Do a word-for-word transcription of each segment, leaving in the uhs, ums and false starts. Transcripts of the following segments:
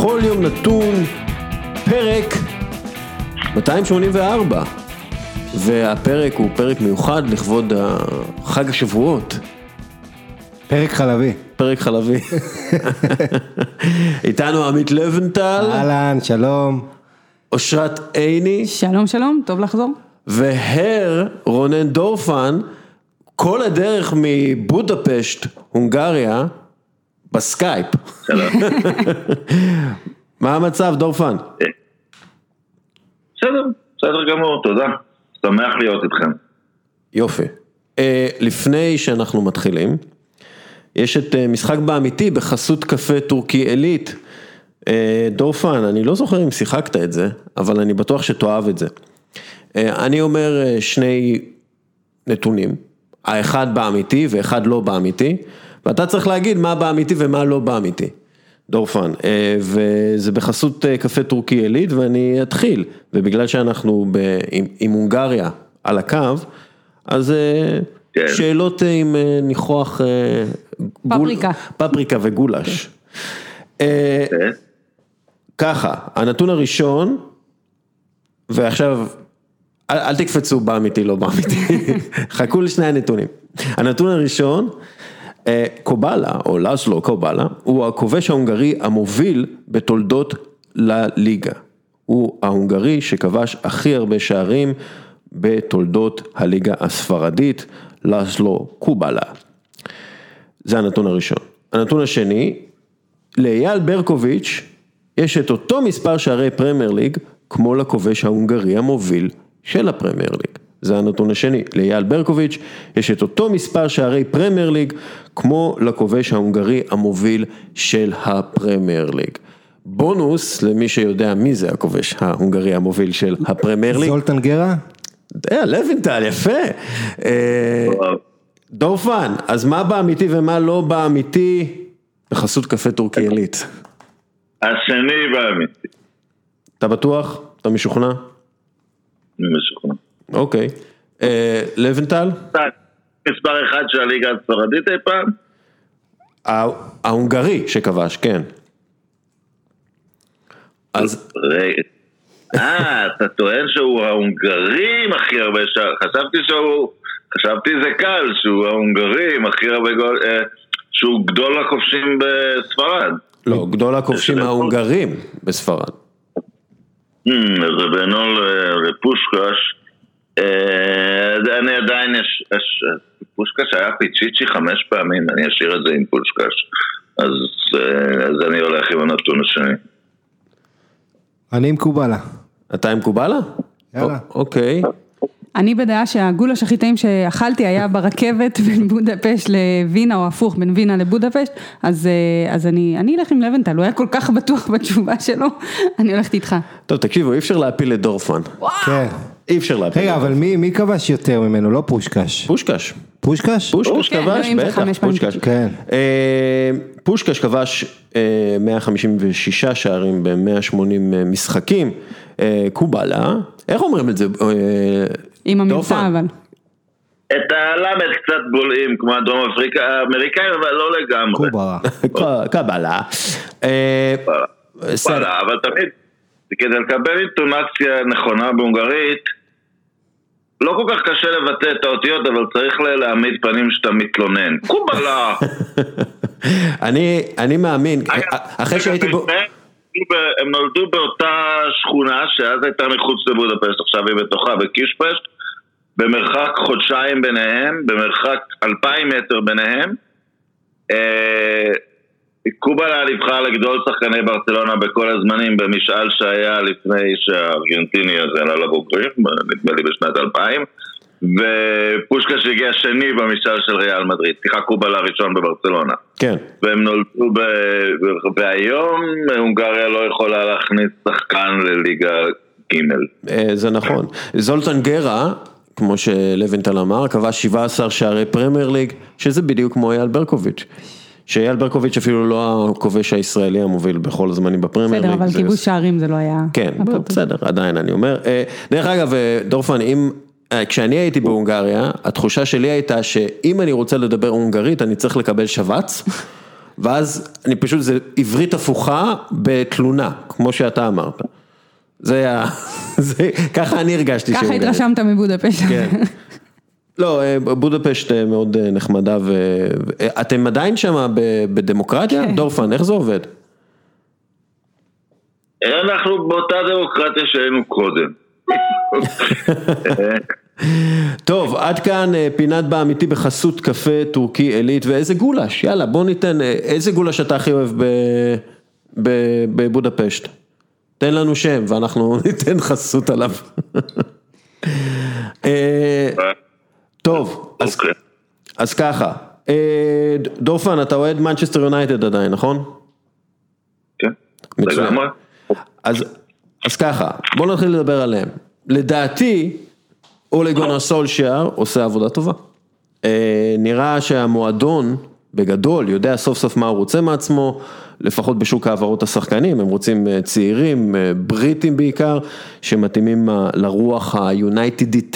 בכל יום נתון פרק מאתיים שמונים וארבע, והפרק הוא פרק מיוחד לכבוד חג השבועות. פרק חלבי. פרק חלבי. איתנו עמית לבנטל. אהלן, שלום. אושרת עיני. שלום שלום, טוב לחזור. והר רונן דורפן, כל הדרך מבודפשט, הונגריה, בסקייפ. שלום. מה המצב, דורפן? בסדר, בסדר גמור, תודה. שמח להיות איתכם. יופי. לפני שאנחנו מתחילים, יש את משחק באמיתי בחסות קפה טורקי עילית. דורפן, אני לא זוכר אם שיחקת את זה, אבל אני בטוח שתאהב את זה. אני אומר שני נתונים, האחד באמיתי ואחד לא באמיתי, ואתה צריך להגיד מה באמיתי ומה לא באמיתי. דורפן, וזה בחסות קפה טורקי עילית, ואני אתחיל, ובגלל שאנחנו ב, עם, עם הונגריה על הקו, אז כן. שאלות עם ניחוח פפריקה. גול, פפריקה וגולש. כן. ככה, הנתון הראשון, ועכשיו, אל, אל תקפצו באמיתי, לא באמיתי, חכו לשני הנתונים. הנתון הראשון, קובלה, או לסלו קובלה, הוא הכובש ההונגרי המוביל בתולדות לליגה. הוא ההונגרי שכבש הכי הרבה שערים בתולדות הליגה הספרדית, לסלו קובלה. זה הנתון הראשון. הנתון השני, לאייל ברקוביץ' יש את אותו מספר שערי פרמייר ליג, כמו לכובש ההונגרי המוביל של הפרמייר ליג. זה הנתון השני. לאייל ברקוביץ' יש את אותו מספר שערי פרמייר ליג, כמו לכובש ההונגרי המוביל של הפרמייר ליג. בונוס, למי שיודע מי זה הכובש ההונגרי המוביל של הפרמייר ליג. זולטן גרה? אה, לוינטל, יפה. דורפן, אז מה באמיתי ומה לא באמיתי בחסות קפה טורקי עילית? השני באמיתי. אתה בטוח? אתה משוכנע? אני משוכנע. אוקיי. לבנטל? מספר אחד של הליגה הספרדית אי פעם? ההונגרי שכבש, כן. אז... אה, אתה טוען שהוא ההונגרי עם הכי הרבה שער. חשבתי שהוא... חשבתי זה קל, שהוא ההונגרי עם הכי הרבה גול... שהוא גדול הכובשים בספרד. לא, גדול הכובשים ההונגרים בספרד. זה בינו לפושקש. אני עדיין, פושקש היה פיצ'יצ'י חמש פעמים, אני אשאיר את זה עם פושקש, אז אני הולך עם הנתון השני. אני עם קובלה. אתה עם קובלה? יאללה. אוקיי. אני בדעה שהגולש הכי טעים שאכלתי היה ברכבת בין בודפשט לווינה, או הפוך, בין וינה לבודפשט, אז, אז אני, אני אלך עם לבנטל, הוא היה כל כך בטוח בתשובה שלו, אני הולכת איתך. טוב, תקשיבו, אי אפשר להפיל את דורפן. כן. אי אפשר להפיל. רגע, אבל מי, מי כבש יותר ממנו? לא פושקש. פושקש. פושקש? פושקש כבש, בטח, פושקש. כן. פושקש כבש מאה חמישים ושישה שערים ב-מאה ושמונים משחקים. קובלה, איך אומרים את זה? עם הממצא אבל. את הלמד קצת בולעים, כמו הדרום אפריקה, האמריקאים, אבל לא לגמרי. קובלה. קובלה. קובלה, אבל תמיד, כדי לקבל אינטונציה נכונה בהונגרית, לא כל כך קשה לבטא את האותיות, אבל צריך להעמיד פנים שאתה מתלונן. קובלה! אני מאמין, אחרי שהייתי בו... הם נולדו באותה שכונה שאז הייתה מחוץ לבודפשט, עכשיו היא בתוכה בקישפשט, במרחק חודשיים ביניהם, במרחק אלפיים מטר ביניהם. קובלה נבחר לגדול שחקני ברצלונה בכל הזמנים במשאל שהיה לפני שהארגנטיני הזה עלה לבוגרים, נדמה לי בשנת אלפיים, ופושקש הגיע שני במשאל של ריאל מדריד, שיחק קובלה ראשון בברצלונה. כן. והם נולדו ב... והיום הונגריה לא יכולה להכניס שחקן לליגה ג'. זה נכון. זולטן גרה, כמו שלוינטל אמר, כבש שבעה עשר שערי פרמייר ליג, שזה בדיוק כמו אייל ברקוביץ'. שאייל ברקוביץ' אפילו לא הכובש הישראלי המוביל בכל הזמנים בפרמייר ליג. בסדר, אבל כיבוש שערים זה לא היה... כן, בסדר, עדיין אני אומר. דרך אגב, דורפן, אם... כשאני הייתי בהונגריה, התחושה שלי הייתה שאם אני רוצה לדבר הונגרית, אני צריך לקבל שבץ, ואז אני פשוט, זה עברית הפוכה בתלונה, כמו שאתה אמרת. זה היה, זה, ככה אני הרגשתי. ככה התרשמת מבודפשט. כן. לא, בודפשט מאוד נחמדה, ואתם עדיין שם בדמוקרטיה? דורפן, איך זה עובד? אנחנו באותה דמוקרטיה שהיינו קודם. טוב, עד כאן פינת באמיתי בחסות קפה טורקי אלית, ואיזה גולש, יאללה בוא ניתן, איזה גולש אתה הכי אוהב בבודפשט? תן לנו שם ואנחנו ניתן חסות עליו. טוב, אז, אז ככה, דורפן, אתה אוהד מנצ'סטר יונייטד עדיין, נכון? כן, מצוין. אז, אז ככה, בואו נתחיל לדבר עליהם. לדעתי, אולי גונר סולשייר עושה עבודה טובה. נראה שהמועדון בגדול יודע סוף סוף מה הוא רוצה מעצמו, לפחות בשוק העברות השחקנים, הם רוצים צעירים, בריטים בעיקר, שמתאימים לרוח היונייטדית.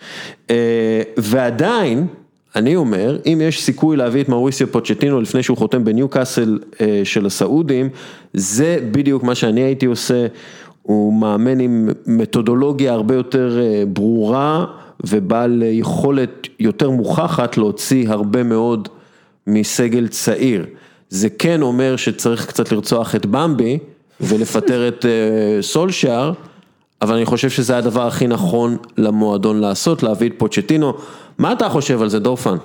ועדיין, אני אומר, אם יש סיכוי להביא את מאוריסיו פוצ'טינו לפני שהוא חותם בניוקאסל של הסעודים, זה בדיוק מה שאני הייתי עושה, הוא מאמן עם מתודולוגיה הרבה יותר ברורה, ובעל יכולת יותר מוכחת להוציא הרבה מאוד מסגל צעיר. זה כן אומר שצריך קצת לרצוח את במבי, ולפטר את סולשייר, אבל אני חושב שזה הדבר הכי נכון למועדון לעשות, להביא את פוצ'טינו. מה אתה חושב על זה, דורפן?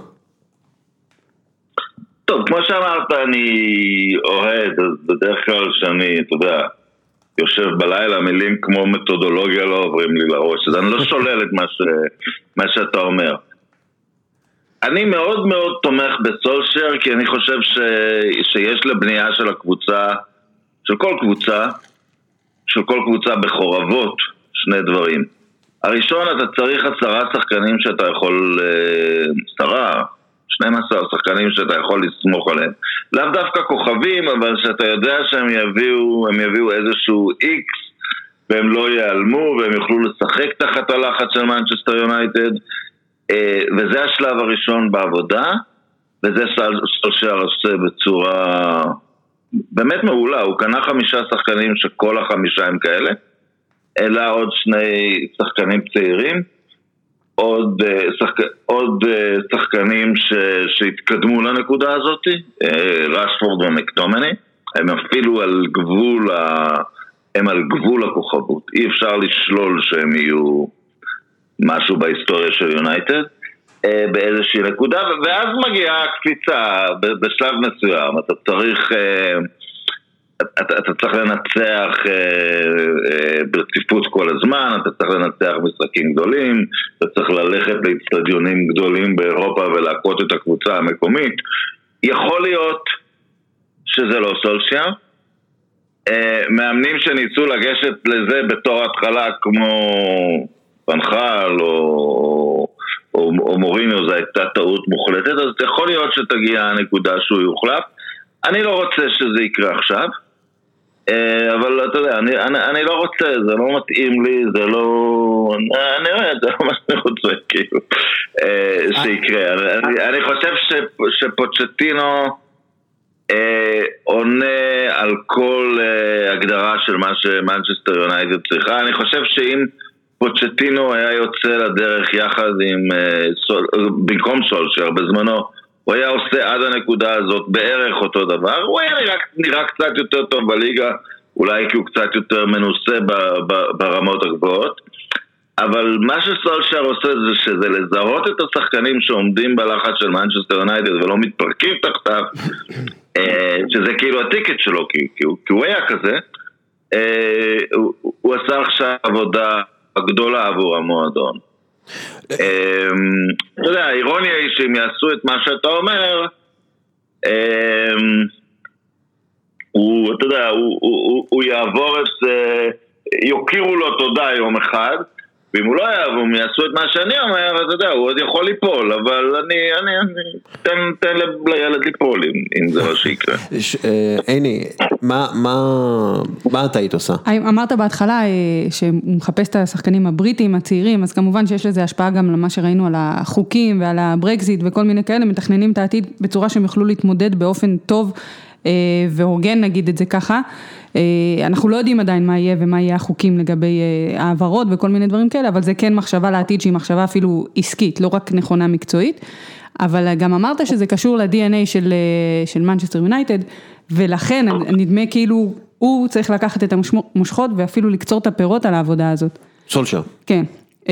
טוב, כמו שאמרת, אני אוהד, אז בדרך כלל שאני, אתה יודע, יושב בלילה, מילים כמו מתודולוגיה לא עוברים לי לראש, אז אני לא שולל את מה, ש... מה שאתה אומר. אני מאוד מאוד תומך בסולשייר, כי אני חושב ש... שיש לבנייה של הקבוצה, של כל קבוצה, של כל קבוצה בחורבות, שני דברים. הראשון, אתה צריך עשרה שחקנים שאתה יכול, עשרה, שנים עשר שחקנים שאתה יכול לסמוך עליהם. לאו דווקא כוכבים, אבל שאתה יודע שהם יביאו, הם יביאו איזשהו איקס, והם לא ייעלמו, והם יוכלו לשחק תחת הלחץ של מנצ'סטר יונייטד, וזה השלב הראשון בעבודה, וזה סולשייר עושה בצורה באמת מעולה. הוא קנה חמישה שחקנים שכל החמישה הם כאלה, אלא עוד שני שחקנים צעירים, עוד, שחק... עוד שחקנים ש... שהתקדמו לנקודה הזאת, רשפורד ומקטומני, הם אפילו על גבול, ה... הם על גבול הכוכבות. אי אפשר לשלול שהם יהיו משהו בהיסטוריה של יונייטד, באיזושהי נקודה, ואז מגיעה הקפיצה בשלב מסוים. אתה צריך... אתה, אתה צריך לנצח אה, אה, ברציפות כל הזמן, אתה צריך לנצח משחקים גדולים, אתה צריך ללכת לאצטדיונים גדולים באירופה ולהקות את הקבוצה המקומית. יכול להיות שזה לא סולשייר. אה, מאמנים שניסו לגשת לזה בתור התחלה כמו פנחל או, או, או מוריניו, זו הייתה טעות מוחלטת, אז יכול להיות שתגיע הנקודה שהוא יוחלף. אני לא רוצה שזה יקרה עכשיו, אבל אתה יודע, אני, אני, אני לא רוצה, זה לא מתאים לי, זה לא... אני רואה, זה לא מה שאני רוצה, כאילו, שיקרה. אני, אני חושב ש, שפוצ'טינו אה, עונה על כל אה, הגדרה של מה שמנצ'סטר יונייטד צריכה. אני חושב שאם פוצ'טינו היה יוצא לדרך יחד עם, אה, סול, במקום סולשייר בזמנו, הוא היה עושה עד הנקודה הזאת בערך אותו דבר, הוא היה נראה, נראה קצת יותר טוב בליגה, אולי כי הוא קצת יותר מנוסה ב, ב, ברמות הגבוהות, אבל מה שסולשייר עושה זה שזה לזהות את השחקנים שעומדים בלחץ של מנצ'סטר יונייטד ולא מתפרקים תחתיו, שזה כאילו הטיקט שלו, כי, כי, הוא, כי הוא היה כזה, הוא, הוא עשה עכשיו עבודה גדולה עבור המועדון. אתה יודע, האירוניה היא שהם יעשו את מה שאתה אומר, הוא, אתה יודע, הוא יעבור את, יוקירו לו תודה יום אחד, ואם הוא לא יאהב, הם יעשו את מה שאני אומר, אתה יודע, הוא עוד יכול ליפול, אבל אני, אני, אני, תן, תן לילד ליפול, אם, אם זה מה שיקרה. עיני, מה, מה, מה אתה היית עושה? אמרת בהתחלה שהוא מחפש את השחקנים הבריטים, הצעירים, אז כמובן שיש לזה השפעה גם למה שראינו על החוקים ועל הברקזיט וכל מיני כאלה, מתכננים את העתיד בצורה שהם יוכלו להתמודד באופן טוב והוגן, נגיד את זה ככה. אנחנו לא יודעים עדיין מה יהיה ומה יהיה החוקים לגבי העברות וכל מיני דברים כאלה, אבל זה כן מחשבה לעתיד שהיא מחשבה אפילו עסקית, לא רק נכונה מקצועית, אבל גם אמרת שזה קשור ל-די אן איי של, של מנצ'סטר יונייטד, ולכן נדמה כאילו הוא צריך לקחת את המושכות ואפילו לקצור את הפירות על העבודה הזאת. סולשר. כן.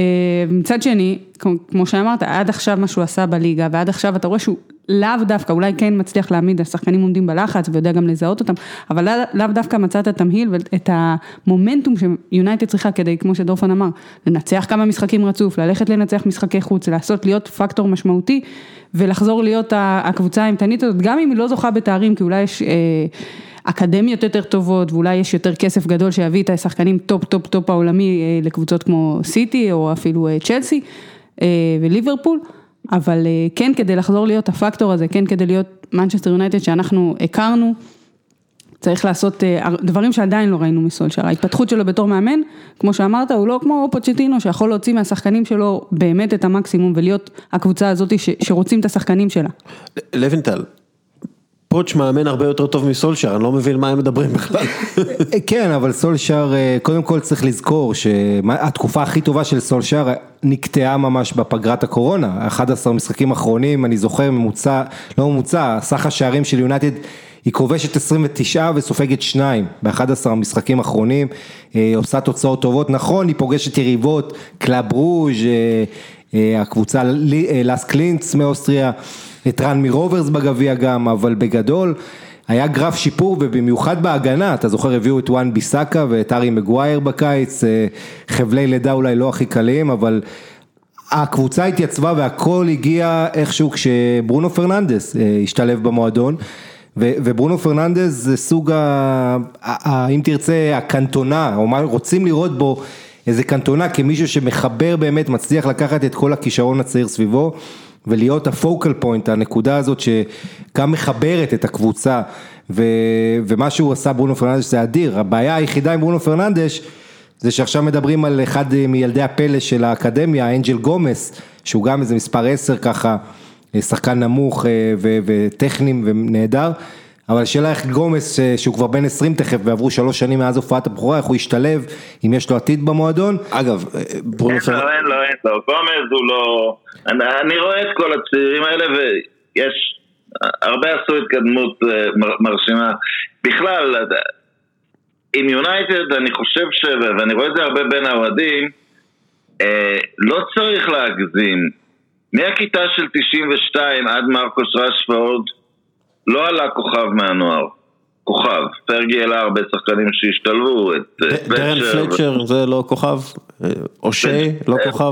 מצד שני, כמו שאמרת, עד עכשיו מה שהוא עשה בליגה, ועד עכשיו אתה רואה שהוא לאו דווקא, אולי כן מצליח להעמיד, השחקנים עומדים בלחץ ויודע גם לזהות אותם, אבל לאו דווקא מצאת התמהיל ואת המומנטום שיונייטד צריכה כדי, כמו שדורפן אמר, לנצח כמה משחקים רצוף, ללכת לנצח משחקי חוץ, לעשות להיות פקטור משמעותי, ולחזור להיות הקבוצה האימתנית הזאת, גם אם היא לא זוכה בתארים, כי אולי יש אקדמיות יותר טובות, ואולי יש יותר כסף גדול שיביא את השחקנים טופ טופ טופ העולמי לקבוצות כמו סיטי, או אפילו צ'לסי וליברפול, אבל כן כדי לחזור להיות הפקטור הזה, כן כדי להיות מנצ'סטר יונייטד שאנחנו הכרנו, צריך לעשות דברים שעדיין לא ראינו מסולשר. ההתפתחות שלו בתור מאמן, כמו שאמרת, הוא לא כמו פוצ'טינו, שיכול להוציא מהשחקנים שלו באמת את המקסימום, ולהיות הקבוצה הזאת שרוצים את השחקנים שלה. לוינטל, פוץ' מאמן הרבה יותר טוב מסולשר, אני לא מבין מה הם מדברים בכלל. כן, אבל סולשר, קודם כל צריך לזכור שהתקופה הכי טובה של סולשר נקטעה ממש בפגרת הקורונה, אחד עשר משחקים אחרונים, אני זוכר ממוצע, לא ממוצע, סך השערים של יונייטד, היא כובשת עשרים ותשע וסופגת שניים, ב-אחד עשר המשחקים האחרונים, עושה תוצאות טובות, נכון, היא פוגשת יריבות, קלאב רוז', הקבוצה לס קלינץ מאוסטריה, את רן מרוברס בגביע גם, אבל בגדול היה גרף שיפור, ובמיוחד בהגנה, אתה זוכר, הביאו את וואן ביסאקה ואת ארי מגווייר בקיץ, חבלי לידה אולי לא הכי קלים, אבל הקבוצה התייצבה והכל הגיע איכשהו כשברונו פרננדס השתלב במועדון, וברונו פרננדס זה סוג, אם תרצה, הקנטונה, או מה רוצים לראות בו, איזה קנטונה כמישהו שמחבר באמת, מצליח לקחת את כל הכישרון הצעיר סביבו, ולהיות הפוקל פוינט, הנקודה הזאת שגם מחברת את הקבוצה, ו... ומה שהוא עשה ברונו פרננדש זה אדיר. הבעיה היחידה עם ברונו פרננדש, זה שעכשיו מדברים על אחד מילדי הפלא של האקדמיה, אנג'ל גומס, שהוא גם איזה מספר עשר ככה, שחקן נמוך ו... וטכנים ונהדר, אבל שאלה איך גומס, שהוא כבר בן עשרים תכף, ועברו שלוש שנים מאז הופעת הבכורה, איך הוא ישתלב, אם יש לו עתיד במועדון. אגב, ברונו פרננדש... לא, אין לו, אין לו, גומס הוא לא... אני, אני רואה את כל הצעירים האלה, ויש... הרבה עשו התקדמות מרשימה. בכלל, עם יונייטד, אני חושב ש... ואני רואה את זה הרבה בין האוהדים, לא צריך להגזים. מהכיתה של תשעים ושתיים עד מרקוס רשפורד, לא עלה כוכב מהנוער, כוכב, פרגי אלה הרבה שחקנים שהשתלבו, את דרן פלצ'ר זה לא כוכב, או שי לא כוכב?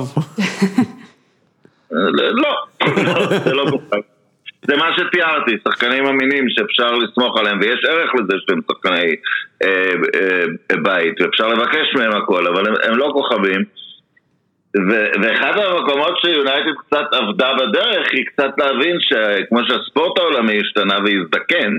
לא, זה לא כוכב, זה מה שתיארתי, שחקנים אמינים שאפשר לסמוך עליהם, ויש ערך לזה שהם שחקני בית, ואפשר לבקש מהם הכל, אבל הם לא כוכבים, ואחד המקומות שיונייטד קצת עבדה בדרך היא קצת להבין שכמו שהספורט העולמי השתנה והזדקן,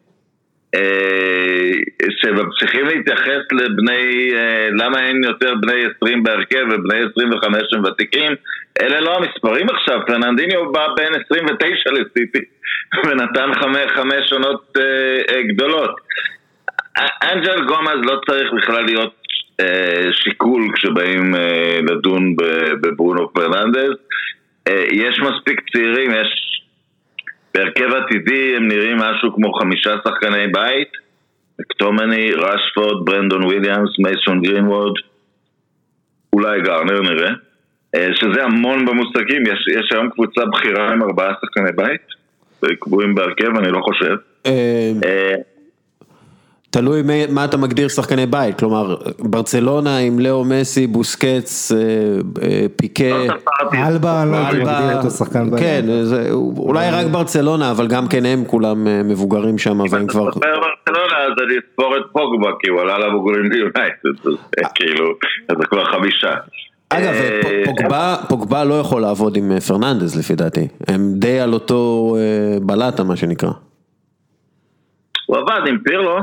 שממשיכים להתייחס לבני, למה אין יותר בני עשרים בהרכב ובני עשרים וחמש הם ותיקים, אלה לא המספרים עכשיו. פרננדיניו בא בין עשרים ותשע לסיטי ונתן חמש, חמש עונות גדולות. אנג'ל גומז לא צריך בכלל להיות שיקול כשבאים לדון בברונו פרננדס. יש מספיק צעירים, יש בהרכב עתידי הם נראים משהו כמו חמישה שחקני בית, מקטומני, רשפורד, ברנדון וויליאמס, מייסון גרינווד, אולי גארנר נראה, שזה המון במושגים. יש, יש היום קבוצה בחירה עם ארבעה שחקני בית קבועים בהרכב, אני לא חושב. תלוי מה אתה מגדיר שחקני בית, כלומר, ברצלונה עם לאו מסי, בוסקץ, פיקה, אלבה, לא מגדיר אותו שחקן בית. כן, אולי רק ברצלונה, אבל גם כן הם כולם מבוגרים שם, והם כבר... ברצלונה, אז אני אספור את פוגבה, כי הוא עלה לבוגרים ביונייטד, כאילו, אז זה כבר חמישה. אגב, פוגבה, פוגבה לא יכול לעבוד עם פרננדז לפי דעתי, הם די על אותו בלטה מה שנקרא. הוא עבד עם פירלו.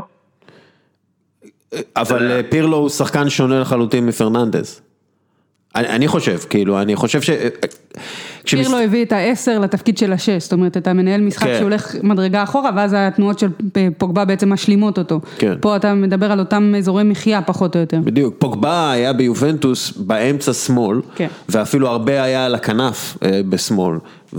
אבל פירלו הוא שחקן שונה לחלוטין מפרננדז. אני, אני חושב, כאילו, אני חושב ש... פירלו הביא את העשר לתפקיד של השש, זאת אומרת, אתה מנהל משחק כן. שהולך מדרגה אחורה, ואז התנועות של פוגבה בעצם משלימות אותו. כן. פה אתה מדבר על אותם אזורי מחיה, פחות או יותר. בדיוק, פוגבה היה ביובנטוס באמצע שמאל, כן. ואפילו הרבה היה על הכנף אה, בשמאל,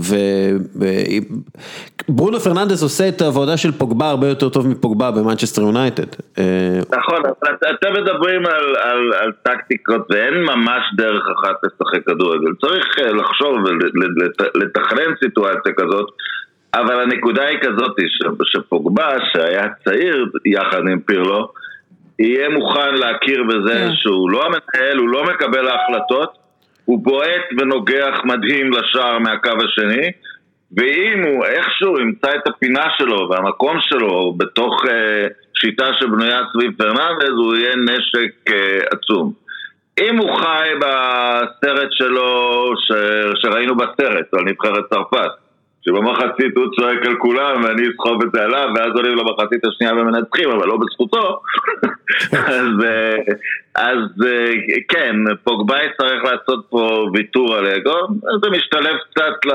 וברונו פרננדס עושה את העבודה של פוגבה הרבה יותר טוב מפוגבה במנצ'סטר יונייטד. נכון, אתם מדברים על, על, על טקטיקות ואין ממש דרך אחת לשחק כדורגל, צריך לחשוב ולתכנן סיטואציה כזאת, אבל הנקודה היא כזאת שפוגבה שהיה צעיר יחד עם פירלו, יהיה מוכן להכיר בזה שהוא לא המנהל, הוא לא מקבל ההחלטות, הוא בועט ונוגח מדהים לשער מהקו השני, ואם הוא איכשהו ימצא את הפינה שלו והמקום שלו בתוך uh, שיטה שבנויה סביב פרננדז, הוא יהיה נשק uh, עצום. אם הוא חי בסרט שלו ש... שראינו בסרט על נבחרת צרפת, שבמחצית הוא צועק על כולם ואני אסחוב את זה עליו, ואז עולים למחצית השנייה ומנצחים, אבל לא בזכותו. אז, אז כן, פוגבה צריך לעשות פה ויתור על אגו, זה משתלב קצת ל...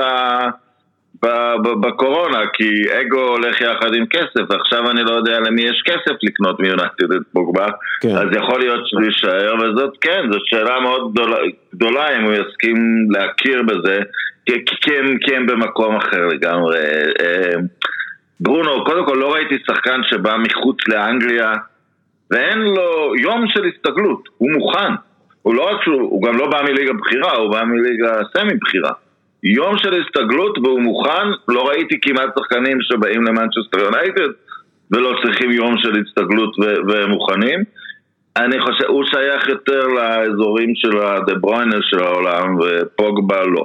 בקורונה, כי אגו הולך יחד עם כסף, עכשיו אני לא יודע למי יש כסף לקנות מיונייטד את פוגבה, כן. אז יכול להיות שהוא יישאר, וזאת כן, זאת שאלה מאוד גדולה, גדולה אם הוא יסכים להכיר בזה, כי, כי, הם, כי הם במקום אחר לגמרי. ברונו, קודם כל לא ראיתי שחקן שבא מחוץ לאנגליה, ואין לו יום של הסתגלות, הוא מוכן, הוא, לא רק שהוא, הוא גם לא בא מליגה בחירה, הוא בא מליגה סמי בחירה. יום של הסתגלות והוא מוכן, לא ראיתי כמעט שחקנים שבאים למנצ'סטר יונייטד ולא צריכים יום של הסתגלות ו- ומוכנים. אני חושב, הוא שייך יותר לאזורים של הדה ברויינה של העולם ופוגבה לא.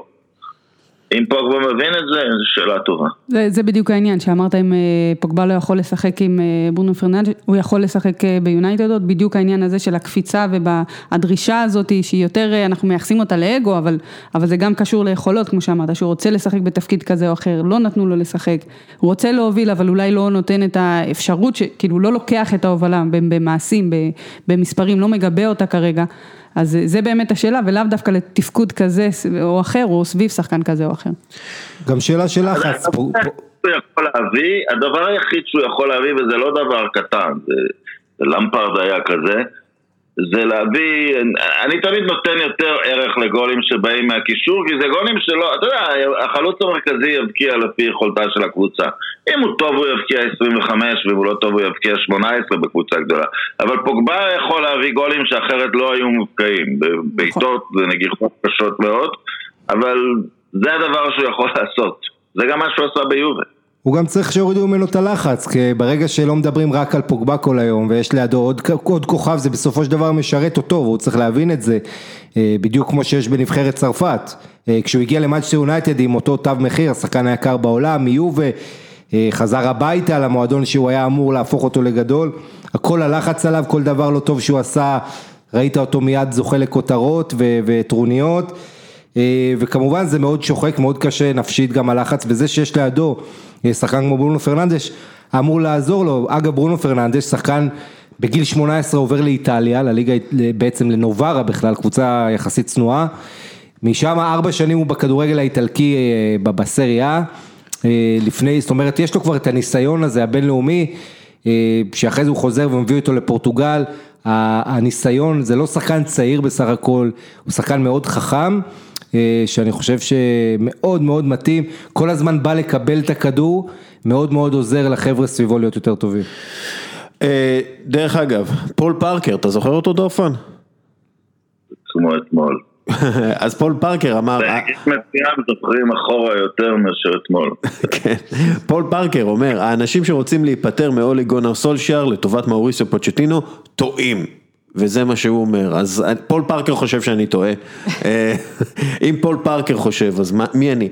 אם פוגבה מבין את זה, זו שאלה טובה. זה, זה בדיוק העניין, שאמרת אם פוגבה לא יכול לשחק עם ברונו פרננדז, הוא יכול לשחק ביונייטד, עוד בדיוק העניין הזה של הקפיצה והדרישה הזאת, שהיא יותר, אנחנו מייחסים אותה לאגו, אבל, אבל זה גם קשור ליכולות, כמו שאמרת, שהוא רוצה לשחק בתפקיד כזה או אחר, לא נתנו לו לשחק, הוא רוצה להוביל, אבל אולי לא נותן את האפשרות, כאילו לא לוקח את ההובלה במעשים, במספרים, לא מגבה אותה כרגע, אז זה באמת השאלה, ולאו דווקא לתפקוד כזה או אחר, או סביב שחקן כזה או אחר. גם שאלה של לחץ. הוא יכול להביא, הדבר היחיד שהוא יכול להביא, וזה לא דבר קטן, למפרד היה כזה, זה להביא, אני תמיד נותן יותר ערך לגולים שבאים מהקישור, כי זה גולים שלא, אתה יודע, החלוץ המרכזי יבקיע לפי יכולתה של הקבוצה. אם הוא טוב הוא יבקיע עשרים וחמש, ואם הוא לא טוב הוא יבקיע שמונה עשרה בקבוצה גדולה. אבל פוגבה יכול להביא גולים שאחרת לא היו מובקעים, בביתות ונגיחות קשות מאוד, אבל זה הדבר שהוא יכול לעשות. זה גם מה שהוא עשה ביובה. הוא גם צריך שיורידו ממנו את הלחץ, כי ברגע שלא מדברים רק על פוגבה כל היום, ויש לידו עוד, עוד כוכב, זה בסופו של דבר משרת אותו, והוא צריך להבין את זה, בדיוק כמו שיש בנבחרת צרפת. כשהוא הגיע למנצ'סטר יונייטד עם אותו תו מחיר, השחקן היקר בעולם, מיובה, חזר הביתה למועדון שהוא היה אמור להפוך אותו לגדול, הכל הלחץ עליו, כל דבר לא טוב שהוא עשה, ראית אותו מיד זוכה לכותרות וטרוניות, וכמובן זה מאוד שוחק, מאוד קשה נפשית גם הלחץ, וזה שיש לידו שחקן כמו ברונו פרננדש אמור לעזור לו. אגב, ברונו פרננדש שחקן בגיל שמונה עשרה עובר לאיטליה, לליגה, בעצם לנוברה בכלל, קבוצה יחסית צנועה, משם ארבע שנים הוא בכדורגל האיטלקי בסריה, לפני, זאת אומרת יש לו כבר את הניסיון הזה הבינלאומי, שאחרי זה הוא חוזר ומביא אותו לפורטוגל, הניסיון, זה לא שחקן צעיר בסך הכל, הוא שחקן מאוד חכם, שאני חושב שמאוד מאוד מתאים, כל הזמן בא לקבל את הכדור, מאוד מאוד עוזר לחבר'ה סביבו להיות יותר טובים. דרך אגב, פול פארקר, אתה זוכר אותו דורפן? כמו אתמול. אז פול פארקר אמר... יש מצוין זוכרים אחורה יותר מאשר אתמול. כן, פול פארקר אומר, האנשים שרוצים להיפטר מאולי גונר סולשייר לטובת מאוריסיו פוצ'טינו, טועים. וזה מה שהוא אומר, אז פול פארקר חושב שאני טועה, אם פול פארקר חושב, אז מי אני?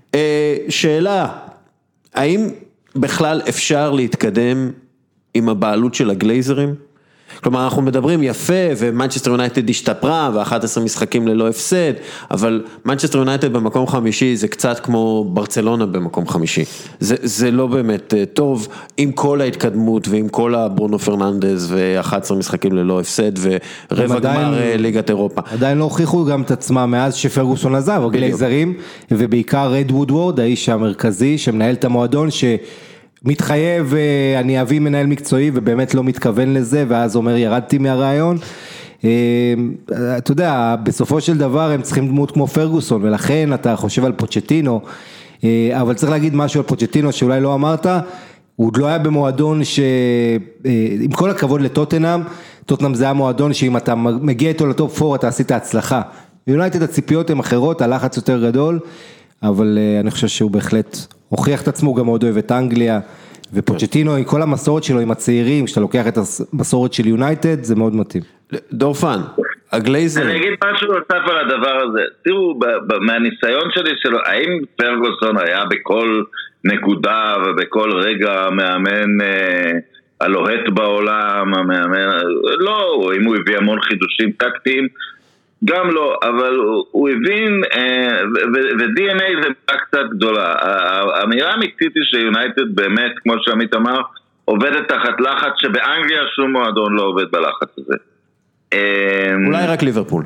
שאלה, האם בכלל אפשר להתקדם עם הבעלות של הגלייזרים? כלומר, אנחנו מדברים יפה, ומנצ'סטר יונייטד השתפרה, ו-אחד עשר משחקים ללא הפסד, אבל מנצ'סטר יונייטד במקום חמישי, זה קצת כמו ברצלונה במקום חמישי. זה, זה לא באמת טוב, עם כל ההתקדמות, ועם כל הברונו פרננדז, ו-אחד עשר משחקים ללא הפסד, ורבע גמר ליגת אירופה. עדיין לא הוכיחו גם את עצמם, מאז שפרגוסון עזב, הגלייזרים, ובעיקר רד וודוורד, האיש המרכזי, שמנהל את המועדון, ש... מתחייב, אני אביא מנהל מקצועי ובאמת לא מתכוון לזה, ואז אומר ירדתי מהרעיון. אתה יודע, בסופו של דבר הם צריכים דמות כמו פרגוסון, ולכן אתה חושב על פוצ'טינו, אבל צריך להגיד משהו על פוצ'טינו שאולי לא אמרת, הוא עוד לא היה במועדון ש... עם כל הכבוד לטוטנהאם, טוטנהאם זה היה מועדון שאם אתה מגיע איתו לטופ פור אתה עשית הצלחה. יונייטד הציפיות הן אחרות, הלחץ יותר גדול, אבל אני חושב שהוא בהחלט הוכיח את עצמו, גם מאוד אוהב את אנגליה, ופוצ'טינו, עם כל המסורת שלו עם הצעירים, שאתה לוקח את המסורת של יונייטד, זה מאוד מתאים. דורפן, הגלייזר. אני אגיד משהו נוסף על הדבר הזה. תראו, מהניסיון שלי שלו, האם פרגוסון היה בכל נקודה ובכל רגע מאמן הלוהט בעולם, המאמן, לא, אם הוא הביא המון חידושים טקטיים, גם לא, אבל הוא הבין, ו-די אן איי זה מילה קצת גדולה. האמירה האמיתית היא שיונייטד באמת, כמו שעמית אמר, עובדת תחת לחץ, שבאנגליה שום מועדון לא עובד בלחץ הזה. אולי רק ליברפול.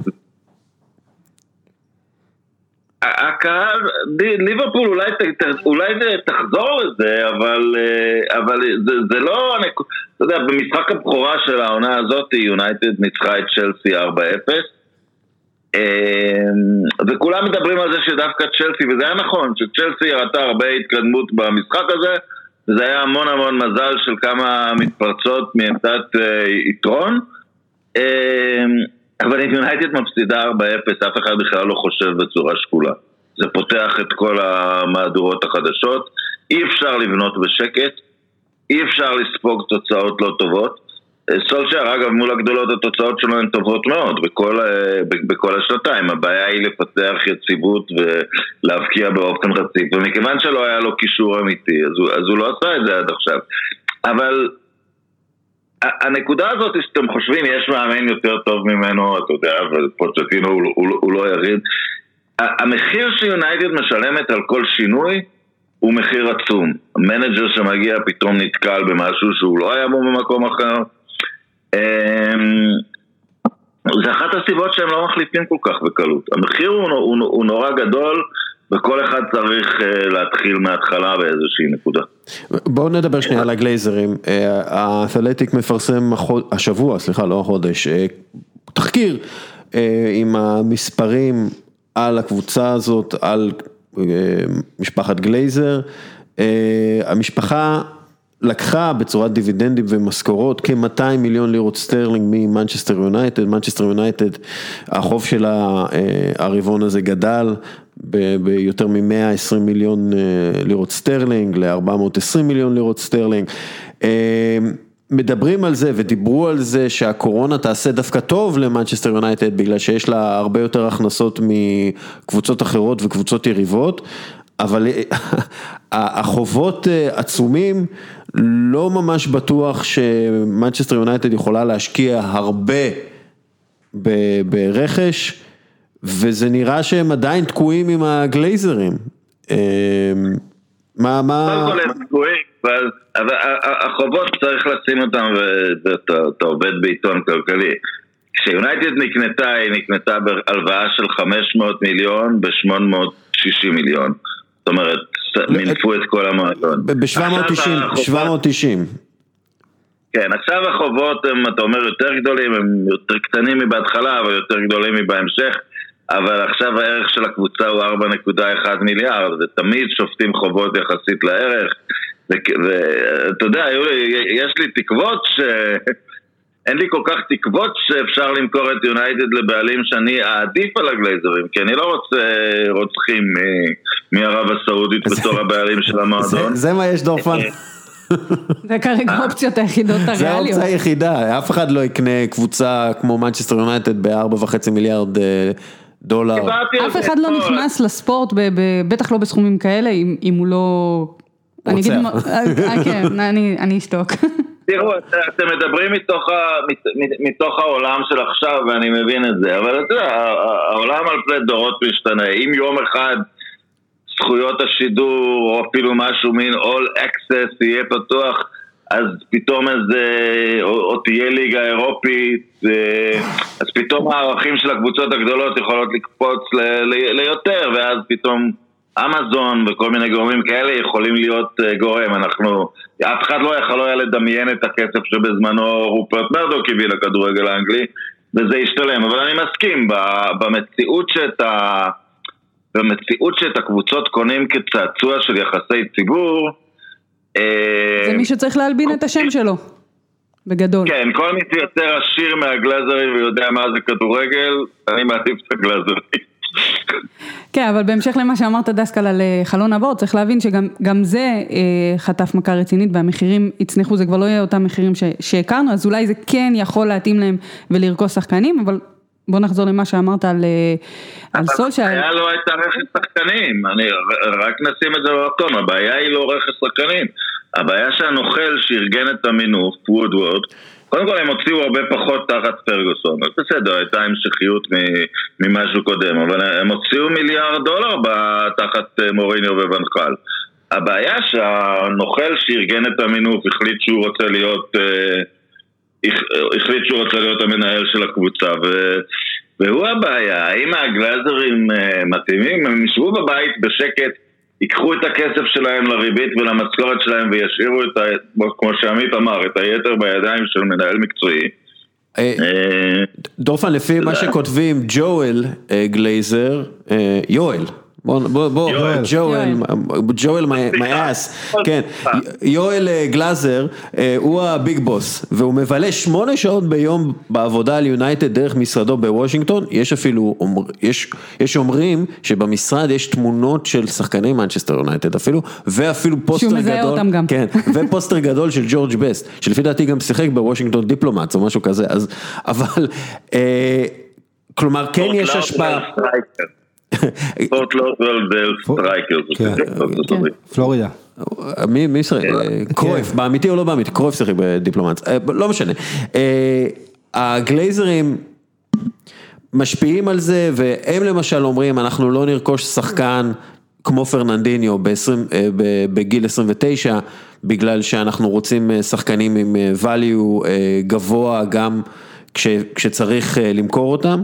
הקהל, ליברפול אולי, אולי תחזור לזה, אבל, אבל זה, זה לא, אתה יודע, במשחק הבכורה של העונה הזאת, יונייטד ניצחה את צ'לסי ארבע אפס, וכולם מדברים על זה שדווקא צ'לסי, וזה היה נכון, שצ'לסי הראתה הרבה התקדמות במשחק הזה, וזה היה המון המון מזל של כמה מתפרצות מעמדת יתרון, אבל אם יונייטד מפסידה ארבע אפס, אף אחד בכלל לא חושב בצורה שקולה. זה פותח את כל המהדורות החדשות, אי אפשר לבנות בשקט, אי אפשר לספוג תוצאות לא טובות. סולשייר, אגב, מול הגדולות התוצאות שלו הן טובות מאוד בכל, בכל השנתיים. הבעיה היא לפתח יציבות ולהבקיע באופן רציף, ומכיוון שלא היה לו קישור אמיתי, אז הוא, אז הוא לא עשה את זה עד עכשיו. אבל הנקודה הזאת היא שאתם חושבים, יש מאמן יותר טוב ממנו, אתה יודע, ופוצ'טינו הוא, הוא, הוא לא יריד. המחיר שיונייטד משלמת על כל שינוי הוא מחיר עצום. המנג'ר שמגיע פתאום נתקל במשהו שהוא לא היה בו במקום אחר. זה אחת הסיבות שהם לא מחליפים כל כך בקלות. המחיר הוא, הוא, הוא נורא גדול, וכל אחד צריך להתחיל מההתחלה באיזושהי נקודה. בואו נדבר שנייה על הגלייזרים. האתלטיק מפרסם השבוע, סליחה, לא החודש, תחקיר עם המספרים על הקבוצה הזאת, על משפחת גלייזר. המשפחה לקחה בצורת דיבידנדים ומשכורות כ-מאתיים מיליון לירות סטרלינג ממנצ'סטר יונייטד. מנצ'סטר יונייטד, החוב של הרבעון הזה גדל ביותר מ-מאה ועשרים מיליון לירות סטרלינג ל-ארבע מאות ועשרים מיליון לירות סטרלינג. מדברים על זה ודיברו על זה שהקורונה תעשה דווקא טוב למנצ'סטר יונייטד, בגלל שיש לה הרבה יותר הכנסות מקבוצות אחרות וקבוצות יריבות, אבל החובות עצומים, לא ממש בטוח שמנצ'סטר יונייטד יכולה להשקיע הרבה ברכש, וזה נראה שהם עדיין תקועים עם הגלייזרים. מה, מה... קודם כל הם תקועים, אבל החובות צריך לשים אותם, ואתה עובד בעיתון כלכלי. כשיונייטד נקנתה, היא נקנתה בהלוואה של חמש מאות מיליון ב-שמונה מאות ושישים מיליון. זאת אומרת, מנפו את כל המועדון. ב-שבע מאות תשעים. כן, עכשיו החובות הם, אתה אומר, יותר גדולים, הם יותר קטנים מבהתחלה, אבל יותר גדולים מבהמשך, אבל עכשיו הערך של הקבוצה הוא ארבע נקודה אחת מיליארד, ותמיד שופטים חובות יחסית לערך, ואתה יודע, יש לי תקוות ש... אין לי כל כך תקוות שאפשר למכור את יונייטד לבעלים שאני אעדיף על הגלייזרים, כי אני לא רוצה רוצחים מערב הסעודית בתור הבעלים של המועדון. זה מה יש דורפן. זה כרגע האופציות היחידות הריאליות. זה האופציה היחידה, אף אחד לא יקנה קבוצה כמו מנצ'סטר יונייטד בארבע וחצי מיליארד דולר. אף אחד לא נכנס לספורט, בטח לא בסכומים כאלה, אם הוא לא... רוצח. כן, אני אשתוק. תראו, אתם מדברים מתוך העולם של עכשיו, ואני מבין את זה, אבל אתה יודע, העולם על פני דורות משתנה. אם יום אחד זכויות השידור, או אפילו משהו מין all access יהיה פתוח, אז פתאום איזה, או, או תהיה ליגה אירופית, אז פתאום הערכים של הקבוצות הגדולות יכולות לקפוץ ל, ל, ליותר, ואז פתאום אמזון וכל מיני גורמים כאלה יכולים להיות גורם. אנחנו, אף אחד לא יכול היה לדמיין את הכסף שבזמנו רופרט מרדוק הביא לכדורגל האנגלי, וזה ישתלם. אבל אני מסכים, במציאות שאת ה... במציאות שאת הקבוצות קונים כצעצוע של יחסי ציבור, זה מי שצריך להלבין את השם שלו, בגדול. כן, כל מי שיותר עשיר מהגלזרים ויודע מה זה כדורגל, אני מעדיף את הגלזרים. כן, אבל בהמשך למה שאמרת דסקל על חלון עבור, צריך להבין שגם זה חטף מכה רצינית, והמחירים הצניחו, זה כבר לא יהיה אותם מחירים שהכרנו, אז אולי זה כן יכול להתאים להם ולרכוס שחקנים, אבל בוא נחזור למה שאמרת על סולשייר. הבעיה לא הייתה רכש שחקנים, אני רק נשים את זה במקום, הבעיה היא לא רכש שחקנים, הבעיה שהנוכל שארגן את המינוף, וודוורד, קודם כל הם הוציאו הרבה פחות תחת פרגוסון, בסדר, הייתה המשכיות ממשהו קודם, אבל הם הוציאו מיליארד דולר תחת מוריניו ובנחל. הבעיה שהנוכל שארגן את המינוף החליט שהוא רוצה להיות... החליט שהוא רוצה להיות המנהל של הקבוצה, והוא הבעיה. האם הגלזרים מתאימים? הם ישבו בבית בשקט, ייקחו את הכסף שלהם לריבית ולמשכורת שלהם וישאירו את, כמו שעמית אמר, את היתר בידיים של מנהל מקצועי. דורפן, לפי מה שכותבים ג'ואל גלייזר, יואל בוא, בוא, בוא, ג'ואל, ג'ואל מייאס, כן, יואל גלאזר, הוא הביג בוס, והוא מבלה שמונה שעות ביום בעבודה על יונייטד דרך משרדו בוושינגטון, יש אפילו, יש, יש אומרים שבמשרד יש תמונות של שחקני מנצ'סטר יונייטד אפילו, ואפילו פוסטר גדול, כן, ופוסטר גדול של ג'ורג' בסט, שלפי דעתי גם שיחק בוושינגטון דיפלומטס או משהו כזה, אז, אבל, אה, כלומר, כן יש השפעה, פורט לודוול סטרייקר, פלורידה. מי ישראל? קרויף, באמיתי או לא באמיתי? קרויף שיחק בדיפלומט, לא משנה. הגלייזרים משפיעים על זה, והם למשל אומרים, אנחנו לא נרכוש שחקן כמו פרננדיניו בגיל עשרים ותשע, בגלל שאנחנו רוצים שחקנים עם value גבוה, גם כשצריך למכור אותם.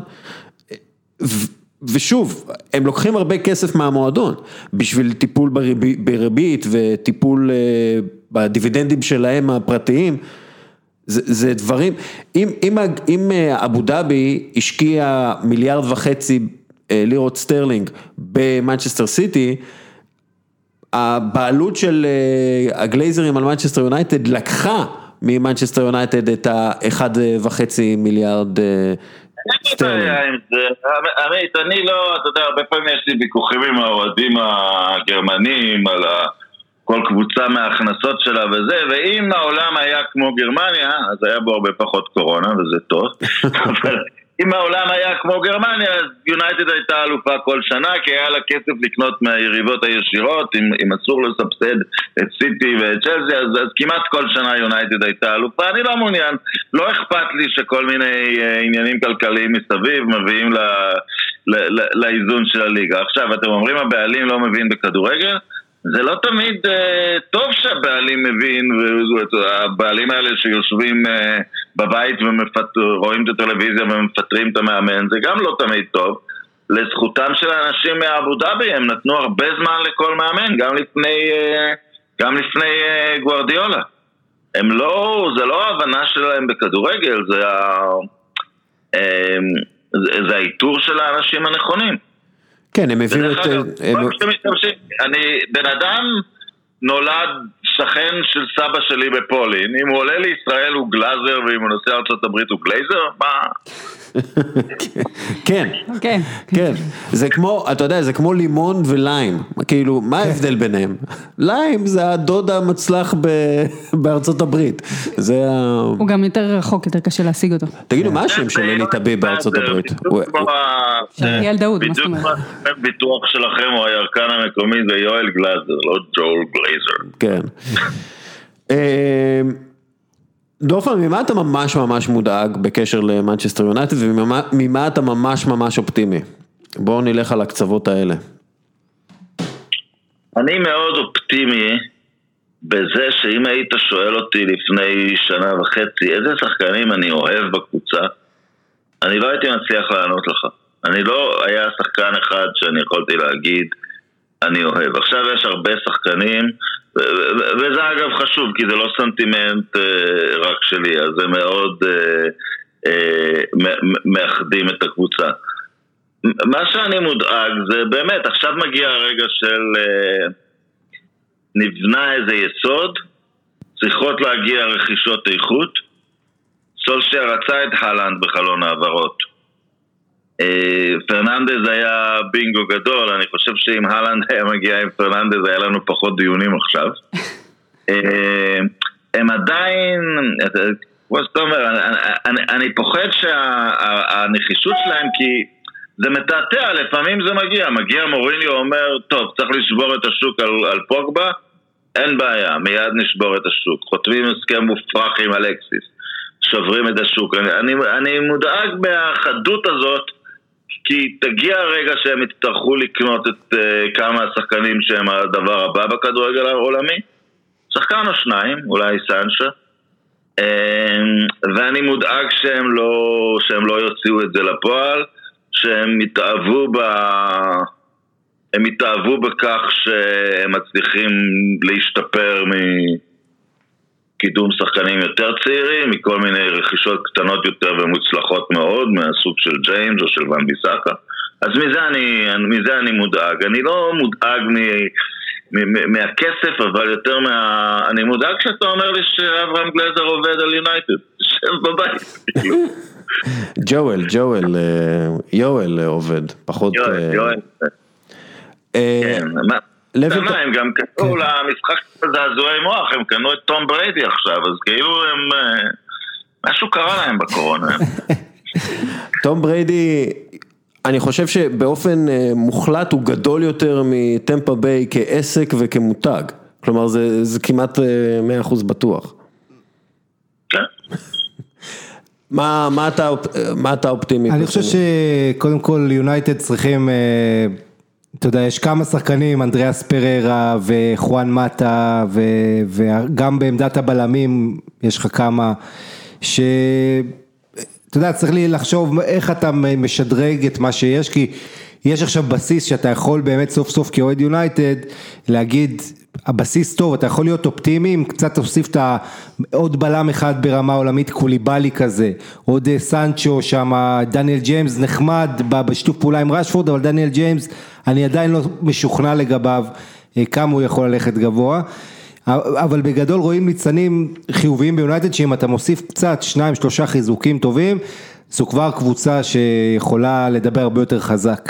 ושוב, הם לוקחים הרבה כסף מהמועדון, בשביל טיפול בריבית וטיפול בדיבידנדים שלהם הפרטיים, זה, זה דברים, אם, אם, אם אבו דאבי השקיע מיליארד וחצי לירות סטרלינג במנצ'סטר סיטי, הבעלות של הגלייזרים על מנצ'סטר יונייטד לקחה ממנצ'סטר יונייטד את האחד וחצי מיליארד סטרלינג. עמית, אני לא, אתה יודע, הרבה פעמים יש לי ויכוחים עם האוהדים הגרמנים על כל קבוצה מההכנסות שלה וזה, ואם העולם היה כמו גרמניה, אז היה בו הרבה פחות קורונה, וזה טוב. אבל אם העולם היה כמו גרמניה, אז יונייטד הייתה אלופה כל שנה, כי היה לה כסף לקנות מהיריבות הישירות, אם, אם אסור לסבסד את סיטי ואת צ'לסי, אז, אז כמעט כל שנה יונייטד הייתה אלופה. אני לא מעוניין, לא אכפת לי שכל מיני uh, עניינים כלכליים מסביב מביאים ל, ל, ל, לאיזון של הליגה. עכשיו, אתם אומרים הבעלים לא מבין בכדורגל, זה לא תמיד uh, טוב שהבעלים מבין, והבעלים האלה שיושבים uh, בבית ורואים את הטלוויזיה ומפטרים את המאמן, זה גם לא תמיד טוב. לזכותם של האנשים מאבו דאבי, הם נתנו הרבה זמן לכל מאמן, גם לפני, uh, גם לפני uh, גוארדיולה. הם לא, זה לא ההבנה שלהם בכדורגל, זה, ה, uh, זה, זה האיתור של האנשים הנכונים. כן, הם הביאו את... אני, בן אדם נולד שכן של סבא שלי בפולין, אם הוא עולה לישראל הוא גלאזר, ואם הוא נוסע ארצות הברית הוא גלייזר, מה? כן, כן, זה כמו, אתה יודע, זה כמו לימון וליים, כאילו, מה ההבדל ביניהם? ליים זה הדוד המצלח בארצות הברית, זה ה... הוא גם יותר רחוק, יותר קשה להשיג אותו. תגידו, מה השם של אלי טביב בארצות הברית? יעל דאוד, מה זאת אומרת? ביטוח שלכם הוא הירקן המקומי, זה יואל גלאזר, לא ג'ול גלייזר. כן. דורפן, ממה אתה ממש ממש מודאג בקשר למנצ'סטר יונייטד, וממה אתה ממש ממש אופטימי? בואו נלך על הקצוות האלה. אני מאוד אופטימי בזה שאם היית שואל אותי לפני שנה וחצי איזה שחקנים אני אוהב בקבוצה, אני לא הייתי מצליח לענות לך. אני לא היה שחקן אחד שאני יכולתי להגיד אני אוהב. עכשיו יש הרבה שחקנים, וזה אגב חשוב כי זה לא סנטימנט רק שלי, אז זה מאוד מאחדים את הקבוצה. מה שאני מודאג זה באמת, עכשיו מגיע הרגע של נבנה איזה יסוד, צריכות להגיע רכישות איכות. סולשר רצה את הלנד בחלון העברות, פרננדז היה בינגו גדול. אני חושב שאם הלנד היה מגיע עם פרננדז היה לנו פחות דיונים עכשיו. הם עדיין, כמו שאתה אומר, אני, אני פוחד שהנחישות שלהם, כי זה מתעתע, לפעמים זה מגיע, מגיע מוריניו אומר, טוב, צריך לשבור את השוק על, על פוגבה, אין בעיה, מיד נשבור את השוק, חותמים הסכם מופרח עם אלקסיס, שוברים את השוק. אני, אני, אני מודאג מהחדות הזאת, כי תגיע הרגע שהם יצטרכו לקנות את uh, כמה השחקנים שהם הדבר הבא בכדורגל העולמי, שחקן או שניים, אולי סנצ'ה, um, ואני מודאג שהם לא, שהם לא יוציאו את זה לפועל, שהם יתאהבו ב... הם יתאהבו בכך שהם מצליחים להשתפר מקידום שחקנים יותר צעירים, מכל מיני רכישות קטנות יותר ומוצלחות מאוד, מהסוג של ג'יימס או של ון ביסאקה. אז מזה אני, מזה אני מודאג. אני לא מודאג מ... מהכסף, אבל יותר מה... אני מודאג שאתה אומר לי שאברהם גלזר עובד על יונייטד. שם בבית. ג'ואל, ג'ואל, יואל עובד, פחות... יואל. כן, מה, הם גם קנו למשחק זעזועי מוח, הם קנו את תום בריידי עכשיו, אז כאילו הם... משהו קרה להם בקורונה. תום בריידי... אני חושב שבאופן מוחלט הוא גדול יותר מטמפה ביי כעסק וכמותג. כלומר, זה, זה כמעט מאה אחוז בטוח. כן. מה, מה אתה, מה אתה אופטימי? אני חושב שקודם כל יונייטד צריכים, אתה יודע, יש כמה שחקנים, אנדריאס פררה וחואן מטה, וגם בעמדת הבלמים יש לך כמה, ש... אתה יודע, צריך לי לחשוב איך אתה משדרג את מה שיש, כי יש עכשיו בסיס שאתה יכול באמת סוף סוף כאוהד יונייטד, להגיד, הבסיס טוב, אתה יכול להיות אופטימי, אם קצת תוסיף את עוד בלם אחד ברמה עולמית, קוליבאלי כזה, עוד סנצ'ו שם, דניאל ג'יימס נחמד, בשיתוף פעולה עם רשפורד, אבל דניאל ג'יימס, אני עדיין לא משוכנע לגביו, כמה הוא יכול ללכת גבוה, אבל בגדול רואים ניצנים חיוביים ביונייטד, שאם אתה מוסיף קצת שניים שלושה חיזוקים טובים, זו כבר קבוצה שיכולה לדבר הרבה יותר חזק.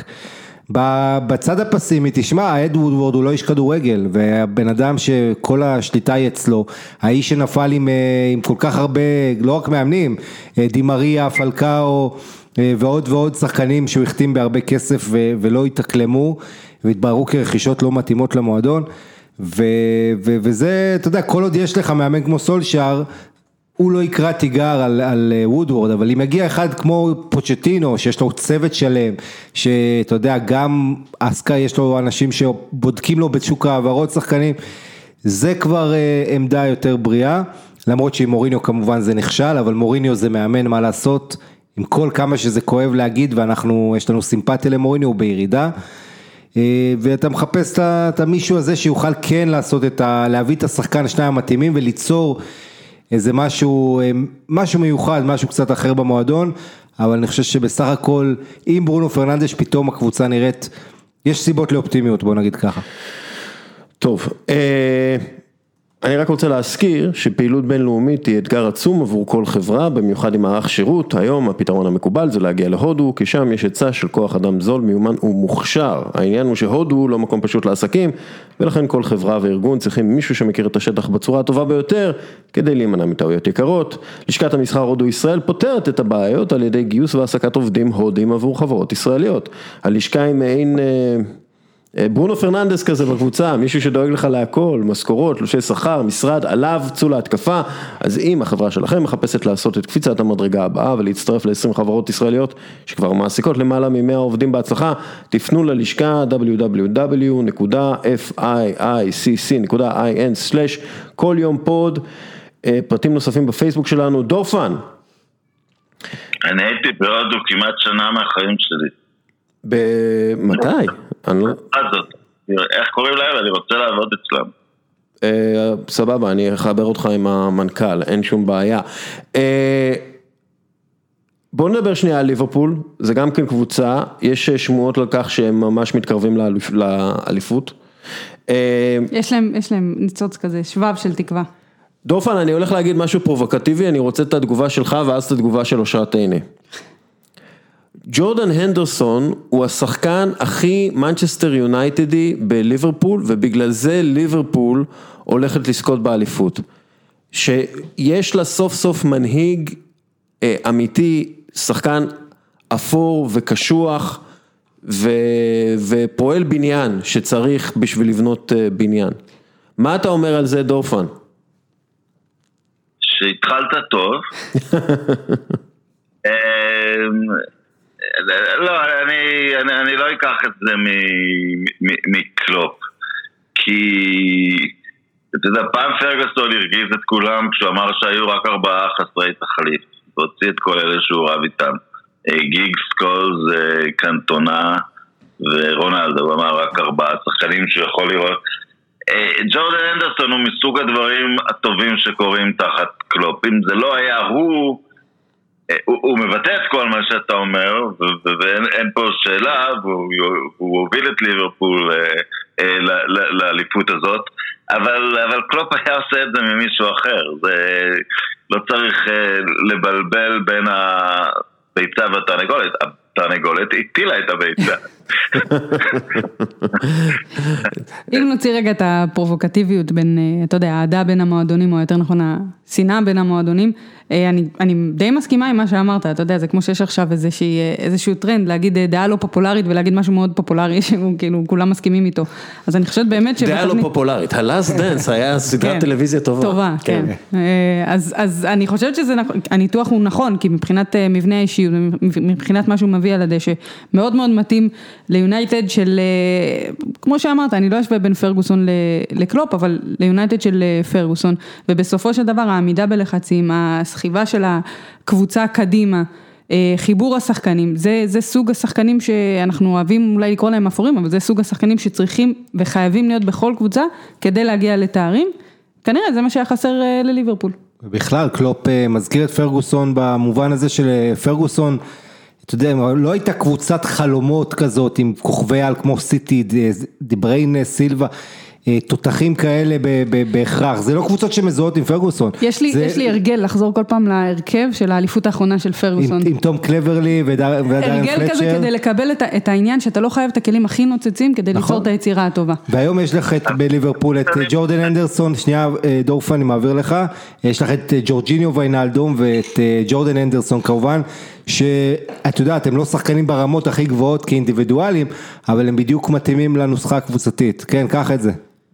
בצד הפסימי, תשמע, אד וודוורד הוא לא איש כדורגל, והבן אדם שכל השליטה היא אצלו, האיש שנפל עם, עם כל כך הרבה, לא רק מאמנים, דימריה, פלקאו, ועוד ועוד שחקנים שהוא החתים בהרבה כסף ולא התאקלמו, והתבררו כרכישות לא מתאימות למועדון, ו, ו, וזה, אתה יודע, כל עוד יש לך מאמן כמו סולשר, הוא לא יקרא תיגר על, על וודוורד, אבל אם מגיע אחד כמו פוצ'טינו, שיש לו צוות שלם, שאתה יודע, גם אסקה יש לו אנשים שבודקים לו בשוק העברות שחקנים, זה כבר אה, עמדה יותר בריאה, למרות שעם מוריניו כמובן זה נכשל, אבל מוריניו זה מאמן מה לעשות, עם כל כמה שזה כואב להגיד, ואנחנו, יש לנו סימפתיה למוריניו, הוא בירידה, ואתה מחפש את המישהו הזה שיוכל כן לעשות את ה... להביא את השחקן השניים המתאימים וליצור איזה משהו, משהו מיוחד, משהו קצת אחר במועדון, אבל אני חושב שבסך הכל, אם ברונו פרננדש פתאום הקבוצה נראית, יש סיבות לאופטימיות, בוא נגיד ככה. טוב, אני רק רוצה להזכיר שפעילות בינלאומית היא אתגר עצום עבור כל חברה, במיוחד עם מערך שירות. היום הפתרון המקובל זה להגיע להודו, כי שם יש היצע של כוח אדם זול, מיומן ומוכשר. העניין הוא שהודו לא מקום פשוט לעסקים, ולכן כל חברה וארגון צריכים מישהו שמכיר את השטח בצורה הטובה ביותר, כדי להימנע מטעויות יקרות. לשכת המסחר הודו ישראל פותרת את הבעיות על ידי גיוס והעסקת עובדים הודים עבור חברות ישראליות. הלשכה היא מעין... ברונו פרננדס כזה בקבוצה, מישהו שדואג לך להכל, משכורות, תלושי שכר, משרד, עליו, צאו להתקפה, אז אם החברה שלכם מחפשת לעשות את קפיצת המדרגה הבאה ולהצטרף ל-עשרים חברות ישראליות שכבר מעסיקות למעלה מ-מאה עובדים בהצלחה, תפנו ללשכה דאבליו דאבליו דאבליו נקודה פייק נקודה איי אן סלש כל יום פוד, פרטים נוספים בפייסבוק שלנו. דורפן. אני הייתי בהודו כמעט שנה מהחיים שלי. במתי? איך קוראים להם? אני רוצה לעבוד אצלם. סבבה, אני אחבר אותך עם המנכ"ל, אין שום בעיה. בואו נדבר שנייה על ליברפול, זה גם כן קבוצה, יש שמועות על כך שהם ממש מתקרבים לאליפות. יש להם, יש להם ניצוץ כזה, שבב של תקווה. דורפן, אני הולך להגיד משהו פרובוקטיבי, אני רוצה את התגובה שלך ואז את התגובה של אושרת עיני. ג'ורדן הנדרסון הוא השחקן הכי מנצ'סטר יונייטדי בליברפול, ובגלל זה ליברפול הולכת לזכות באליפות. שיש לה סוף סוף מנהיג אה, אמיתי, שחקן אפור וקשוח, ו, ופועל בניין שצריך בשביל לבנות אה, בניין. מה אתה אומר על זה, דורפן? שהתחלת טוב. לא, אני, אני, אני לא אקח את זה מקלופ, כי אתה יודע, פעם פרגוסון הרגיז את כולם כשהוא אמר שהיו רק ארבעה חסרי תחליף, והוציא את כל אלה שהוא רב איתם, גיגס, קולס, קנטונה ורונלדו, הוא אמר רק ארבעה שחקנים שהוא יכול לראות. ג'ורדן הנדרסון הוא מסוג הדברים הטובים שקורים תחת קלופ, אם זה לא היה הוא, הוא, הוא מבטא את כל מה שאתה אומר, ואין פה שאלה, והוא הוביל את ליברפול לאליפות הזאת, אבל, אבל קלופ היה עושה את זה ממישהו אחר, זה לא צריך לבלבל בין הביצה והתרנגולת, התרנגולת הטילה את הביצה. אם נוציא רגע את הפרובוקטיביות בין, אתה יודע, העדה בין המועדונים, או יותר נכון, השנאה בין המועדונים, אני, אני די מסכימה עם מה שאמרת, אתה יודע, זה כמו שיש עכשיו איזושהי, איזשהו טרנד, להגיד דעה לא פופולרית, ולהגיד משהו מאוד פופולרי, שכאילו כולם מסכימים איתו. אז אני חושבת באמת שבתוכנית... דעה לא פופולרית, ה-Last Dance היה סדרת טלוויזיה טובה. טובה, כן. אז, אז אני חושבת שזה, הניתוח הוא נכון, כי מבחינת מבנה האישיות, מבחינת מה שהוא מביא על הדשא, מאוד מאוד מתאים ליונייטד של, כמו שאמרת, אני לא אשווה בין פרגוסון לקלופ, אבל ליונייטד של פרגוסון, ובסופו של דבר העמידה בלחצים, הסחיבה של הקבוצה קדימה, חיבור השחקנים, זה, זה סוג השחקנים שאנחנו אוהבים אולי לקרוא להם אפורים, אבל זה סוג השחקנים שצריכים וחייבים להיות בכל קבוצה, כדי להגיע לתארים, כנראה זה מה שהיה חסר לליברפול. ובכלל, קלופ מזכיר את פרגוסון במובן הזה של פרגוסון, אתה יודע, לא הייתה קבוצת חלומות כזאת עם כוכבי על כמו סיטי, דיבריין, סילבה, תותחים כאלה בהכרח, זה לא קבוצות שמזוהות עם פרגוסון. יש לי, יש לי הרגל לחזור כל פעם להרכב של האליפות האחרונה של פרגוסון. עם, עם תום קלברלי ודארן פלצ'ר. הרגל כזה כדי לקבל את, את העניין שאתה לא חייב את הכלים הכי נוצצים כדי נכון. ליצור את היצירה הטובה. והיום יש לך את בליברפול את ג'ורדן אנדרסון, שנייה דורפן אני מעביר לך, יש לך את ג'ורג'יניו ויינלדום ואת ג'ורדן אנדרסון כמובן, שאת יודעת, הם לא שחקנים ברמות הכי גבוהות כאינדיבידואלים, אבל הם בדיוק מתאימים לנוסחה הקבוצתית. כן, קח את זה.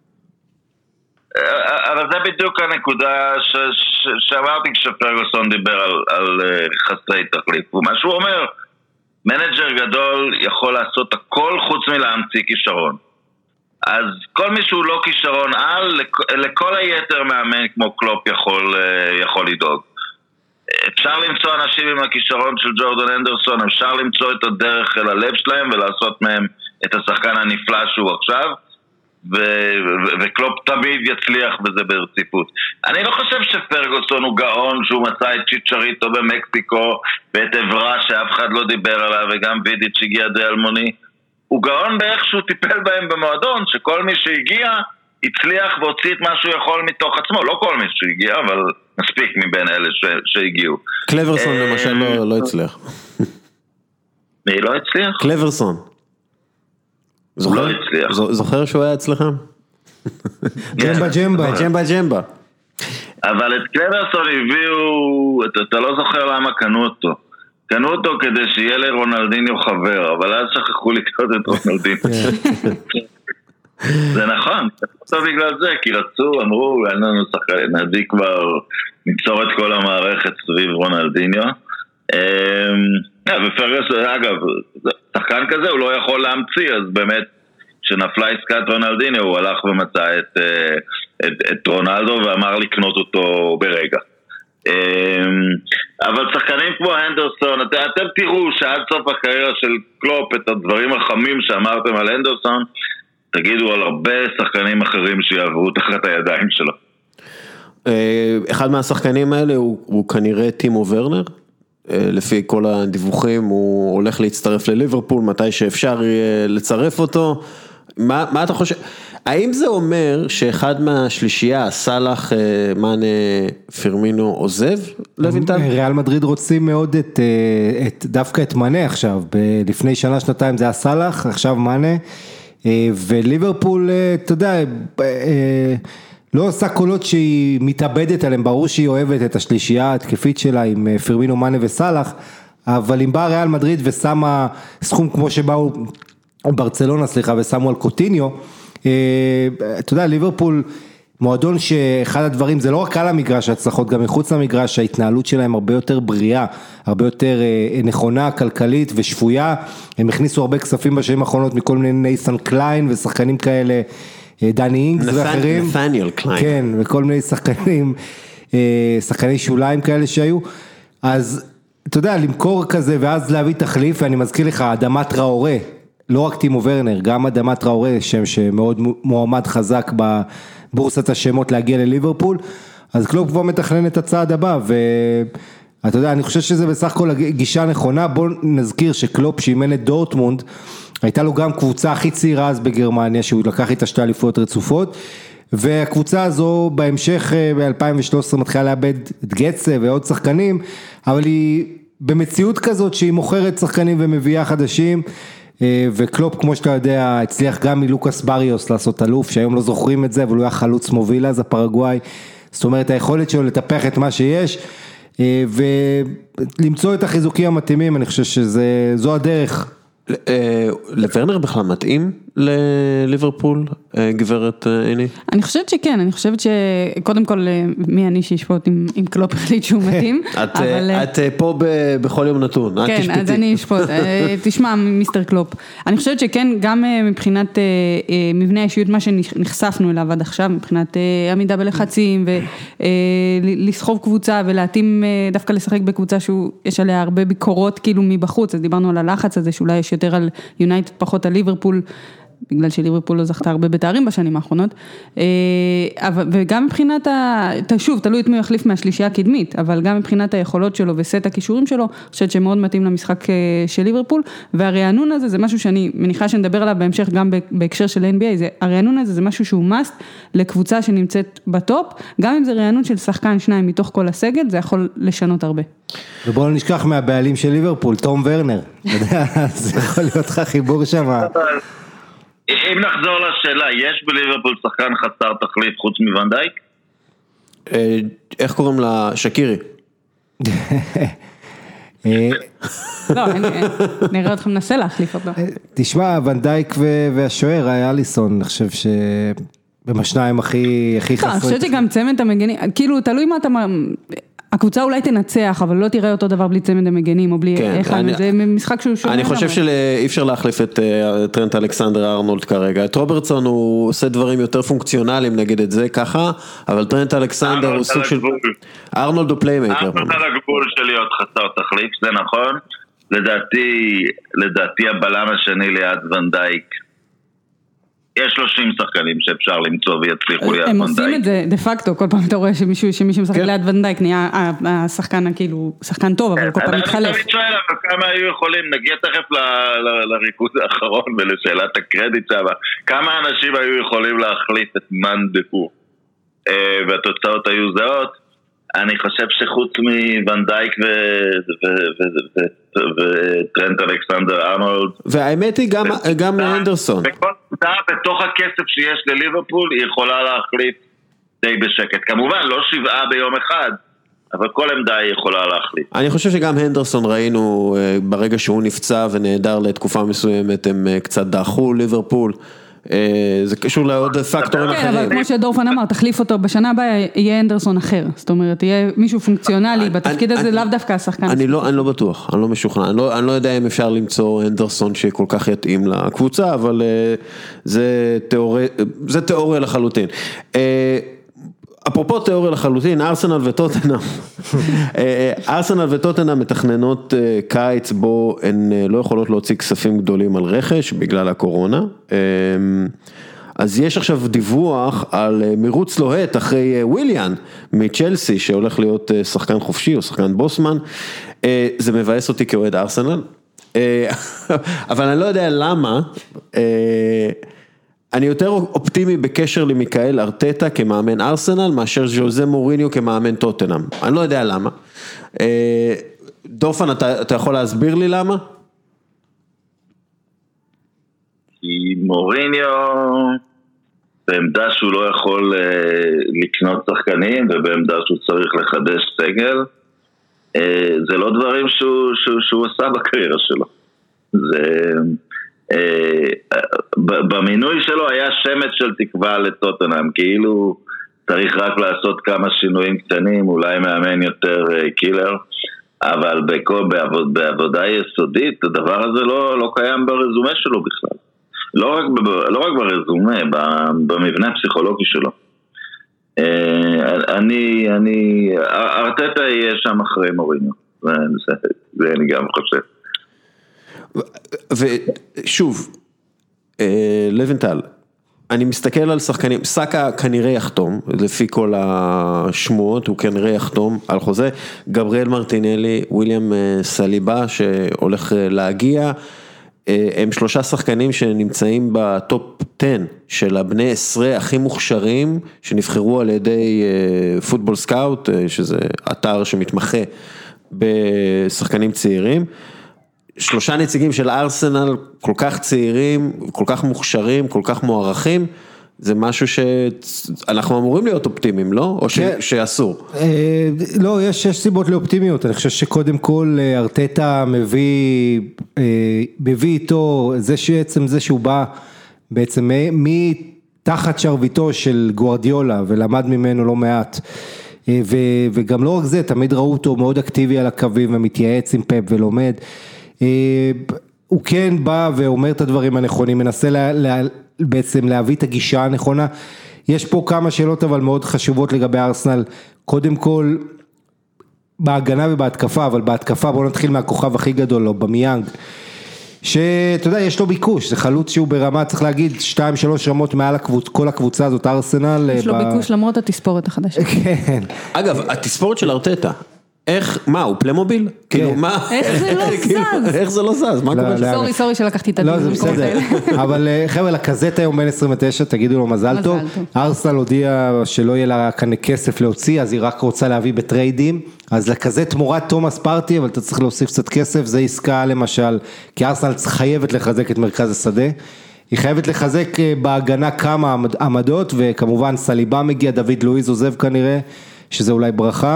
אבל זה בדיוק הנקודה ש, ש, שאמרתי כשפרגוסון דיבר על, על חסרי תחליף. ומה שהוא אומר, מנג'ר גדול יכול לעשות הכל חוץ מלהמציא כישרון. אז כל מי שהוא לא כישרון על, לכל היתר מאמן כמו קלופ יכול, יכול לדאוג. אפשר למצוא אנשים עם הכישרון של ג'ורדן אנדרסון, אפשר למצוא את הדרך אל הלב שלהם ולעשות מהם את השחקן הנפלא שהוא עכשיו, ו- ו- וקלופ תמיד יצליח בזה ברציפות. אני לא חושב שפרגוסון הוא גאון שהוא מצא את צ'יצ'ריטו במקסיקו ואת עברה שאף אחד לא דיבר עליו וגם וידיץ' הגיע די אלמוני. הוא גאון באיך שהוא טיפל בהם במועדון, שכל מי שהגיע הצליח והוציא את מה שהוא יכול מתוך עצמו. לא כל מי שהגיע, אבל מספיק מבין אלה ש- שהגיעו. קלברסון למשל לא, לא הצליח. מי לא הצליח? קלברסון. זוכר, לא הצליח. זוכר שהוא היה אצלכם? ג'מבה ג'מבה. ג'מבה ג'מבה. אבל את קלברסון הביאו, אתה, אתה לא זוכר למה קנו אותו. קנו אותו כדי שיהיה לרונלדיניו חבר, אבל אז שכחו לקנות את רונלדיניו. זה נכון, זה בגלל זה, כי רצו, אמרו, אין לנו שחקן, נעדי כבר ניצור את כל המערכת סביב רונלדיניו. ופרגוס, אגב, שחקן כזה הוא לא יכול להמציא, אז באמת, כשנפלה עסקת רונלדיניו, הוא הלך ומצא את, את, את רונלדו ואמר לקנות אותו ברגע. אבל שחקנים כמו הנדרסון, את, אתם תראו שעד סוף הקריירה של קלופ את הדברים החמים שאמרתם על הנדרסון, תגידו על הרבה שחקנים אחרים שיעברו תחת הידיים שלו. אחד מהשחקנים האלה הוא, הוא כנראה טימו ורנר, לפי כל הדיווחים הוא הולך להצטרף לליברפול מתי שאפשר לצרף אותו. מה, מה אתה חושב? האם זה אומר שאחד מהשלישייה, סלאח, מאנה, פירמינו עוזב לוינטל? ריאל מדריד רוצים מאוד את, את, דווקא את מאנה עכשיו, לפני שנה, שנתיים זה היה סלאח, עכשיו מאנה, וליברפול, אתה יודע, לא עושה קולות שהיא מתאבדת עליהם, ברור שהיא אוהבת את השלישייה התקפית שלה עם פירמינו, מאנה וסלאח, אבל אם באה ריאל מדריד ושמה סכום כמו שבאו, או ברצלונה סליחה, ושמו על קוטיניו, אתה יודע, ליברפול מועדון שאחד הדברים, זה לא רק על המגרש ההצלחות, גם מחוץ למגרש, ההתנהלות שלהם הרבה יותר בריאה, הרבה יותר נכונה, כלכלית ושפויה, הם הכניסו הרבה כספים בשנים האחרונות מכל מיני ניית'ן קליין ושחקנים כאלה, דני אינגס ואחרים, נתניאל קליין, כן, וכל מיני שחקנים, שחקני שוליים כאלה שהיו, אז אתה יודע, למכור כזה ואז להביא תחליף, ואני מזכיר לך, אדמה טראורה, לא רק טימו ורנר, גם אדמה טראורה, שם שמאוד מועמד חזק בבורסת השמות להגיע לליברפול, אז קלופ כבר מתכנן את הצעד הבא, ואתה יודע, אני חושב שזה בסך הכל גישה נכונה, בוא נזכיר שקלופ שאימן את דורטמונד, הייתה לו גם קבוצה הכי צעירה אז בגרמניה, שהוא לקח איתה שתי אליפויות רצופות, והקבוצה הזו בהמשך ב-אלפיים ושלוש עשרה מתחילה לאבד את גצה ועוד שחקנים, אבל היא במציאות כזאת שהיא מוכרת שחקנים ומביאה חדשים, וקלופ כמו שאתה יודע הצליח גם מלוקאס בריוס לעשות אלוף, שהיום לא זוכרים את זה, אבל הוא היה חלוץ מוביל אז הפרגוואי, זאת אומרת היכולת שלו לטפח את מה שיש, ולמצוא את החיזוקים המתאימים, אני חושב שזו הדרך. לוורנר בכלל מתאים לליברפול, גברת איני? אני חושבת שכן, אני חושבת שקודם כל מי אני שישפוט אם קלופ החליט שהוא מתאים. את פה בכל יום נתון, את תשפטי. כן, אז אני אשפוט, תשמע מיסטר קלופ. אני חושבת שכן, גם מבחינת מבנה האישיות, מה שנחשפנו אליו עד עכשיו, מבחינת עמידה בלחצים ולסחוב קבוצה ולהתאים דווקא לשחק בקבוצה שיש עליה הרבה ביקורות כאילו מבחוץ, אז דיברנו על הלחץ הזה שאולי יש יותר על יונייטד פחות על ליברפול, בגלל שליברפול לא זכתה הרבה בתארים בשנים האחרונות, וגם מבחינת, שוב, תלוי את מי הוא יחליף מהשלישייה הקדמית, אבל גם מבחינת היכולות שלו וסט הכישורים שלו, אני חושבת שמאוד מתאים למשחק של ליברפול, והרענון הזה זה משהו שאני מניחה שנדבר עליו בהמשך גם בהקשר של אן בי איי, הרענון הזה זה משהו שהוא מאסט לקבוצה שנמצאת בטופ, גם אם זה רענון של שחקן שניים מתוך כל הסגל, זה יכול לשנות הרבה. ובואו לא נשכח מהבעלים של ליברפול, תום ורנר, זה יכול להיות לך חיבור שם. אם נחזור לשאלה, יש בליברפול שחקן חסר תחליף חוץ מוונדייק? איך קוראים לה? שקירי. לא, נראה אותך מנסה להחליף אותו. תשמע, וונדייק והשוער, אליסון, אני חושב שבמשניים הכי חסרי. אני חושבת שגם צמד המגנים, כאילו תלוי מה אתה... הקבוצה אולי תנצח, אבל לא תראה אותו דבר בלי צמד המגנים, או בלי אחד, זה משחק שהוא שונה. אני חושב שאי אפשר להחליף את טרנט אלכסנדר ארנולד כרגע, את רוברטסון הוא עושה דברים יותר פונקציונליים נגד את זה ככה, אבל טרנט אלכסנדר הוא סוג של... ארנולד הוא פליימקר. ארנולד על הגבול של להיות חסר תחליף, זה נכון, לדעתי, לדעתי הבלם השני ליד ונדייק, יש שלושים שחקנים שאפשר למצוא ויצליחו ליד ונדייק. הם עושים את זה דה פקטו, כל פעם אתה רואה שמישהו משחק ליד ונדייק נהיה השחקן כאילו, שחקן טוב, אבל כל פעם מתחלף. אני שואל, אבל כמה היו יכולים, נגיע תכף לריכוז האחרון ולשאלת הקרדיט שם, כמה אנשים היו יכולים להחליט את מאן דהוא, והתוצאות היו זהות, אני חושב שחוץ מוונדייק וטרנט אלכסנדר ארנולד, והאמת היא גם אנדרסון. וכל קבוצה בתוך הכסף שיש לליברפול היא יכולה להחליט די בשקט. כמובן לא שבעה ביום אחד, אבל כל עמדה היא יכולה להחליט. אני חושב שגם הנדרסון ראינו ברגע שהוא נפצע ונהדר לתקופה מסוימת, הם קצת דחו ליברפול, זה קשור לעוד פקטורים אחרים. כן, אבל כמו שדורפן אמר, תחליף אותו, בשנה הבאה יהיה אנדרסון אחר, זאת אומרת, יהיה מישהו פונקציונלי, בתפקיד הזה לאו דווקא השחקן. אני לא בטוח, אני לא משוכנע, אני לא יודע אם אפשר למצוא אנדרסון שכל כך יתאים לקבוצה, אבל זה תיאוריה לחלוטין. אפרופו תיאוריה לחלוטין, ארסנל וטוטנהאם, ארסנל וטוטנהאם מתכננות קיץ בו הן לא יכולות להוציא כספים גדולים על רכש בגלל הקורונה, אז יש עכשיו דיווח על מירוץ לוהט אחרי וויליאן מצ'לסי שהולך להיות שחקן חופשי או שחקן בוסמן, זה מבאס אותי כאוהד ארסנל, אבל אני לא יודע למה, אני יותר אופטימי בקשר למיקאל ארטטה כמאמן ארסנל, מאשר ז'וזה מוריניו כמאמן טוטנהאם. אני לא יודע למה. דורפן, אתה, אתה יכול להסביר לי למה? כי מוריניו, בעמדה שהוא לא יכול לקנות שחקנים, ובעמדה שהוא צריך לחדש סגל, זה לא דברים שהוא, שהוא, שהוא עשה בקריירה שלו. זה... במינוי שלו היה שמץ של תקווה לטוטנהאם, כאילו צריך רק לעשות כמה שינויים קטנים, אולי מאמן יותר קילר, אבל בעבוד, בעבודה יסודית הדבר הזה לא, לא קיים ברזומה שלו בכלל, לא רק, לא רק ברזומה, במבנה הפסיכולוגי שלו. אני, אני, ארטטה יהיה שם אחרי מוריניו, זה, זה אני גם חושב. ושוב, לבנטל, אני מסתכל על שחקנים, סאקה כנראה יחתום, לפי כל השמועות, הוא כנראה יחתום על חוזה, גבריאל מרטינלי, וויליאם סליבה שהולך להגיע, הם שלושה שחקנים שנמצאים בטופ עשר של הבני עשרה הכי מוכשרים, שנבחרו על ידי פוטבול סקאוט, שזה אתר שמתמחה בשחקנים צעירים, שלושה נציגים של ארסנל, כל כך צעירים, כל כך מוכשרים, כל כך מוערכים, זה משהו שאנחנו אמורים להיות אופטימיים, לא? או שאסור? לא, יש סיבות לאופטימיות, אני חושב שקודם כל ארטטה מביא, מביא איתו, זה שעצם זה שהוא בא בעצם מתחת שרביטו של גוארדיולה, ולמד ממנו לא מעט, וגם לא רק זה, תמיד ראו אותו מאוד אקטיבי על הקווים, ומתייעץ עם פפ ולומד, הוא כן בא ואומר את הדברים הנכונים, מנסה לה, לה, בעצם להביא את הגישה הנכונה. יש פה כמה שאלות אבל מאוד חשובות לגבי ארסנל, קודם כל בהגנה ובהתקפה, אבל בהתקפה בואו נתחיל מהכוכב הכי גדול, לא במיאנג, שאתה יודע יש לו ביקוש, זה חלוץ שהוא ברמה, צריך להגיד שתיים שלוש רמות מעל הקבוצ, כל הקבוצה הזאת ארסנל. יש לו ב... ביקוש למרות התספורת החדשה. כן. אגב, התספורת של ארטטה, איך, מה, הוא פלמוביל? כאילו, מה? איך זה לא זז? איך זה לא זז? מה קורה? סורי, סורי שלקחתי את הדיון. לא, זה בסדר. אבל חבר'ה, לקזט היום בין עשרים ותשע, תגידו לו מזל טוב. ארסנל הודיע שלא יהיה לה כאן כסף להוציא, אז היא רק רוצה להביא בטריידים. אז לקזט תמורת תומאס פרטי, אבל אתה צריך להוסיף קצת כסף, זה עסקה למשל, כי ארסנל חייבת לחזק את מרכז השדה. היא חייבת לחזק בהגנה כמה עמדות, וכמובן סליבה מגיע, דוד לואיז עוזב כנראה, שזה אולי ברכה.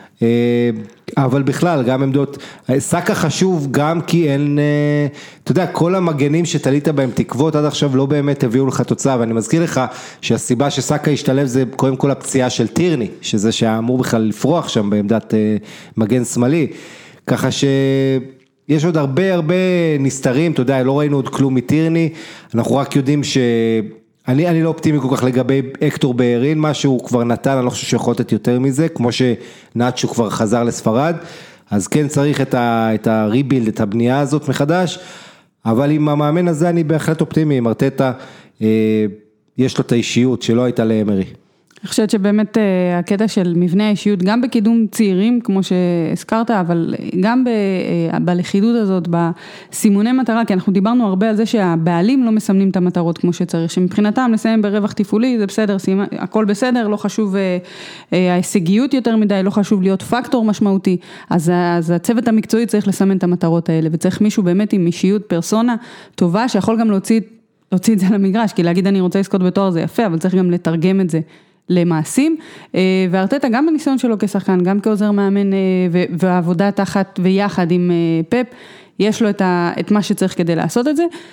אבל בכלל גם עמדות, סאקה חשוב גם כי אין, אתה יודע, כל המגנים שתלית בהם תקוות עד עכשיו לא באמת הביאו לך תוצאה, ואני מזכיר לך שהסיבה שסאקה ישתלב זה קודם כל הפציעה של טירני, שזה שאמור בכלל לפרוח שם בעמדת מגן שמאלי, ככה שיש עוד הרבה הרבה נסתרים, אתה יודע, לא ראינו עוד כלום מטירני, אנחנו רק יודעים ש... אני, אני לא אופטימי כל כך לגבי אקטור בארין, מה שהוא כבר נתן, אני לא חושב שיכול לתת יותר מזה, כמו שנאצ'ו כבר חזר לספרד, אז כן צריך את ה, את הריבילד, את הבנייה הזאת מחדש, אבל עם המאמן הזה אני בהחלט אופטימי, עם ארטטה, אה, יש לו את האישיות שלא הייתה לאמרי. אני חושבת שבאמת הקטע של מבנה האישיות, גם בקידום צעירים, כמו שהזכרת, אבל גם בלכידות הזאת, בסימוני מטרה, כי אנחנו דיברנו הרבה על זה שהבעלים לא מסמנים את המטרות כמו שצריך, שמבחינתם לסיים ברווח תפעולי, זה בסדר, הכל בסדר, לא חשוב ההישגיות יותר מדי, לא חשוב להיות פקטור משמעותי, אז, אז הצוות המקצועי צריך לסמן את המטרות האלה, וצריך מישהו באמת עם אישיות פרסונה טובה, שיכול גם להוציא, להוציא את זה למגרש, כי להגיד אני רוצה לזכות בתואר זה יפה, אבל צריך גם לתרגם את זה למעשים, וארטטה גם בניסיון שלו כשחקן, גם כעוזר מאמן והעבודה תחת ויחד עם פפ, יש לו את, ה, את מה שצריך כדי לעשות את זה,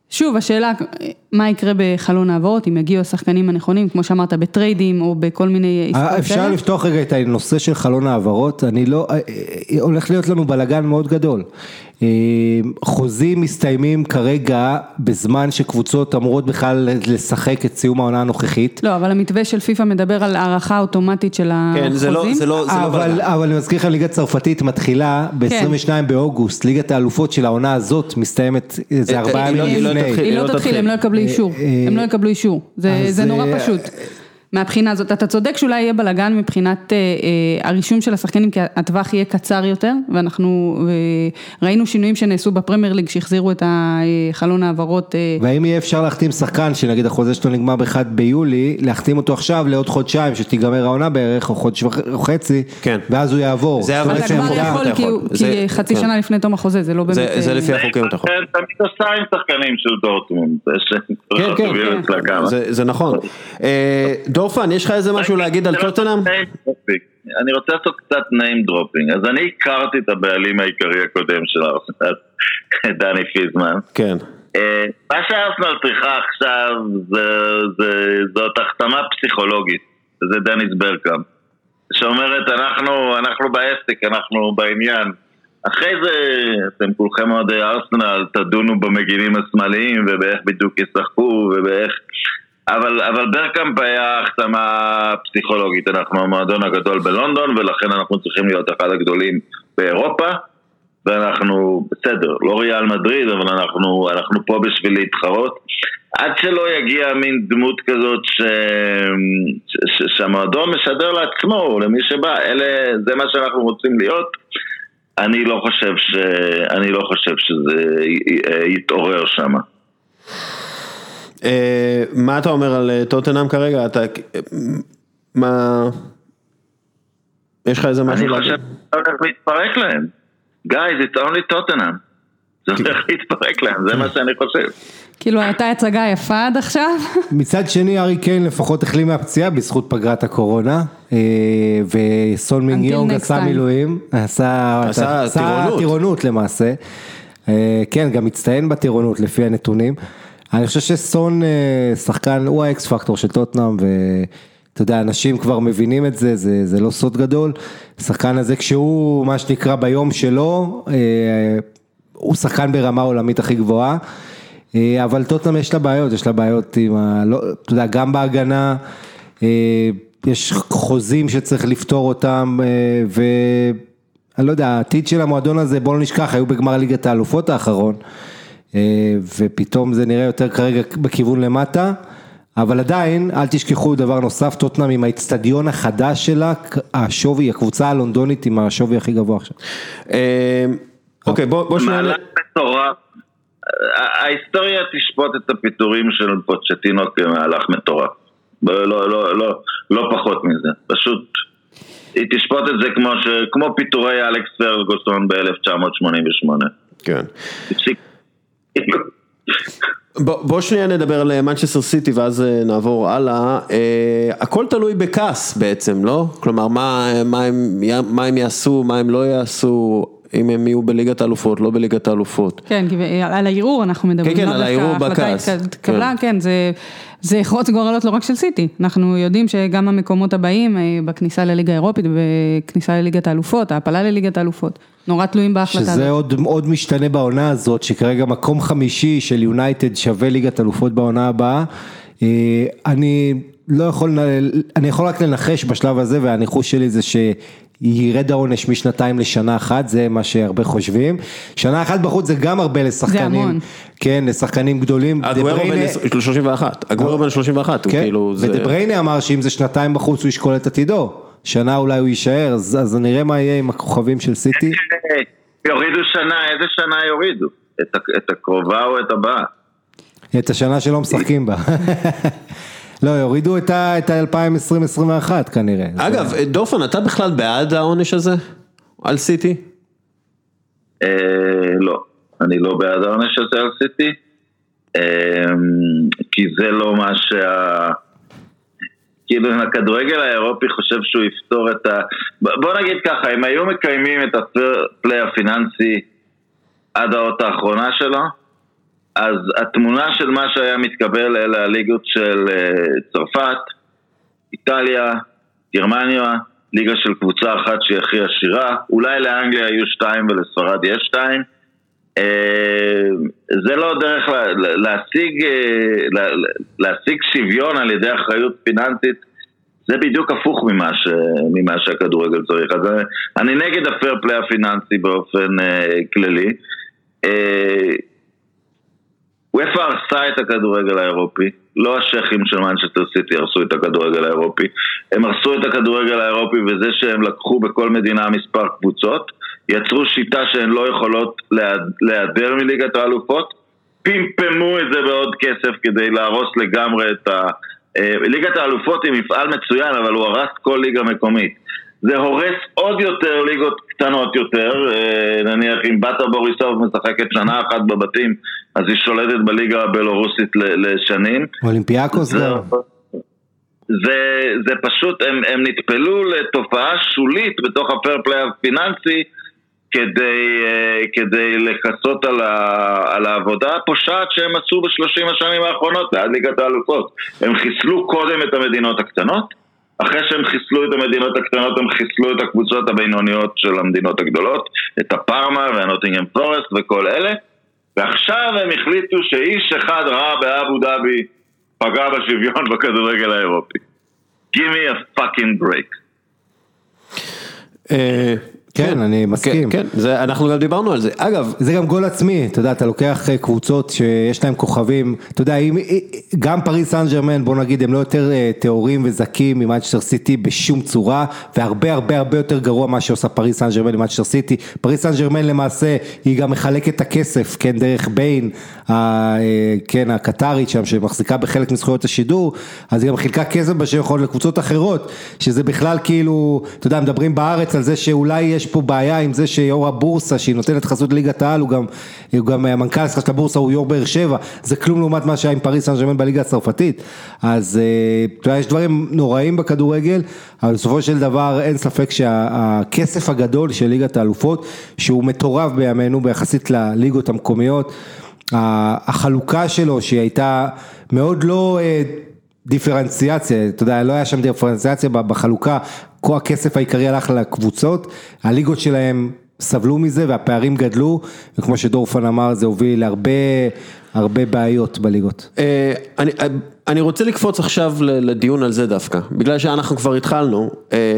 שוב, השאלה, מה יקרה בחלון העברות, אם יגיעו השחקנים הנכונים, כמו שאמרת, בטריידים או בכל מיני... אפשר לפתוח רגע את הנושא של חלון העברות, אני לא, הולך להיות לנו בלגן מאוד גדול. חוזים מסתיימים כרגע בזמן שקבוצות אמורות בכלל לשחק את סיום העונה הנוכחית. לא, אבל המתווה של פיפה מדבר על הערכה אוטומטית של החוזים. כן, זה לא, זה לא, זה לא בלגן. אבל אני מזכיר לך, ליגה צרפתית מתחילה ב-עשרים ושניים באוגוסט, ליגת האלופות של העונה הזאת מסתיימת, זה ארבעה ימים לפני. היא לא תתחיל, הם לא יקבלו אישור, הם לא יקבלו אישור, זה נורא פשוט. מהבחינה הזאת, אתה צודק שאולי יהיה בלגן מבחינת אה, הרישום של השחקנים, כי הטווח יהיה קצר יותר, ואנחנו אה, ראינו שינויים שנעשו בפרמייר ליג, שהחזירו את החלון העברות. אה. והאם יהיה אפשר להחתים שחקן, שנגיד החוזה שלו נגמר באחד ביולי, להחתים אותו עכשיו לעוד חודשיים, שתיגמר העונה בערך, או חודש וחצי, כן. ואז הוא יעבור. זה אבל אתה כבר יכול, כי, זה, כי חצי כן. שנה לפני תום החוזה, זה לא באמת... זה, זה לפי החוקים אתה יכול. תמיד עושה עם שחקנים של דורטמונד, כן, כן, זה, זה נכון. דורפן, יש לך איזה משהו להגיד על טוטנהאם? אני רוצה לעשות קצת name dropping. אז אני הכרתי את הבעלים העיקרי הקודם של ארסנל, דני פיזמן. כן. מה שארסנל צריכה עכשיו זאת החתמה פסיכולוגית, זה דניס ברקאמפ, שאומרת אנחנו בעסק, אנחנו בעניין. אחרי זה אתם כולכם עוד ארסנל תדונו במגינים השמאליים ובאיך בדיוק ישחקו ובאיך, אבל, אבל ברקאמפ היה החתמה פסיכולוגית. אנחנו המועדון הגדול בלונדון ולכן אנחנו צריכים להיות אחד הגדולים באירופה, ואנחנו בסדר, לא ריאל מדריד, אבל אנחנו, אנחנו פה בשביל להתחרות. עד שלא יגיע מין דמות כזאת ש... ש... ש... שהמועדון משדר לעצמו, למי שבא, אלה, זה מה שאנחנו רוצים להיות. אני לא חושב ש... אני לא חושב שזה יתעורר שם. מה אתה אומר על טוטנהאם כרגע? אתה... מה... יש לך איזה משהו להגיד? אני חושב שזה הולך להתפרק להם. Guys, it's only טוטנהאם. זה הולך להתפרק להם, זה מה שאני חושב. כאילו הייתה הצגה יפה עד עכשיו. מצד שני, ארי קיין לפחות החלים מהפציעה בזכות פגרת הקורונה, וסון מינג יונג עשה מילואים, עשה טירונות למעשה. כן, גם מצטיין בטירונות לפי הנתונים. אני חושב שסון שחקן, הוא האקס פקטור של טוטנהאם, ואתה יודע, אנשים כבר מבינים את זה, זה, זה לא סוד גדול. השחקן הזה, כשהוא, מה שנקרא, ביום שלו, הוא שחקן ברמה עולמית הכי גבוהה, אבל טוטנהאם יש לה בעיות, יש לה בעיות עם ה... לא, אתה יודע, גם בהגנה, יש חוזים שצריך לפתור אותם, ואני לא יודע, העתיד של המועדון הזה, בוא לא נשכח, היו בגמר ליגת האלופות האחרון, ופתאום זה נראה יותר כרגע בכיוון למטה, אבל עדיין, אל תשכחו דבר נוסף, טוטנהאם עם האצטדיון החדש שלה, השווי, הקבוצה הלונדונית עם השווי הכי גבוה עכשיו. אוקיי, בוא שניה... מהלך מטורף, ההיסטוריה תשפוט את הפיטורים של פוצ'טינו כמהלך מטורף, לא פחות מזה, פשוט היא תשפוט את זה כמו פיטורי אלכס פרגוסון ב-אלף תשע מאות שמונים ושמונה. כן. בוא שנייה נדבר על מנצ'סטר סיטי ואז נעבור הלאה. הכל תלוי בכעס בעצם, לא? כלומר, מה הם יעשו, מה הם לא יעשו, אם הם יהיו בליגת האלופות, לא בליגת האלופות. כן, על הערעור אנחנו מדברים. כן, כן, על הערעור בכעס. התקבלה, כן, זה יחרוץ גורלות לא רק של סיטי. אנחנו יודעים שגם המקומות הבאים, בכניסה לליגה האירופית, בכניסה לליגת האלופות, ההפלה לליגת האלופות, נורא תלויים בהחלטה. שזה עוד, עוד משתנה בעונה הזאת, שכרגע מקום חמישי של יונייטד שווה ליגת האלופות בעונה הבאה. אני לא יכול, אני יכול רק לנחש בשלב הזה, והניחוש שלי זה ש... ירד העונש משנתיים לשנה אחת, זה מה שהרבה חושבים. שנה אחת בחוץ זה גם הרבה לשחקנים. זה המון. כן, לשחקנים גדולים. אגוארו בן שלושים ואחת. אגוארו בן שלושים ואחת. כן, ודבריינה אמר שאם זה שנתיים בחוץ הוא ישקול את עתידו. שנה אולי הוא יישאר, אז, אז נראה מה יהיה עם הכוכבים של סיטי. יורידו שנה, איזה שנה יורידו? את, את הקרובה או את הבאה? את השנה שלא משחקים בה. לא, יורידו את ה-אלפיים עשרים עשרים ואחת כנראה. אגב, דורפן, אתה בכלל בעד העונש הזה? על סיטי? לא, אני לא בעד העונש הזה על סיטי, כי זה לא מה שה... כאילו, הכדורגל האירופי חושב שהוא יפתור את ה... בוא נגיד ככה, אם היו מקיימים את הפליי הפיננסי עד האות האחרונה שלו, אז התמונה של מה שהיה מתקבל אלה הליגות של צרפת, איטליה, גרמניה, ליגה של קבוצה אחת שהיא הכי עשירה, אולי לאנגליה היו שתיים ולספרד יש שתיים. זה לא דרך להשיג, להשיג שוויון על ידי אחריות פיננסית, זה בדיוק הפוך ממה, ש, ממה שהכדורגל צריך. אז אני נגד הפייר פליי הפיננסי באופן כללי. וופא הרסה את הכדורגל האירופי, לא השייכים של מנצ'סטר סיטי הרסו את הכדורגל האירופי, הם הרסו את הכדורגל האירופי וזה שהם לקחו בכל מדינה מספר קבוצות, יצרו שיטה שהן לא יכולות להיעדר מליגת האלופות, פימפמו את זה בעוד כסף כדי להרוס לגמרי את ה... ליגת האלופות היא מפעל מצוין, אבל הוא הרס כל ליגה מקומית. זה הורס עוד יותר ליגות קטנות יותר, נניח אם באטה בוריסוב משחקת שנה אחת בבתים, אז היא שולטת בליגה הבלורוסית לשנים. אולימפיאקוס גם. זה, זה פשוט, הם, הם נטפלו לתופעה שולית בתוך הפייר פליי הפיננסי, כדי, כדי לחסות על, ה, על העבודה הפושעת שהם עשו בשלושים השנים האחרונות, ועד ליגת האלופות. הם חיסלו קודם את המדינות הקטנות, אחרי שהם חיסלו את המדינות הקטנות, הם חיסלו את הקבוצות הבינוניות של המדינות הגדולות, את הפארמה והנוטינגהאם פורסט וכל אלה, ועכשיו הם החליטו שאיש אחד רע באבו דאבי פגע בשוויון בכדורגל האירופי. Give me a fucking break. כן, אני מסכים. כן, זה, אנחנו גם דיברנו על זה. אגב, זה גם גול עצמי, אתה יודע, אתה לוקח קבוצות שיש להם כוכבים, אתה יודע, גם פריס סן ז'רמן, בוא נגיד, הם לא יותר תיאורים וזקים ממנצ'סטר סיטי בשום צורה, והרבה הרבה הרבה יותר גרוע מה שעושה פריס סן ז'רמן ממנצ'סטר סיטי. פריס סן ז'רמן למעשה, היא גם מחלקת את הכסף, כן, דרך ביין, כן, הקטרית שם, שמחזיקה בחלק מזכויות השידור, אז היא גם חילקה כסף בשביל לקבוצות אחרות, שזה בכלל כאילו, אתה יודע, מדברים בארץ על זה שאולי יש פה בעיה עם זה שיו"ר הבורסה שהיא נותנת חסות ליגת העל, הוא גם, הוא גם המנכ"ל של הבורסה הוא יו"ר באר שבע, זה כלום לעומת מה שהיה עם פריס סן ז'רמן בליגה הצרפתית. אז אתה יודע, יש דברים נוראים בכדורגל, אבל בסופו של דבר אין ספק שהכסף הגדול של ליגת האלופות, שהוא מטורף בימינו ביחסית לליגות המקומיות, החלוקה שלו שהיא הייתה מאוד לא דיפרנציאציה, אתה יודע, לא היה שם דיפרנציאציה בחלוקה, כל הכסף העיקרי הלך לקבוצות, הליגות שלהם סבלו מזה והפערים גדלו, וכמו שדורפן אמר, זה הוביל להרבה הרבה בעיות בליגות. אני, אני רוצה לקפוץ עכשיו לדיון על זה דווקא, בגלל שאנחנו כבר התחלנו,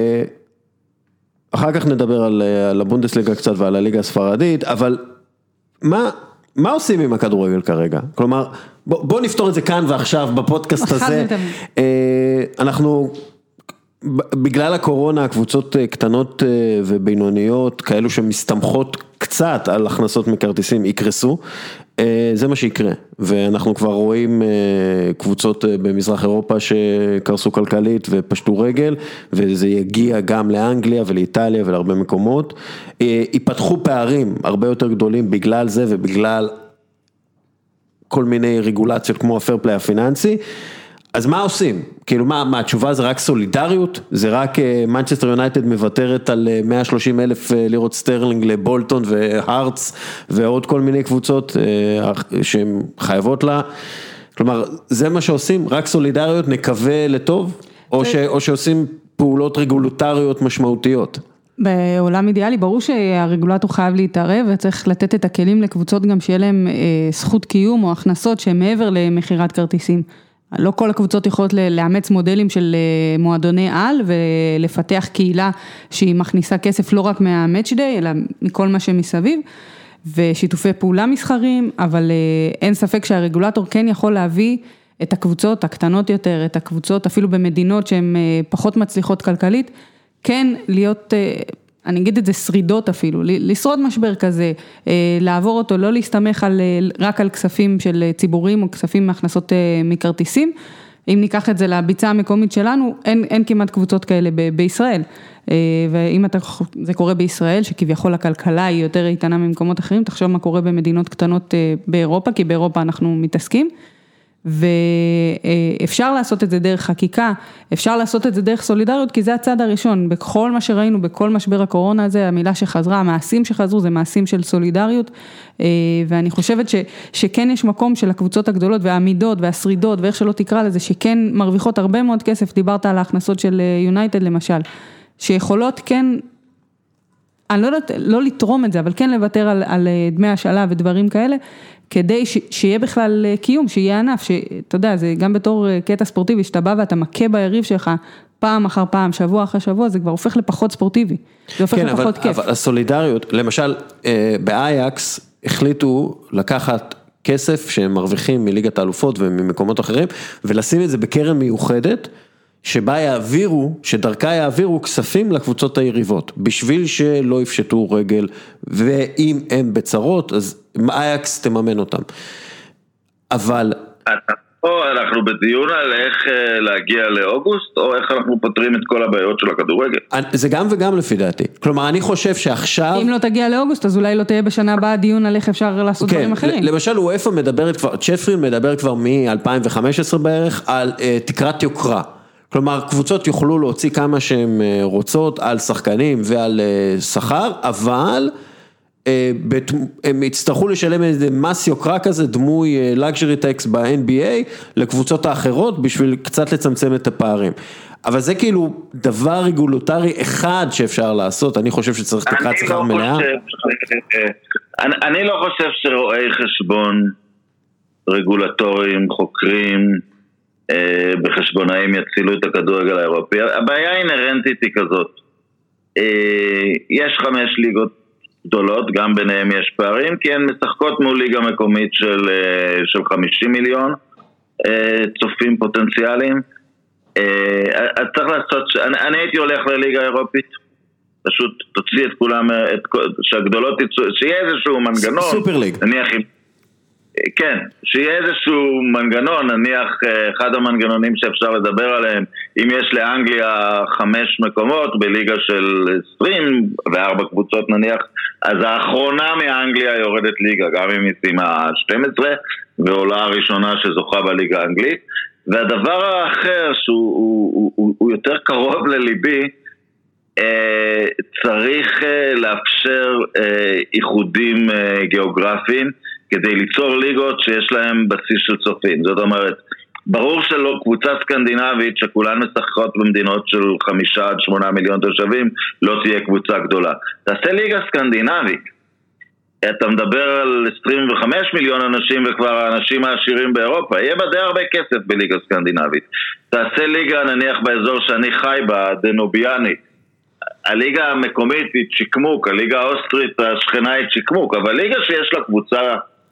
אחר כך נדבר על, על הבונדסליגה קצת ועל הליגה הספרדית, אבל מה, מה עושים עם הכדורגל כרגע? כלומר, בוא, בוא נפתור את זה כאן ועכשיו בפודקאסט הזה. אנחנו... בגלל הקורונה, הקבוצות קטנות ובינוניות, כאלו שמסתמכות קצת על הכנסות מכרטיסים, יקרסו, זה מה שיקרה, ואנחנו כבר רואים קבוצות במזרח אירופה שקרסו כלכלית ופשטו רגל, וזה יגיע גם לאנגליה ולאיטליה ולהרבה מקומות, ייפתחו פערים הרבה יותר גדולים בגלל זה ובגלל כל מיני רגולציות כמו הפייר פליי הפיננסי, אז מה עושים? כאילו מה, מה, התשובה זה רק סולידריות? זה רק מנצ'סטר יונייטד מוותרת על מאה ושלושים אלף לירות סטרלינג לבולטון והארטס ועוד כל מיני קבוצות שהן חייבות לה. כלומר, זה מה שעושים? רק סולידריות, נקווה לטוב? או, ש, או שעושים פעולות רגולטריות משמעותיות? בעולם אידיאלי, ברור שהרגולטור חייב להתערב וצריך לתת את הכלים לקבוצות גם שיהיה להם זכות קיום או הכנסות שהן מעבר למחירת כרטיסים. לא כל הקבוצות יכולות לאמץ מודלים של מועדוני על ולפתח קהילה שהיא מכניסה כסף לא רק מהמאץ' דיי, אלא מכל מה שמסביב, ושיתופי פעולה מסחרים, אבל אין ספק שהרגולטור כן יכול להביא את הקבוצות הקטנות יותר, את הקבוצות אפילו במדינות שהן פחות מצליחות כלכלית, כן להיות... אני אגיד את זה שרידות אפילו, לשרוד משבר כזה, לעבור אותו, לא להסתמך על, רק על כספים של ציבורים או כספים מהכנסות מכרטיסים. אם ניקח את זה לביצה המקומית שלנו, אין, אין כמעט קבוצות כאלה ב, בישראל. ואם אתה, זה קורה בישראל, שכביכול הכלכלה היא יותר איתנה ממקומות אחרים, תחשוב מה קורה במדינות קטנות באירופה, כי באירופה אנחנו מתעסקים. ואפשר לעשות את זה דרך חקיקה, אפשר לעשות את זה דרך סולידריות, כי זה הצד הראשון, בכל מה שראינו, בכל משבר הקורונה הזה, המילה שחזרה, המעשים שחזרו, זה מעשים של סולידריות, ואני חושבת ש, שכן יש מקום של הקבוצות הגדולות, והעמידות והשרידות, ואיך שלא תקרא לזה, שכן מרוויחות הרבה מאוד כסף, דיברת על ההכנסות של יונייטד למשל, שיכולות כן, אני לא יודעת, לא לתרום את זה, אבל כן לוותר על, על דמי השאלה ודברים כאלה, כדי ש, שיהיה בכלל קיום, שיהיה ענף, שאתה יודע, זה גם בתור קטע ספורטיבי, שאתה בא ואתה מכה ביריב שלך, פעם אחר פעם, שבוע אחר שבוע, זה כבר הופך לפחות ספורטיבי, זה הופך כן, לפחות אבל, כיף. אבל הסולידריות, למשל, באייקס החליטו לקחת כסף שהם מרוויחים מליגת האלופות וממקומות אחרים, ולשים את זה בקרן מיוחדת, שבה יעבירו, שדרכה יעבירו כספים לקבוצות היריבות, בשביל שלא יפשטו רגל, ואם הם בצרות, אז אייקס תממן אותם. אבל... או אנחנו בדיון על איך להגיע לאוגוסט, או איך אנחנו פותרים את כל הבעיות של הכדורגל. זה גם וגם לפי דעתי. כלומר, אני חושב שעכשיו... אם לא תגיע לאוגוסט, אז אולי לא תהיה בשנה הבאה דיון על איך אפשר לעשות כן, דברים אחרים. למשל, UEFA מדברת כבר, צ'פרין מדבר כבר מ-אלפיים וחמש עשרה בערך, על uh, תקרת יוקרה. כלומר, קבוצות יוכלו להוציא כמה שהן רוצות על שחקנים ועל uh, שכר, אבל... הם יצטרכו לשלם איזה מס יוקרה כזה, דמוי luxury tax ב-אן בי איי, לקבוצות האחרות, בשביל קצת לצמצם את הפערים. אבל זה כאילו דבר רגולטרי אחד שאפשר לעשות, אני חושב שצריך תקרת שכר מלאה. אני לא חושב שרואי חשבון רגולטוריים, חוקרים, בחשבונאים יצילו את הכדורגל האירופי. הבעיה האינרנטית היא כזאת. יש חמש ליגות גדולות, גם ביניהם יש פערים, כי הן משחקות מול ליגה מקומית של, של חמישים מיליון צופים פוטנציאליים. אז צריך לעשות, אני, אני הייתי הולך לליגה האירופית, פשוט תוציא את כולם, את, שהגדולות תצאו, שיהיה איזשהו מנגנון. סופר ליג. נניח, כן, שיהיה איזשהו מנגנון, נניח אחד המנגנונים שאפשר לדבר עליהם, אם יש לאנגליה חמש מקומות בליגה של עשרים וארבע קבוצות נניח, אז האחרונה מאנגליה יורדת ליגה, גם אם היא סיימה שתים עשרה, ועולה הראשונה שזוכה בליגה האנגלית. והדבר האחר שהוא הוא, הוא, הוא יותר קרוב לליבי, אה, צריך אה, לאפשר אה, איחודים אה, גיאוגרפיים, כדי ליצור ליגות שיש להם בסיס של צופים. זאת אומרת, ברור שלא, קבוצה סקנדינבית שכולן משחקות במדינות של חמישה עד שמונה מיליון תושבים, לא תהיה קבוצה גדולה. תעשה ליגה סקנדינבית, אתה מדבר על עשרים וחמישה מיליון אנשים וכבר האנשים העשירים באירופה, יהיה בה די הרבה כסף בליגה סקנדינבית. תעשה ליגה נניח באזור שאני חי בה, דנוביאנית, הליגה המקומית היא צ'יקמוק, הליגה האוסטרית השכנה היא צ'יקמוק, אבל ליגה שיש לה קבוצה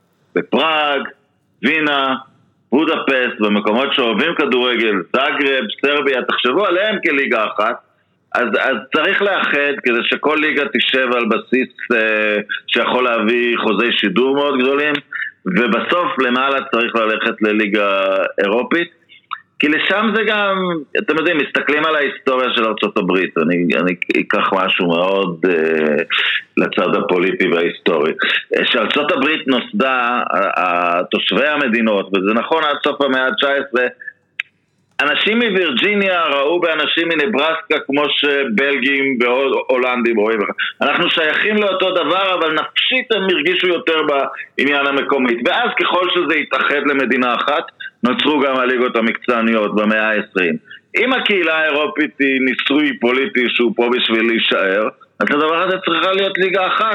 בפראג, וינה, בודפסט, במקומות שאוהבים כדורגל, זאגרב, סרביה, תחשבו עליהם כליגה אחת, אז, אז צריך לאחד כדי שכל ליגה תשב על בסיס אה, שיכול להביא חוזי שידור מאוד גדולים, ובסוף למעלה צריך ללכת לליגה אירופית, כי לשם זה גם, אתם יודעים, מסתכלים על ההיסטוריה של ארצות הברית, אני, אני אקח משהו מאוד אה, לצד הפוליטי וההיסטורי. שארצות הברית נוסדה, תושבי המדינות, וזה נכון עד סוף המאה ה-תשע עשרה, אנשים מווירג'יניה ראו באנשים מנברסקה כמו שבלגים והולנדים רואים. אנחנו שייכים לאותו דבר, אבל נפשית הם הרגישו יותר בעניין המקומית. ואז ככל שזה יתאחד למדינה אחת, נוצרו גם הליגות המקצועניות במאה ה-עשרים. אם הקהילה האירופית היא ניסוי פוליטי שהוא פה בשביל להישאר, אז הדבר הזה צריכה להיות ליגה אחת.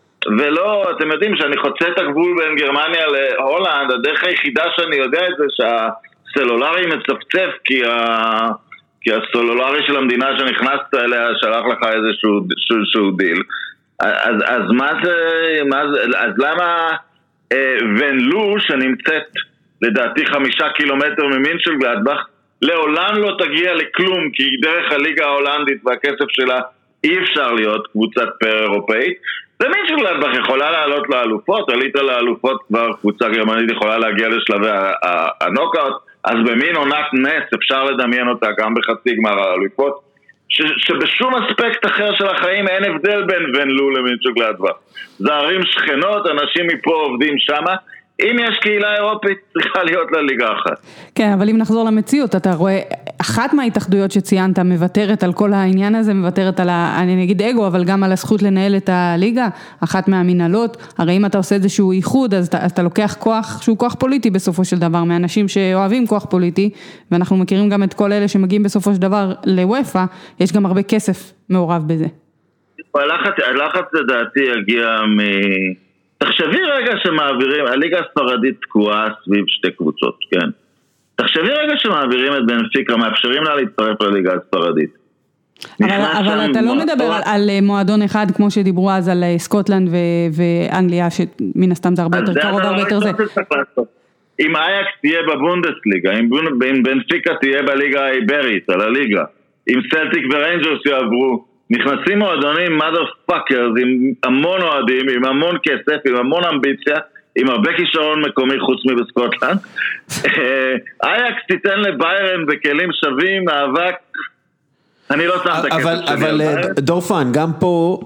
ולא, אתם יודעים שאני חוצה את הגבול בין גרמניה להולנד, הדרך היחידה שאני יודע את זה שה... סלולרי מצפצף כי, ה... כי הסלולרי של המדינה שנכנסת אליה שלח לך איזשהו, איזשהו דיל. אז, אז מה זה, מה זה, אז למה אה, ונלו שנמצאת לדעתי חמישה קילומטר ממינשל גלדבך לעולם לא תגיע לכלום, כי דרך הליגה ההולנדית והכסף שלה אי אפשר להיות קבוצת פר אירופאית. ומינשל גלדבך יכולה לעלות לאלופות, עלית לאלופות כבר קבוצה גרמנית יכולה להגיע לשלבי הנוקאוט, אז במין עונת נס אפשר לדמיין אותה גם בחצי גמר האלופות, שבשום אספקט אחר של החיים אין הבדל בין ונלו למינשל גלדבך. זה ערים שכנות, אנשים מפה עובדים שמה. אם יש קהילה אירופית, צריכה להיות לה ליגה אחת. כן, אבל אם נחזור למציאות, אתה רואה, אחת מההתאחדויות שציינת מוותרת על כל העניין הזה, מוותרת על, ה, אני אגיד אגו, אבל גם על הזכות לנהל את הליגה, אחת מהמנהלות, הרי אם אתה עושה איזשהו איחוד, אז אתה, אז אתה לוקח כוח שהוא כוח פוליטי בסופו של דבר, מאנשים שאוהבים כוח פוליטי, ואנחנו מכירים גם את כל אלה שמגיעים בסופו של דבר לוופא, יש גם הרבה כסף מעורב בזה. הלחץ, הלחץ לדעתי יגיע מ... תחשבי רגע שמעבירים, הליגה הספרדית תקועה סביב שתי קבוצות, כן. תחשבי רגע שמעבירים את בנפיקה, מאפשרים לה להצטרף לליגה הספרדית. אבל, אבל אתה לא מדבר על, על מועדון אחד, כמו שדיברו אז על סקוטלנד ו, ואנגליה, שמן הסתם זה הרבה יותר קרוב, הרבה יותר זה. אם אייקס תהיה בבונדסליגה, אם, אם בנפיקה תהיה בליגה האיברית, על הליגה, אם סלטיק וריינג'רס יעברו, נכנסים מועדונים motherfuckers עם המון אוהדים, עם המון כסף, עם המון אמביציה, עם הרבה כישרון מקומי חוץ מבסקוטלנד. אייקס תיתן לביירן בכלים שווים, מאבק, אני לא שם את הכסף שלי. אבל דורפן, גם פה,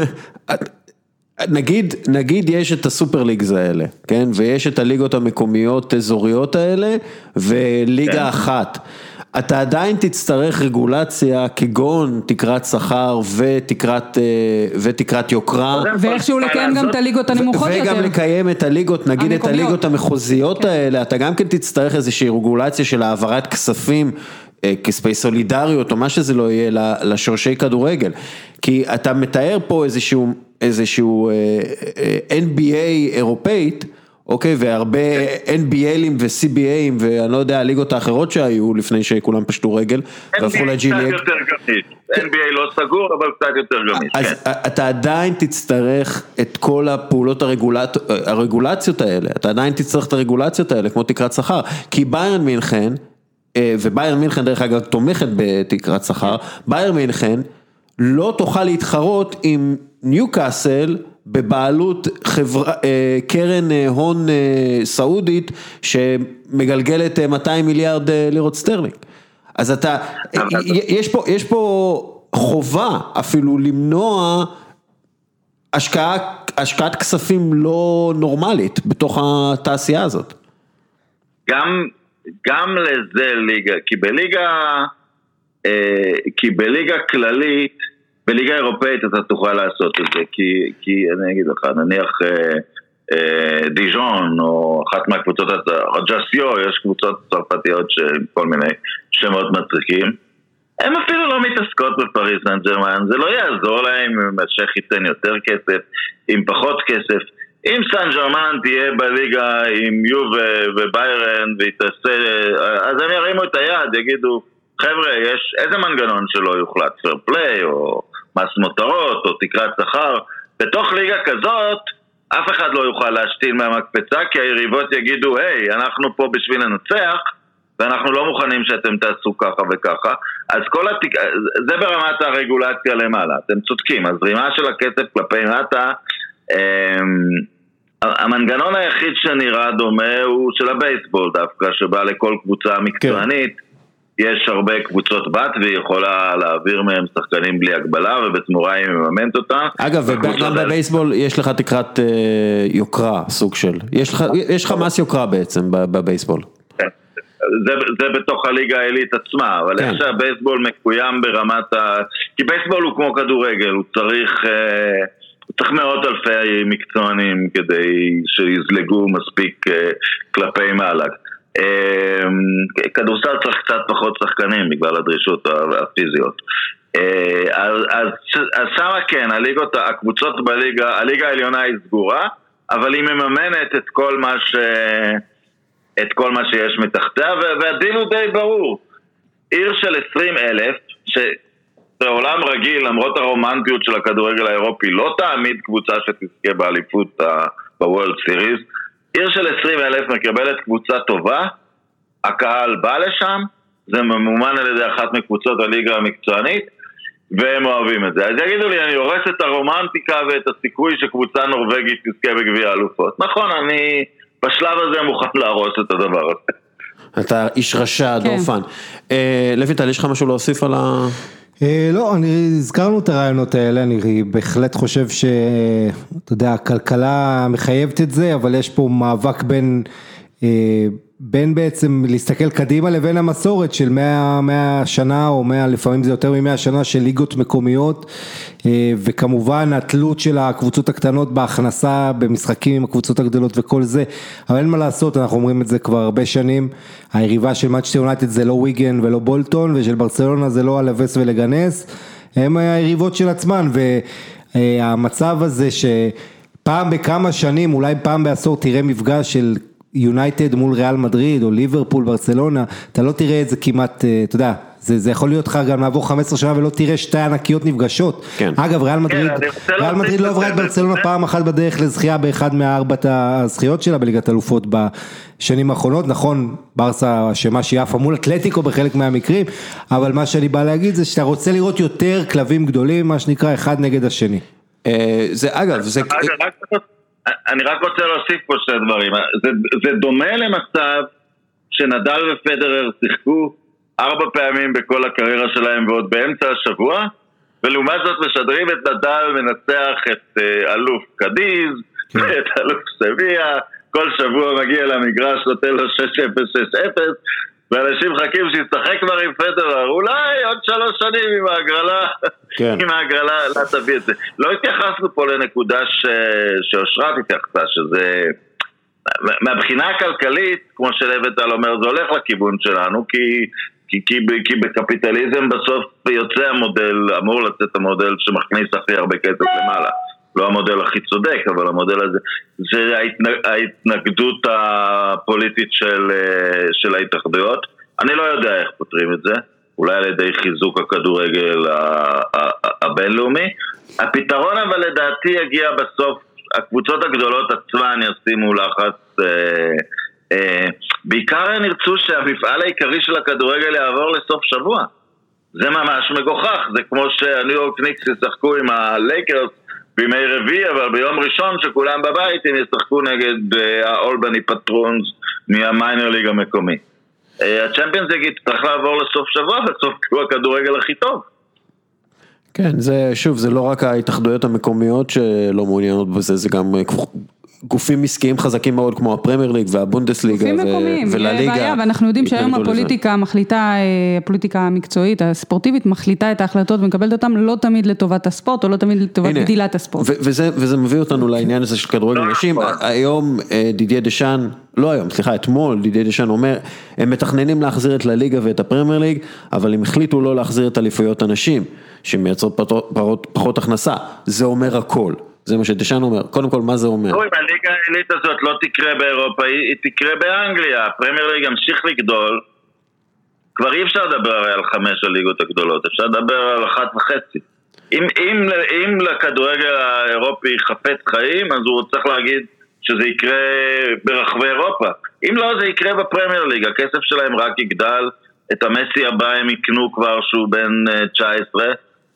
נגיד, נגיד יש את הסופר ליגס האלה, כן? ויש את הליגות המקומיות אזוריות האלה, וליגה אחת. אתה עדיין תצטרך רגולציה כגון תקרת שכר ותקרת, ותקרת יוקרה. ואיכשהו לקיים גם את הליגות הנמוכות יותר. וגם לקיים את הליגות, נגיד את הליגות המחוזיות האלה, אתה גם כן תצטרך איזושהי רגולציה של העברת כספים, כספי סולידריות או מה שזה לא יהיה לשורשי כדורגל. כי אתה מתאר פה איזשהו, איזשהו אן בי איי אירופאית, אוקיי, והרבה אן בי איי-ים ו-סי בי איי-ים, ואני לא יודע, הליגות האחרות שהיו לפני שכולם פשטו רגל, והפכו לג'י ליג. קצת יותר גמיש. אן בי איי לא סגור, אבל קצת יותר גמיש. אז אתה עדיין תצטרך את כל הפעולות הרגולציות האלה, אתה עדיין תצטרך את הרגולציות האלה, כמו תקרת שכר, כי ביירן מינכן, וביירן מינכן דרך אגב תומכת בתקרת שכר, ביירן מינכן לא תוכל להתחרות עם ניוקאסל, בבעלות חברה, קרן הון סעודית שמגלגלת מאתיים מיליארד לירות סטרלינג. אז אתה, יש פה, יש פה חובה אפילו למנוע השקעה, השקעת כספים לא נורמלית בתוך התעשייה הזאת. גם, גם לזה ליגה, כי בליגה, כי בליגה כללית, בליגה אירופאית אתה תוכל לעשות את זה, כי, כי אני אגיד לך, נניח אה, אה, דיז'ון, או אחת מהקבוצות, רג'סיו, יש קבוצות צרפתיות עם כל מיני שמות מצחיקים, הם אפילו לא מתעסקות בפריז סן ז'רמן, זה לא יעזור להם אם השייך ייתן יותר כסף, עם פחות כסף, אם סן ז'רמן תהיה בליגה עם יוב וביירן, ויתעשה, אז הם ירימו את היד, יגידו, חבר'ה, יש איזה מנגנון שלא יוחלט, פייר פליי, או מס מותרות, או תקרת שכר, בתוך ליגה כזאת, אף אחד לא יוכל להשתיל מהמקפצה, כי היריבות יגידו, היי, אנחנו פה בשביל לנצח, ואנחנו לא מוכנים שאתם תעשו ככה וככה, אז כל התק... זה ברמת הרגולציה למעלה, אתם צודקים, הזרימה של הכסף כלפי מטה, המנגנון היחיד שנראה דומה הוא של הבייסבול דווקא, שבא לכל קבוצה מקצוענית, יש הרבה קבוצות בת והיא יכולה להעביר מהם שחקנים בלי הגבלה ובתמורה היא מממנת אותה. אגב, וגם בבייסבול יש לך תקרת יוקרה, סוג של, יש לך, יש לך מס יוקרה בעצם בבייסבול. זה, זה בתוך הליגה העילית עצמה, אבל איך שהבייסבול מקוים ברמת ה... כי בייסבול הוא כמו כדורגל, הוא צריך, הוא צריך מאות אלפי מקצוענים כדי שיזלגו מספיק כלפי מעלה. כדורסל צריך קצת פחות שחקנים בגלל הדרישות הפיזיות. אז, אז, אז שמה כן, הליגות, הקבוצות בליגה, הליגה העליונה היא סגורה, אבל היא מממנת את כל מה ש... את כל מה שיש מתחתיה, והדיל הוא די ברור. עיר של עשרים אלף, שבעולם רגיל, למרות הרומנטיות של הכדורגל האירופי, לא תעמיד קבוצה שתזכה באליפות בוורלד סיריז, עיר של עשרים אלף מקבלת קבוצה טובה, הקהל בא לשם, זה ממומן על ידי אחת מקבוצות הליגה המקצוענית, והם אוהבים את זה. אז יגידו לי, אני הורס את הרומנטיקה ואת הסיכוי שקבוצה נורווגית תזכה בגביע האלופות. נכון, אני בשלב הזה מוכן להרוס את הדבר הזה. אתה איש רשע, דורפן. לויטל, יש לך משהו להוסיף על ה... לא, אני הזכרנו את הרעיונות האלה, אני בהחלט חושב שאתה יודע, הכלכלה מחייבת את זה, אבל יש פה מאבק בין, בין בעצם להסתכל קדימה לבין המסורת של מאה שנה או מאה, לפעמים זה יותר ממאה שנה של ליגות מקומיות, וכמובן התלות של הקבוצות הקטנות בהכנסה במשחקים עם הקבוצות הגדולות וכל זה, אבל אין מה לעשות, אנחנו אומרים את זה כבר הרבה שנים, היריבה של מנצ'סטר יונייטד זה לא ויגן ולא בולטון, ושל ברצלונה זה לא אלווס ולגנס, הם היריבות של עצמן, והמצב הזה שפעם בכמה שנים, אולי פעם בעשור תראה מפגש של יונייטד מול ריאל מדריד או ליברפול ברצלונה, אתה לא תראה את זה כמעט, אתה יודע, זה, זה יכול להיות לך גם לעבור חמש עשרה שנה ולא תראה שתי ענקיות נפגשות. כן. אגב, ריאל מדריד, כן, ריאל מדריד לא עברה את ברצלונה פעם אחת בדרך לזכייה באחד מהארבעת הזכיות שלה בליגת אלופות בשנים האחרונות, נכון, ברסה שמה שהיא עפה מול אתלטיקו בחלק מהמקרים, אבל מה שאני בא להגיד זה שאתה רוצה לראות יותר כלבים גדולים, מה שנקרא אחד נגד השני. זה אגב, זה... אני רק רוצה להוסיף פה שתי דברים, זה, זה דומה למצב שנדל ופדרר שיחקו ארבע פעמים בכל הקריירה שלהם ועוד באמצע השבוע, ולעומת זאת משדרים את נדל מנצח את uh, אלוף קדיז, את אלוף סביה, כל שבוע מגיע למגרש, נותן לו שש אפס שש אפס, ואנשים חכים שישחק כבר עם פדרר, אולי עוד שלוש שנים עם ההגרלה, כן. עם ההגרלה, לא תביא את זה. לא התייחסנו פה לנקודה ש... שאושרת התייחסה, שזה... מהבחינה הכלכלית, כמו שלויטל אומר, זה הולך לכיוון שלנו, כי, כי, כי, כי בקפיטליזם בסוף יוצא המודל, אמור לצאת המודל שמכניס הכי הרבה כסף למעלה. לא המודל הכי צודק, אבל המודל הזה, זה ההתנגדות הפוליטית של, של ההתאחדויות. אני לא יודע איך פותרים את זה, אולי על ידי חיזוק הכדורגל הבינלאומי. הפתרון אבל לדעתי יגיע בסוף, הקבוצות הגדולות עצמן ישימו לחץ, אה, אה, בעיקר הם ירצו שהמפעל העיקרי של הכדורגל יעבור לסוף שבוע. זה ממש מגוחך, זה כמו שהניו יורק ניקס ישחקו עם הלייקרס בימי רביעי, אבל ביום ראשון שכולם בבית הם ישחקו נגד האולבני פטרונס מהמיינר ליג המקומי. הצ'מפיונס ליג צריך לעבור לסוף שבוע, בסוף הוא הכדורגל הכי טוב. כן, זה שוב, זה לא רק ההתאחדויות המקומיות שלא מעוניינות בזה, זה גם גופים עסקיים חזקים מאוד כמו הפרמייר ליג והבונדסליגה ולליגה. ואנחנו יודעים שהיום הפוליטיקה מחליטה, הפוליטיקה המקצועית, הספורטיבית, מחליטה את ההחלטות ומקבלת אותם לא תמיד לטובת הספורט, או לא תמיד לטובת גדילת הספורט. וזה מביא אותנו לעניין הזה של כדורגל נשים. היום דידיה דשאן, לא היום, סליחה, אתמול דידיה דשאן אומר, הם מתכננים להחזיר את לליגה ואת הפרמייר ליג, אבל הם החליטו לא להחזיר את אליפויות הנשים, שמייצרות פחות הכנסה. זה אומר הכל. זה מה שדשאן אומר. קודם כל, מה זה אומר? אם הליגה העילית הזאת לא תקרה באירופה, היא תקרה באנגליה. הפרמייר ליג ימשיך לגדול. כבר אי אפשר לדבר על חמש הליגות הגדולות, אפשר לדבר על אחת וחצי. אם, אם, אם לכדורגל האירופי חפץ חיים, אז הוא צריך להגיד שזה יקרה ברחבי אירופה. אם לא, זה יקרה בפרמייר ליג. הכסף שלהם רק יגדל. את המסי הבא הם יקנו כבר שהוא בן תשע עשרה.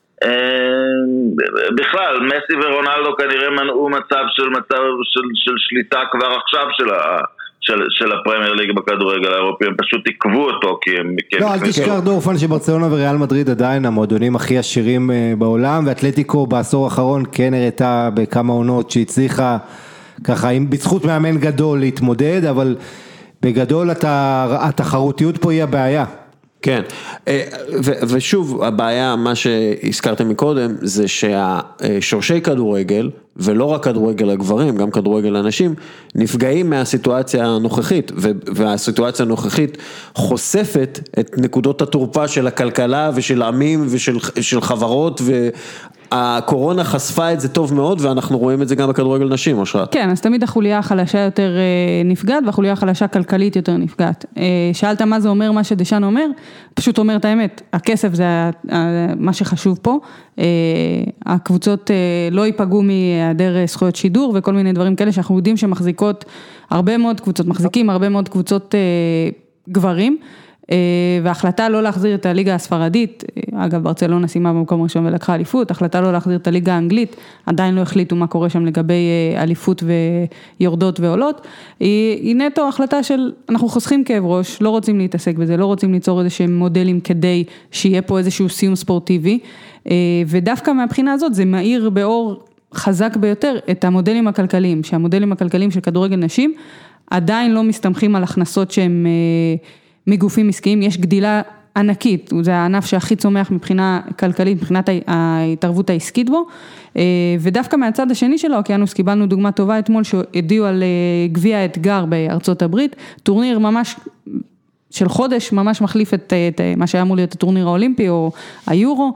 בכלל, מסי ורונלדו כנראה מנעו מצב של מצב של, של שליטה כבר עכשיו של, ה, של, של הפרמייר ליג בכדורגל האירופי, הם פשוט עקבו אותו כי הם... לא, אל תשכח דורפן שברצלונה וריאל מדריד עדיין המועדונים הכי עשירים בעולם, ואתלטיקו בעשור האחרון כן הראתה בכמה עונות שהצליחה ככה, בזכות מאמן גדול להתמודד, אבל בגדול התחרותיות פה היא הבעיה. כן, ושוב הבעיה, מה שהזכרתם מקודם, זה שהשורשי כדורגל, ולא רק כדורגל הגברים, גם כדורגל הנשים, נפגעים מהסיטואציה הנוכחית, והסיטואציה הנוכחית חושפת את נקודות התורפה של הכלכלה ושל עמים ושל חברות, והקורונה חשפה את זה טוב מאוד, ואנחנו רואים את זה גם בכדורגל נשים, אושרת. כן, אז תמיד החוליה החלשה יותר נפגעת, והחוליה החלשה כלכלית יותר נפגעת. שאלת מה זה אומר, מה שדשאן אומר, פשוט אומר את האמת, הכסף זה מה שחשוב פה, הקבוצות לא ייפגעו מהיעדר זכויות שידור, וכל מיני דברים כאלה שאנחנו יודעים שמחזיקות הרבה מאוד קבוצות, מחזיקים הרבה מאוד קבוצות גברים, וההחלטה לא להחזיר את הליגה הספרדית, אגב, ברצלונה סיימה במקום ראשון ולקחה אליפות, החלטה לא להחזיר את הליגה האנגלית, עדיין לא החליטו מה קורה שם לגבי אליפות ויורדות ועולות, היא, היא נטו החלטה של, אנחנו חוסכים כאב ראש, לא רוצים להתעסק בזה, לא רוצים ליצור איזה שהם מודלים כדי שיהיה פה איזשהו סיום ספורטיבי, ודווקא מהבחינה הזאת זה מאיר באור חזק ביותר את המודלים הכלכליים, שהמודלים הכלכליים של כדורגל נשים עדיין לא מסתמכים על הכנסות שהם מגופים עסקיים, יש גדילה ענקית, זה הענף שהכי צומח מבחינה כלכלית, מבחינת ההתערבות העסקית בו, ודווקא מהצד השני של האוקיינוס קיבלנו דוגמה טובה אתמול שהדיעו על גביע האתגר בארצות הברית, טורניר ממש של חודש, ממש מחליף את, את מה שהיה אמור להיות הטורניר האולימפי או היורו,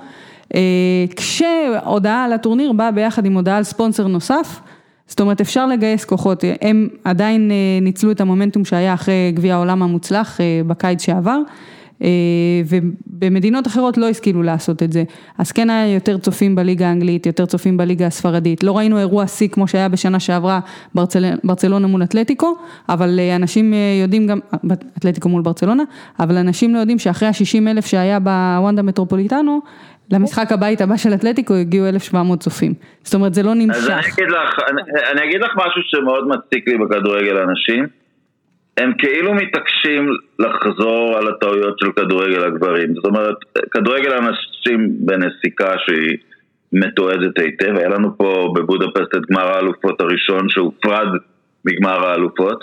כשהודעה על הטורניר באה ביחד עם הודעה על ספונסר נוסף, זאת אומרת אפשר לגייס כוחות, הם עדיין ניצלו את המומנטום שהיה אחרי גביע העולם המוצלח בקיץ שעבר, ובמדינות אחרות לא השכילו לעשות את זה, אז כן היה יותר צופים בליגה האנגלית, יותר צופים בליגה הספרדית, לא ראינו אירוע סי כמו שהיה בשנה שעברה ברצלונה מול אתלטיקו, אבל אנשים יודעים גם, אתלטיקו מול ברצלונה, אבל אנשים לא יודעים שאחרי ה-שישים אלף שהיה בוונדה מטרופוליטנו, למשחק הבית הבא של אתלטיקו הגיעו אלף שבע מאות צופים, זאת אומרת זה לא נמשך. אז אני אגיד לך, אני, אני אגיד לך משהו שמאוד מציק לי בכדורגל האנשים, הם כאילו מתעקשים לחזור על הטעויות של כדורגל הגברים, זאת אומרת, כדורגל האנשים בנסיקה שהיא מתועדת היטב, היה לנו פה בבודפסט את גמר האלופות הראשון שהופרד מגמר האלופות,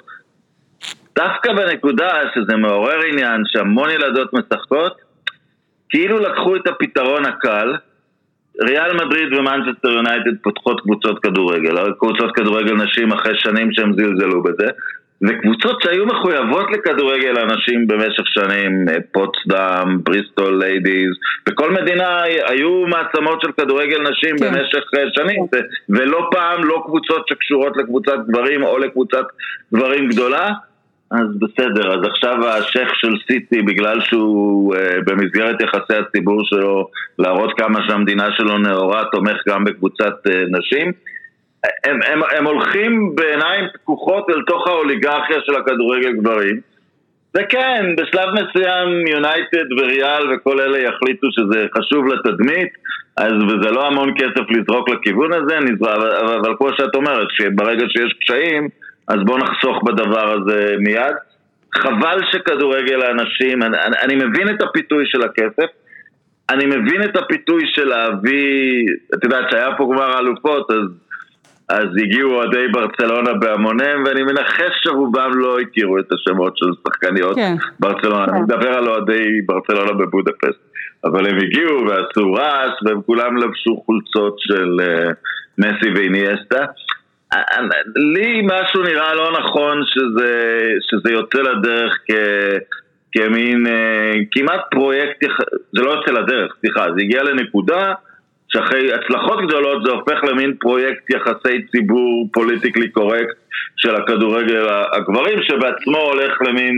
דווקא בנקודה שזה מעורר עניין שהמון ילדות משחקות, כאילו לקחו את הפתרון הקל, ריאל מדריד ומנצ'סטר יונייטד פותחות קבוצות כדורגל, קבוצות כדורגל נשים אחרי שנים שהם זלזלו בזה, וקבוצות שהיו מחויבות לכדורגל אנשים במשך שנים, פוטסדם, בריסטול ליידיז, בכל מדינה היו מעצמות של כדורגל נשים כן. במשך שנים, ולא פעם לא קבוצות שקשורות לקבוצת גברים או לקבוצת גברים גדולה, אז בסדר, אז עכשיו השייך של סיטי, בגלל שהוא אה, במסגרת יחסי הציבור שלו, להראות כמה שהמדינה שלו נאורה, תומך גם בקבוצת אה, נשים, הם, הם, הם הולכים בעיניים פקוחות אל תוך האוליגרכיה של הכדורגל גברים, וכן, בשלב מסוים יונייטד וריאל וכל אלה יחליטו שזה חשוב לתדמית, אז וזה לא המון כסף לזרוק לכיוון הזה, אבל, אבל כמו שאת אומרת, שברגע שיש קשיים, אז בואו נחסוך בדבר הזה מיד. חבל שכדורגל האנשים, אני, אני, אני מבין את הפיתוי של הכסף, אני מבין את הפיתוי של להביא, את יודעת שהיה פה גמר האלופות, אז, אז הגיעו אוהדי ברצלונה בהמוניהם, ואני מנחש שרובם לא הכירו את השמות של שחקניות כן. ברצלונה, כן. אני מדבר על אוהדי ברצלונה בבודפסט, אבל הם הגיעו ועשו רעש, והם כולם לבשו חולצות של uh, מסי ואיניאסטה, לי משהו נראה לא נכון שזה, שזה יוצא לדרך כ, כמין כמעט פרויקט, זה לא יוצא לדרך, סליחה, זה הגיע לנקודה שאחרי הצלחות גדולות זה הופך למין פרויקט יחסי ציבור פוליטיקלי קורקט של הכדורגל הגברים שבעצמו הולך למין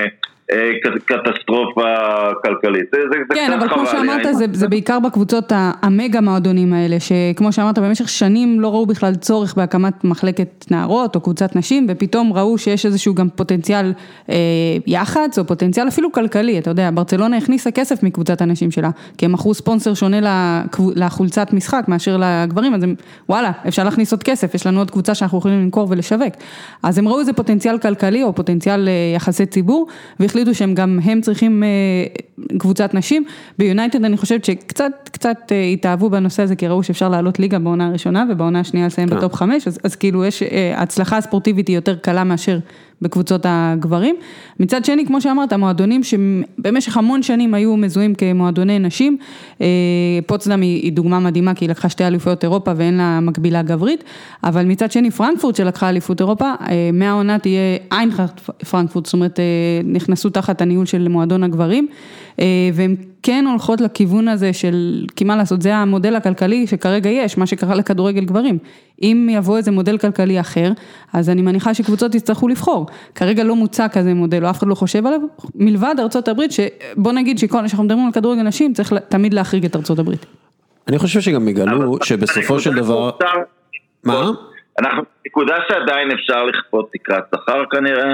קטסטרופה כלכלית. כן, אבל כמו שאמרת, זה בעיקר בקבוצות המגה מועדונים האלה, שכמו שאמרת, במשך שנים לא ראו בכלל צורך בהקמת מחלקת נערות או קבוצת נשים, ופתאום ראו שיש איזשהו גם פוטנציאל יח"צ, או פוטנציאל אפילו כלכלי. אתה יודע, ברצלונה הכניסה כסף מקבוצת הנשים שלה, כי הם מכרו ספונסר שונה לחולצת משחק מאשר לגברים, אז הם, וואלה, אפשר להכניס עוד כסף, יש לנו עוד קבוצה שאנחנו יכולים למכור ולשווק. אז הם ראו איזה פוטנציאל כלכלי או פוטנציאל יחסי ציבור, והחליטו שהם גם הם צריכים קבוצת נשים. ביונייטד אני חושבת שקצת קצת התאהבו בנושא הזה, כי ראו שאפשר לעלות ליגה בעונה הראשונה, ובעונה השנייה לסיים בטופ חמש, אז, אז כאילו יש, ההצלחה הספורטיבית היא יותר קלה מאשר בקבוצות הגברים. מצד שני, כמו שאמרת, המועדונים שבמשך המון שנים היו מזוהים כמועדוני נשים, פוצדם היא, היא דוגמה מדהימה, כי היא לקחה שתי אליפויות אירופה ואין לה מקבילה גברית, אבל מצד שני, פרנקפורט שלקחה אליפות אירופה, מהעונה תהיה איינטראכט פרנקפורט, זאת אומרת, נכנסו תחת הניהול של מועדון הגברים, והם כן הולכות לכיוון הזה של, כי מה לעשות, זה המודל הכלכלי שכרגע יש, מה שקרה לכדורגל גברים. אם יבוא איזה מודל כלכלי אחר, אז אני מניחה שקבוצות יצטרכו לבחור. כרגע לא מוצע כזה מודל, או אף אחד לא חושב עליו, מלבד ארצות הברית, שבוא נגיד שכל שאנחנו מדברים על כדורגל נשים, צריך תמיד להחריג את ארצות הברית. אני חושב שגם יגלו שבסופו של דבר... מה? אנחנו, נקודה שעדיין אפשר לכפות תקרת שכר כנראה,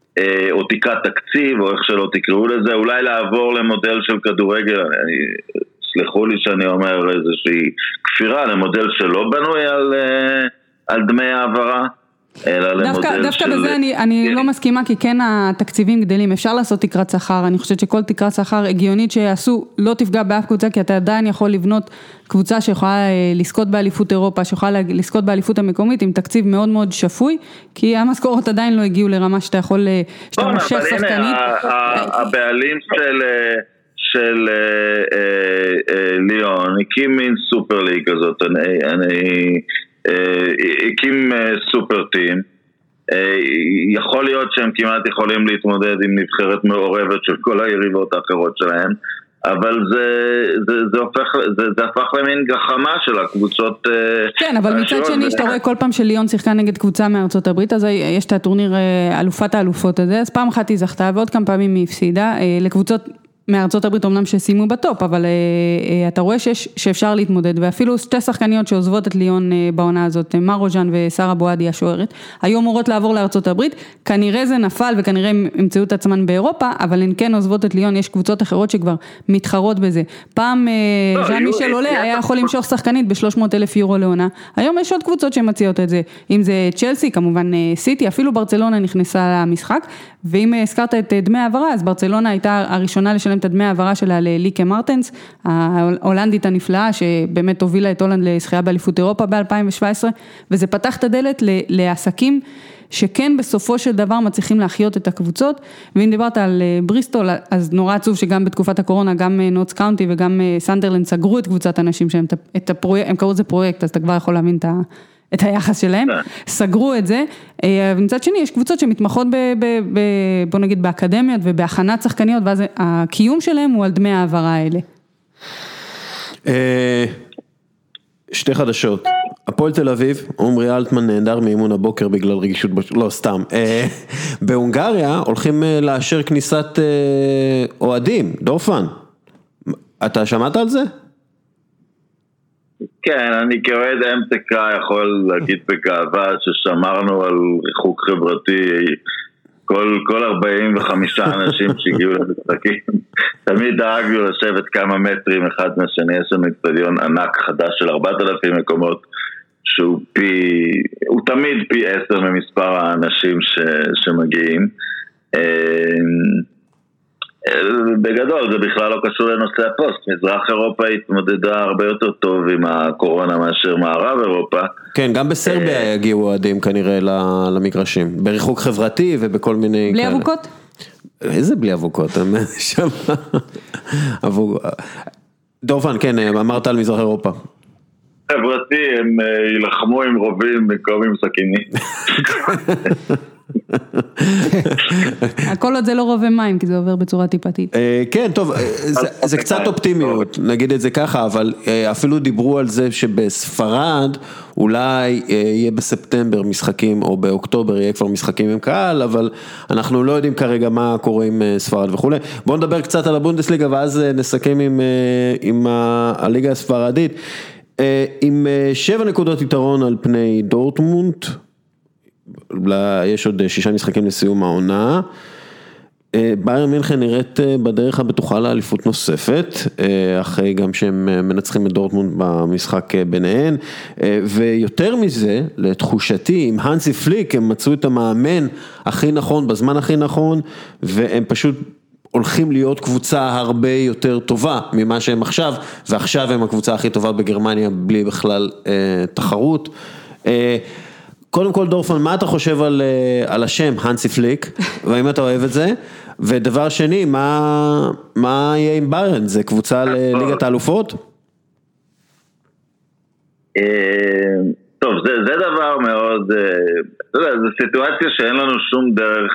או תקרת תקציב, או איך שלא תקראו לזה, אולי לעבור למודל של כדורגל, אני, תסלחו לי שאני אומר איזושהי כפירה למודל שלא בנוי על, על דמי העברה, אלא למודל דווקא, דווקא של... בזה אני, אני לא מסכימה, כי כן התקציבים גדלים, אפשר לעשות תקרת שכר, אני חושבת שכל תקרת שכר הגיונית שיעשו, לא תפגע באף קבוצה, כי אתה עדיין יכול לבנות קבוצה שיכולה לזכות באליפות אירופה, שיכולה לזכות באליפות המקומית, עם תקציב מאוד מאוד שפוי, כי המשכורות עדיין לא הגיעו לרמה שאתה יכול, שאתה מושך שחקנית. הבעלים של... של ליאון, הקים מין סופר ליג הזאת, אני הקים סופר טים, יכול להיות שהם כמעט יכולים להתמודד עם נבחרת מעורבת של כל היריבות האחרות שלהם, אבל זה, זה, זה הופך, זה, זה הפך למין גחמה של הקבוצות. כן, אבל מצד שני, שאתה רואה כל פעם שליון שיחקה נגד קבוצה מארצות הברית, אז יש את הטורניר אלופת האלופות הזה, אז פעם אחת היא זכתה, ועוד כמה פעמים היא הפסידה, לקבוצות מארצות הברית אומנם שסיימו בטופ, אבל uh, אתה רואה שיש, שאפשר להתמודד, ואפילו שתי שחקניות שעוזבות את ליון uh, בעונה הזאת, מרוז'אן ושרה בועדי השוערת, היו אמורות לעבור לארצות הברית, כנראה זה נפל וכנראה הם ימצאו את עצמן באירופה, אבל הן כן עוזבות את ליון, יש קבוצות אחרות שכבר מתחרות בזה. פעם uh, לא, ז'אן מישל עולה היה יכול למשוך שחקנית ב-שלוש מאות אלף יורו לעונה, היום יש עוד קבוצות שמציעות את זה, אם זה צ'לסי, כמובן uh, סיטי, אפילו ברצלונה נכנסה למשחק, ואם הזכרת את דמי העברה, אז ברצלונה הייתה הראשונה לשלם את דמי העברה שלה לליקה מרטנס, ההולנדית הנפלאה, שבאמת הובילה את הולנד לזכייה באליפות אירופה ב-אלפיים שבע עשרה, וזה פתח את הדלת לעסקים שכן בסופו של דבר מצליחים להחיות את הקבוצות, ואם דיברת על בריסטול, אז נורא עצוב שגם בתקופת הקורונה, גם נוטס קאונטי וגם סנדרלנד סגרו את קבוצת אנשים שהם את הפרויקט, הם קראו את זה פרויקט, אז אתה כבר יכול להבין את ה... את היחס שלהם, סגרו את זה, ומצד שני יש קבוצות שמתמחות ב, ב, ב, בוא נגיד באקדמיות ובהכנת שחקניות, ואז הקיום שלהם הוא על דמי העברה האלה. שתי חדשות, הפועל תל אביב, עומרי אלטמן נהדר מאימון הבוקר בגלל רגישות, לא סתם, בהונגריה הולכים לאשר כניסת אוהדים, דורפן, אתה שמעת על זה? כן, אני כאוהד אמתקה יכול להגיד בגאווה ששמרנו על ריחוק חברתי, כל, כל ארבעים וחמישה אנשים שהגיעו למשחקים, תמיד דאגנו לשבת כמה מטרים אחד מהשני, יש לנו אצטדיון ענק חדש של ארבעת אלפים מקומות, שהוא פי, הוא תמיד פי עשר ממספר האנשים ש, שמגיעים, בגדול זה בכלל לא קשור לנושא הפוסט, מזרח אירופה התמודדה הרבה יותר טוב עם הקורונה מאשר מערב אירופה. כן, גם בסרביה יגיעו אוהדים כנראה למגרשים, בריחוק חברתי ובכל מיני... בלי אבוקות? איזה בלי אבוקות? דורפן, כן, אמרת על מזרח אירופה. חברתי, הם ילחמו עם רובים במקום עם סכינים. הכל עוד זה לא רובה מים, כי זה עובר בצורה טיפתית. כן, טוב, זה קצת אופטימיות, נגיד את זה ככה, אבל אפילו דיברו על זה שבספרד אולי יהיה בספטמבר משחקים, או באוקטובר יהיה כבר משחקים עם קהל, אבל אנחנו לא יודעים כרגע מה קורה עם ספרד וכו'. בואו נדבר קצת על הבונדסליגה, ואז נסכם עם הליגה הספרדית. עם שבע נקודות יתרון על פני דורטמונד, יש עוד שישה משחקים לסיום העונה, ביירן מינכן נראית בדרך הבטוחה לאליפות נוספת, אחרי גם שהם מנצחים את דורטמונד במשחק ביניהן, ויותר מזה, לתחושתי, עם הנסי פליק, הם מצאו את המאמן הכי נכון, בזמן הכי נכון, והם פשוט הולכים להיות קבוצה הרבה יותר טובה ממה שהם עכשיו, ועכשיו הם הקבוצה הכי טובה בגרמניה, בלי בכלל תחרות. קודם כל דורפן, מה אתה חושב על, על השם הנסי פליק, והאם אתה אוהב את זה? ודבר שני, מה, מה יהיה עם ביירן? זה קבוצה לליגת האלופות? טוב, זה, זה דבר מאוד, אתה יודע, זו סיטואציה שאין לנו שום דרך,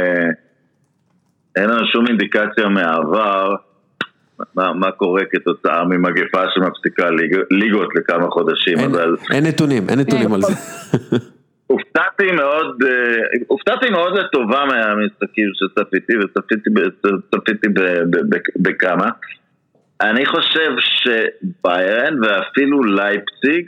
אין לנו שום אינדיקציה מהעבר, מה, מה קורה כתוצאה ממגפה שמפסיקה ליג, ליגות לכמה חודשים. אין, אבל... אין נתונים, אין נתונים על זה. הופתעתי מאוד, הופתעתי מאוד לטובה מהמשחקים שצפיתי, וצפיתי צפיתי בכמה. אני חושב שביירן ואפילו לייפציג,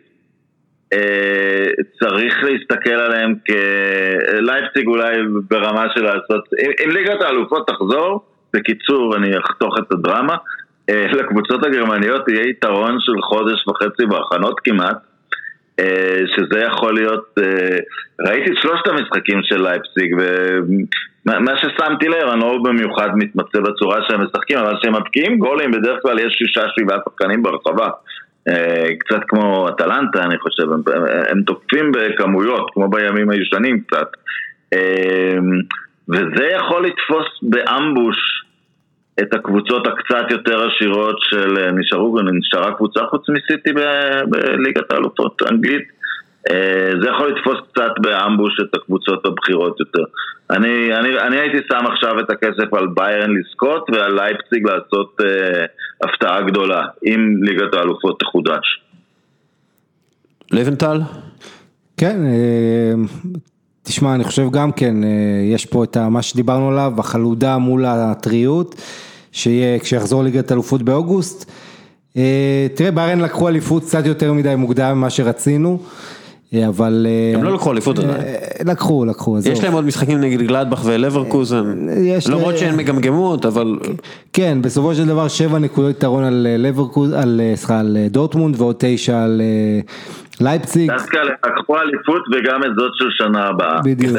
צריך להסתכל עליהם כלייפציג אולי ברמה של לעשות, אם ליגת האלופות תחזור, בקיצור אני אחתוך את הדרמה, לקבוצות הגרמניות יהיה יתרון של חודש וחצי בהכנות כמעט, שזה יכול להיות, ראיתי את שלושת המשחקים של לייפציג, ומה ששמתי לב, אני לא במיוחד מתמצא בצורה שהם משחקים, אבל שהם מבקיעים גולים, בדרך כלל יש שישה שבעה שחקנים ברחבה, קצת כמו אטלנטה אני חושב, הם, הם תוקפים בכמויות, כמו בימים הישנים קצת, וזה יכול לתפוס באמבוש את הקבוצות הקצת יותר עשירות של נשארו, נשארה קבוצה חוץ מסיטי בליגת האלופות אנגלית, זה יכול לתפוס קצת באמבוש את הקבוצות הבחירות יותר. אני, אני, אני הייתי שם עכשיו את הכסף על ביירן לזכות ועל לייפציג לעשות אה, הפתעה גדולה אם ליגת האלופות תחודש. לבנטל? כן, תשמע, אני חושב גם כן, יש פה את מה שדיברנו עליו, החלודה מול הטריות, שיהיה כשיחזור ליגת האלופות באוגוסט. תראה, ביירן לקחו אליפות קצת יותר מדי מוקדם ממה שרצינו, אבל... הם לא לקחו אליפות עדיין. לקחו, לקחו. יש להם עוד משחקים נגד גלדבך ולברקוזן, למרות שהן מגמגמות, אבל... כן, בסופו של דבר שבע נקודות יתרון על לברקוזן, על דורטמונד, ועוד תשע על לייפציג. דווקא לקחו אליפות וגם את זאת של שנה הבאה. בדיוק.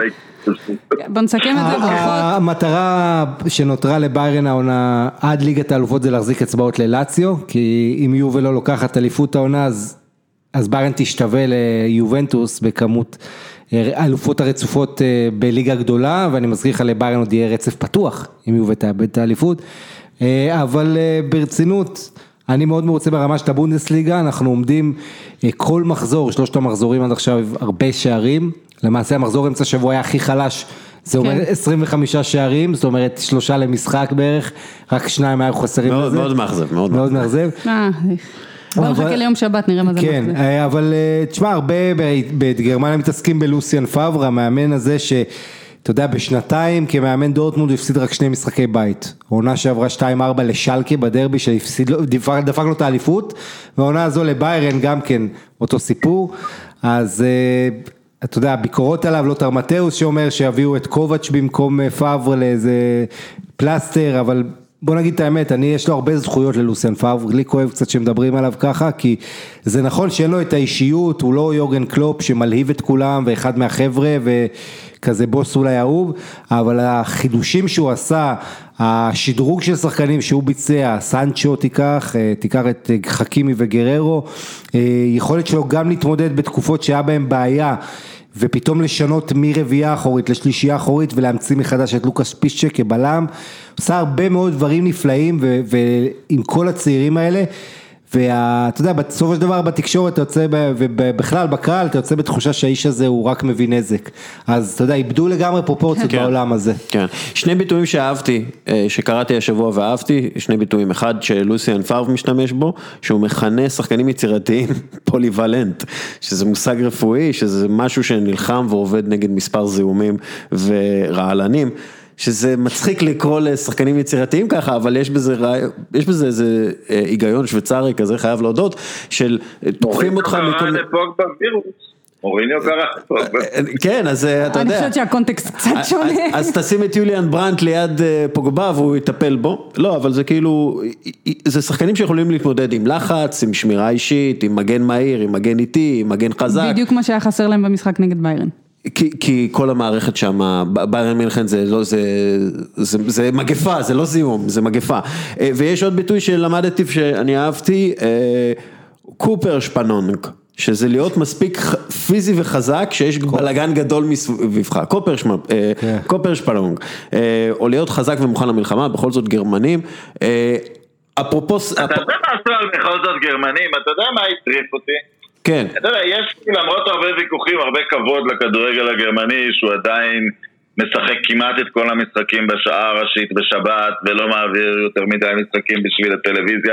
בוא נסכם את זה פחות. המטרה שנותרה לביירן העונה עד ליגת האלופות זה להחזיק אצבעות ללאציו, כי אם יובל לא לוקחת אליפות העונה, אז אז ביירן תשתווה ליובנטוס בכמות אלופות הרצופות בליגה גדולה, ואני מזכיר לך לביירן עוד יהיה רצף פתוח, אם יובל תאבד את האליפות, אבל ברצינות, אני מאוד מרוצה ברמה של הבונדסליגה, אנחנו עומדים כל מחזור, שלושת המחזורים עד עכשיו הרבה שערים, למעשה המחזור אמצע שבוע היה הכי חלש, זה אומר עשרים וחמישה שערים, זאת אומרת שלושה למשחק בערך, רק שניים היו חסרים לזה. מאוד מאכזב, מאוד מאכזב. בוא נחכה ליום שבת, נראה מה זה כן, מחזיר. אבל תשמע, הרבה בגרמניה מתעסקים בלוסיאן פאבר, המאמן הזה שאתה יודע, בשנתיים כמאמן דורטמונד הוא הפסיד רק שני משחקי בית. העונה שעברה שתיים ארבע לשלקה בדרבי, שדפק לו את האליפות, והעונה הזו לביירן גם כן אותו סיפור, אז אתה יודע, הביקורות עליו, לא תרמטאוס שאומר שיביאו את קובץ' במקום פאבר לאיזה פלסטר, אבל... בוא נגיד את האמת, אני יש לו הרבה זכויות ללוסיאן פאבר, לי כואב קצת שמדברים עליו ככה, כי זה נכון שאין לו את האישיות, הוא לא יורגן קלופ שמלהיב את כולם, ואחד מהחבר'ה, וכזה בוס אולי אהוב, אבל החידושים שהוא עשה, השדרוג של שחקנים שהוא ביצע, סנצ'ו תיקח, תיקח את חכימי וגררו, יכולת שלו גם להתמודד בתקופות שהיה בהם בעיה, ופתאום לשנות מרביעה אחורית לשלישייה אחורית ולהמציא מחדש את לוקאס פישצ'ק כבלם, עושה הרבה מאוד דברים נפלאים ועם כל הצעירים האלה, ואתה יודע, בסופו של דבר בתקשורת אתה יוצא, ובכלל בקהל אתה יוצא בתחושה שהאיש הזה הוא רק מביא נזק, אז אתה יודע, איבדו לגמרי פרופורציות בעולם הזה. כן, שני ביטויים שאהבתי, שקראתי השבוע ואהבתי, שני ביטויים, אחד שלוסיאן פאבר משתמש בו, שהוא מכנה שחקנים יצירתיים פוליוולנט, שזה מושג רפואי, שזה משהו שנלחם ועובד נגד מספר זיהומים ורעלנים, שזה מצחיק לקרוא לשחקנים יצירתיים ככה, אבל יש בזה, יש בזה איזה היגיון שוויצרי כזה, חייב להודות, של תוקפים אותך מכל... מוריניו קרא. כן, אז אתה יודע. אני חושבת שהקונטקסט קצת שונה. אז תשים את יוליאן ברנט ליד פוגבה והוא יטפל בו. לא, אבל זה כאילו, זה שחקנים שיכולים להתמודד עם לחץ, עם שמירה אישית, עם מגן מהיר, עם מגן איטי, עם מגן חזק. בדיוק מה שהיה חסר להם במשחק נגד ביירן. כי, כי כל המערכת שם, ביירן מינכן זה לא, זה, זה, זה מגפה, זה לא זיהום, זה מגפה. ויש עוד ביטוי שלמדתי שאני אהבתי, קופר שפנונג, שזה להיות מספיק פיזי וחזק, שיש בלגן גדול מסביבך, קופר, שמ, קופר שפנונג, או להיות חזק ומוכן למלחמה, בכל זאת גרמנים. אפרופוס... אתה יודע מה עשו על בכל זאת גרמנים, אתה יודע מה הטריף אותי? כן. אתה יודע, יש למרות הרבה ויכוחים, הרבה כבוד לכדורגל הגרמני, שהוא עדיין משחק כמעט את כל המשחקים בשעה הראשית בשבת, ולא מעביר יותר מדי משחקים בשביל הטלוויזיה,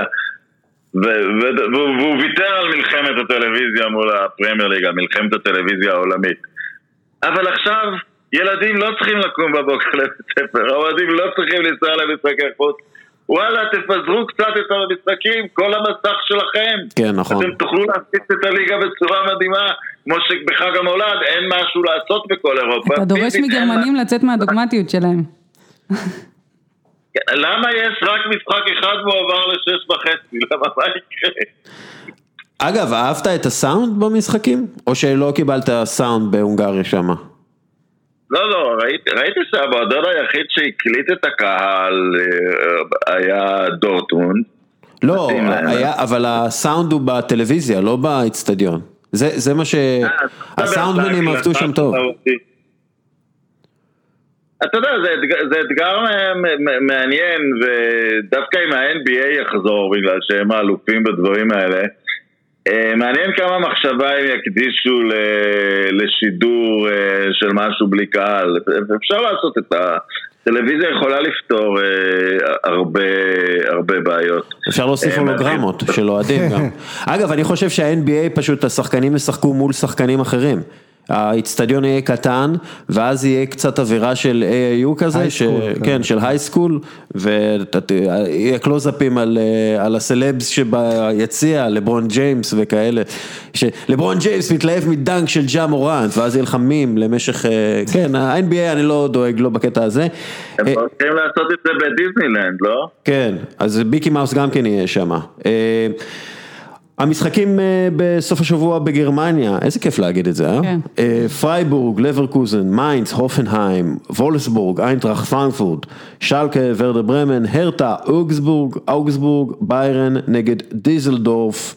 והוא ויתר על מלחמת הטלוויזיה מול הפרמייר ליג, מלחמת הטלוויזיה העולמית. אבל עכשיו, ילדים לא צריכים לקום בבוקר לבית ספר, האוהדים לא צריכים לנסוע למשחקי חוץ, וואלה, תפזרו קצת את המשחקים, כל המסך שלכם. כן, נכון. אתם תוכלו להפיץ את הליגה בצורה מדהימה, כמו שבחג המולד אין משהו לעשות בכל אירופה. אתה דורש מגרמנים לצאת מהדוגמטיות שלהם. למה יש רק משחק אחד ועובר לשש וחצי? למה מה יקרה? אגב, אהבת את הסאונד במשחקים? או שלא קיבלת סאונד בהונגריה שמה? לא, לא, ראיתי, ראיתי שהמועדון היחיד שהקליט את הקהל היה דורטמונד. לא, היה, אבל הסאונד הוא בטלוויזיה, לא באצטדיון. זה, זה מה ש... הסאונדמנים עבדו שם טוב. אתה יודע, זה אתגר, זה אתגר מעניין, ודווקא אם ה-אן בי איי יחזור, בגלל שהם האלופים בדברים האלה, מעניין כמה מחשבה הם יקדישו לשידור של משהו בלי קהל. אפשר לעשות את הטלוויזיה, יכולה לפתור הרבה, הרבה בעיות. אפשר להוסיף הולוגרמות של אוהדים גם. אגב, אני חושב שה-אן בי איי פשוט השחקנים ישחקו מול שחקנים אחרים. האצטדיון יהיה קטן, ואז יהיה קצת אווירה של איי איי יו כזה, כן, של הייסקול, ויהיה קלוזאפים על הסלבס שביציע, לברון ג'יימס וכאלה, שלברון ג'יימס מתלהב מדנק של ג'ה מורנט, ואז יהיה לך מים למשך, כן, ה-אן בי איי אני לא דואג לו בקטע הזה. הם רוצים לעשות את זה בדיסנילנד, לא? כן, אז ביקי מאוס גם כן יהיה שם. המשחקים בסוף השבוע בגרמניה, איזה כיף להגיד את זה, אה? כן. פרייבורג, לברקוזן, מיינץ, הופנהיים, וולסבורג, איינטראכט פרנקפורט, שלקה, ורדר ברמן, הרטה, אוגסבורג, אוגסבורג, ביירן נגד דיזלדורף,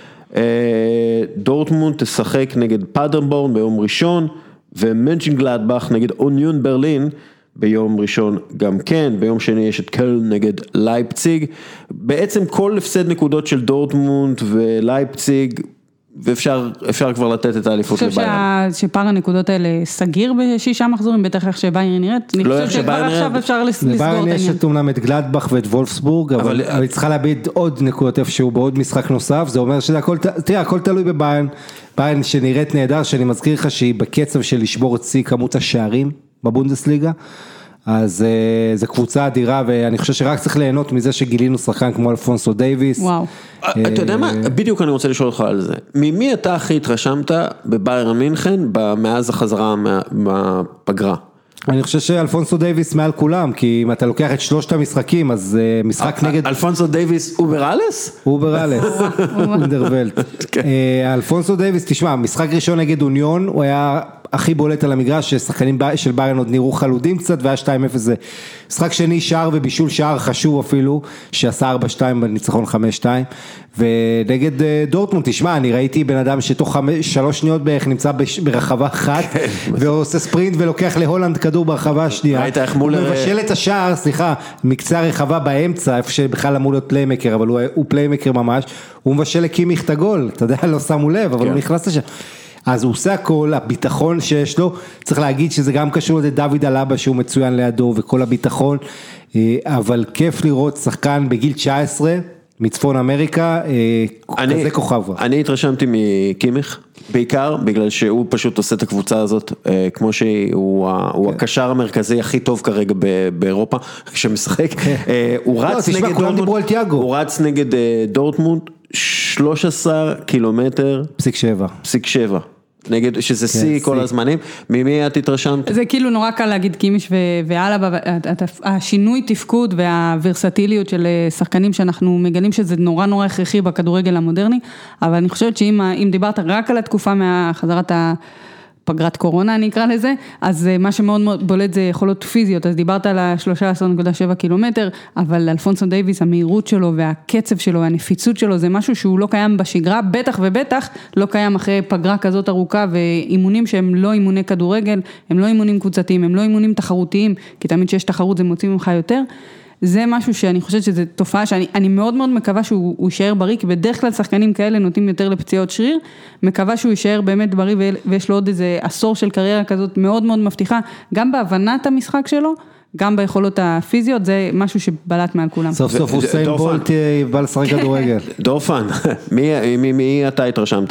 דורטמונד תשחק נגד פאדרבורן ביום ראשון, ומנצ'נגלדבך נגד אוניון ברלין, ביום ראשון גם כן, ביום שני יש את קלן נגד לייפציג, בעצם כל הפסד נקודות של דורטמונד ולייפציג, ואפשר אפשר כבר לתת את האליפות לביירן. אני חושב שפער הנקודות האלה סגיר בשישה מחזורים, בטח איך שביירן נראית, אני חושב שכבר עכשיו אפשר לסגור את העניין. לביירן יש את אומנם את גלדבך ואת וולפסבורג, אבל היא צריכה להביד עוד נקודות איפשהו בעוד משחק נוסף, זה אומר שזה הכל, תראה, הכל תלוי בביירן, ביירן שנראית נהדר, שאני מזכיר לך שהיא בקצב של לשבור את שיא כמות השערים, בבונדסליגה, אז זו קבוצה אדירה, ואני חושב שרק צריך ליהנות מזה שגילינו שחקן כמו אלפונסו דייביס. וואו. אתה יודע מה? בדיוק אני רוצה לשאול אותך על זה. ממי אתה הכי התרשמת בביירן מינכן, מאז החזרה מהפגרה? אני חושב שאלפונסו דייביס מעל כולם, כי אם אתה לוקח את שלושת המשחקים, אז משחק נגד... אלפונסו דייביס אובר-אלס? אובר-אלס, אונדרוולט. אלפונסו דייביס, תשמע, משחק ראשון נגד אוניון, הוא היה הכי בולט על המגרש, ששחקנים של ביירן עוד נראו חלודים קצת, והיה שתיים אפס זה. משחק שני, שער ובישול שער חשוב אפילו, שעשה ארבע שתיים בניצחון חמש שתיים, ונגד דורטמונד, תשמע, אני ראיתי בן אדם שתוך שלוש שניות בערך נמצא ברחבה אחת, ועושה ספרינט ולוקח להולנד כדור ברחבה השנייה. ראית איך מולר... הוא מבשל את השער, סליחה, מקצה הרחבה באמצע, איפה שבכלל אמור להיות פליימקר, אבל הוא, הוא פליימקר ממש, הוא מבשל לקימיך את הגול, אתה יודע, לא שמו לב, אבל הוא נכנס לשם. אז הוא עושה הכל, הביטחון שיש לו, צריך להגיד שזה גם קשור לדוד אלבה שהוא מצוין לידו וכל הביטחון, אבל כיף לראות שחקן בגיל תשע עשרה מצפון אמריקה, אני, כזה כוכב. אני התרשמתי מקימיך, בעיקר בגלל שהוא פשוט עושה את הקבוצה הזאת, כמו שהוא הוא הקשר המרכזי הכי טוב כרגע באירופה, כשמשחק, הוא רץ נגד דורטמונד, הוא רץ נגד דורטמונד, שלושה עשר קילומטר, פסיק שבע. פסיק שבע. נגד, שזה סי כל הזמנים, ממי את התרשמת? זה כאילו נורא קל להגיד קימיש ואלבה, השינוי תפקוד והוורסטיליות של שחקנים שאנחנו מגלים שזה נורא נורא הכרחי בכדורגל המודרני, אבל אני חושבת שאם דיברת רק על התקופה מהחזרת פגרת קורונה אני אקרא לזה, אז מה שמאוד מאוד בולט זה יכולות פיזיות, אז דיברת על ה-שלושה עשר נקודה שבע קילומטר, אבל אלפונסו דייביס, המהירות שלו והקצב שלו, הנפיצות שלו, זה משהו שהוא לא קיים בשגרה, בטח ובטח לא קיים אחרי פגרה כזאת ארוכה, ואימונים שהם לא אימוני כדורגל, הם לא אימונים קבוצתיים, הם לא אימונים תחרותיים, כי תמיד שיש תחרות זה מוציא ממך יותר, זה משהו שאני חושבת שזו תופעה שאני אני מאוד מאוד מקווה שהוא יישאר בריא, כי בדרך כלל שחקנים כאלה נוטים יותר לפציעות שריר, מקווה שהוא יישאר באמת בריא, ויש לו עוד איזה עשור של קריירה כזאת מאוד מאוד מבטיחה, גם בהבנת המשחק שלו, גם ביכולות הפיזיות, זה משהו שבלט מעל כולם. סוף סוף אוסיין בולט בא לשחק כדורגל. דורפן, מי אתה התרשמת?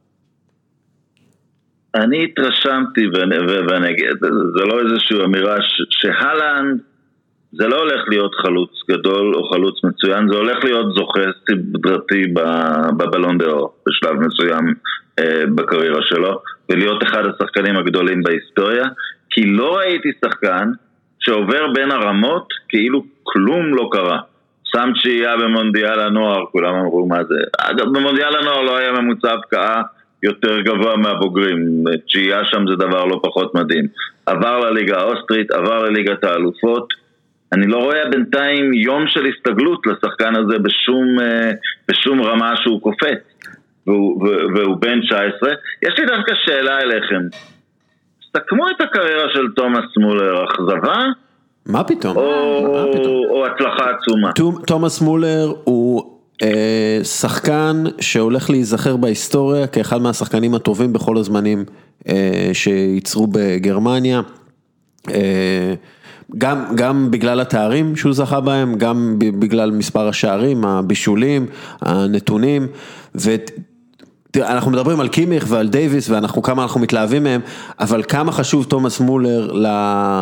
אני התרשמתי, ואני אגיד, זה לא איזושהי אמירה שהלנד, זה לא הולך להיות חלוץ גדול או חלוץ מצוין, זה הולך להיות זוכה סדרתי בבלון ד'אור בשלב מסוים אה, בקריירה שלו, ולהיות אחד השחקנים הגדולים בהיסטוריה, כי לא ראיתי שחקן שעובר בין הרמות כאילו כלום לא קרה. שם תשיעייה במונדיאל הנוער, כולם אמרו מה זה. אגב, במונדיאל הנוער לא היה ממוצע הבקעה יותר גבוה מהבוגרים. תשיעייה שם זה דבר לא פחות מדהים. עבר לליגה האוסטרית, עבר לליגת האלופות. אני לא רואה בינתיים יום של הסתגלות לשחקן הזה בשום, בשום רמה שהוא קופץ. והוא, והוא בן תשע עשרה. יש לי דווקא שאלה אליכם. סתכמו את הקריירה של תומאס מולר, אכזבה? מה פתאום? או, מה פתאום? או הצלחה עצומה. תומאס מולר הוא אה, שחקן שהולך להיזכר בהיסטוריה כאחד מהשחקנים הטובים בכל הזמנים אה, שייצרו בגרמניה. אה, גם, גם בגלל התארים שהוא זכה בהם, גם בגלל מספר השערים, הבישולים, הנתונים, ואנחנו מדברים על קימיך ועל דייביס, ואנחנו כמה אנחנו מתלהבים מהם, אבל כמה חשוב תומאס מולר ל...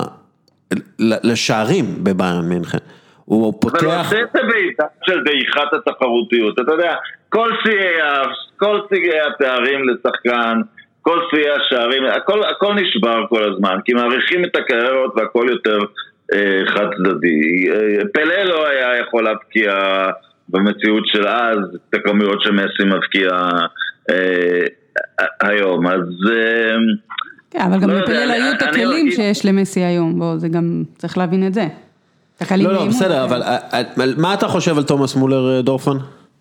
לשערים בביירן מינכן. הוא פותח... אבל הוא עושה את הבעיטה של דעיכת התחרותיות. אתה יודע, כל שיאי, כל שיאי התארים לשחקן, כל שיאי השערים, הכל, הכל נשבר כל הזמן, כי מעריכים את הקריירות והכל יותר אה, חד צדדי. אה, פלה לא היה יכול להבקיע במציאות של אז, את הכמויות שמסי מבקיע אה, היום. אז... אה, כן, אבל גם לפלל היו את הכלים שיש למסי היום, בואו, זה גם, צריך להבין את זה. לא, לא, בסדר, אבל מה אתה חושב על תומאס מולר, דורפן?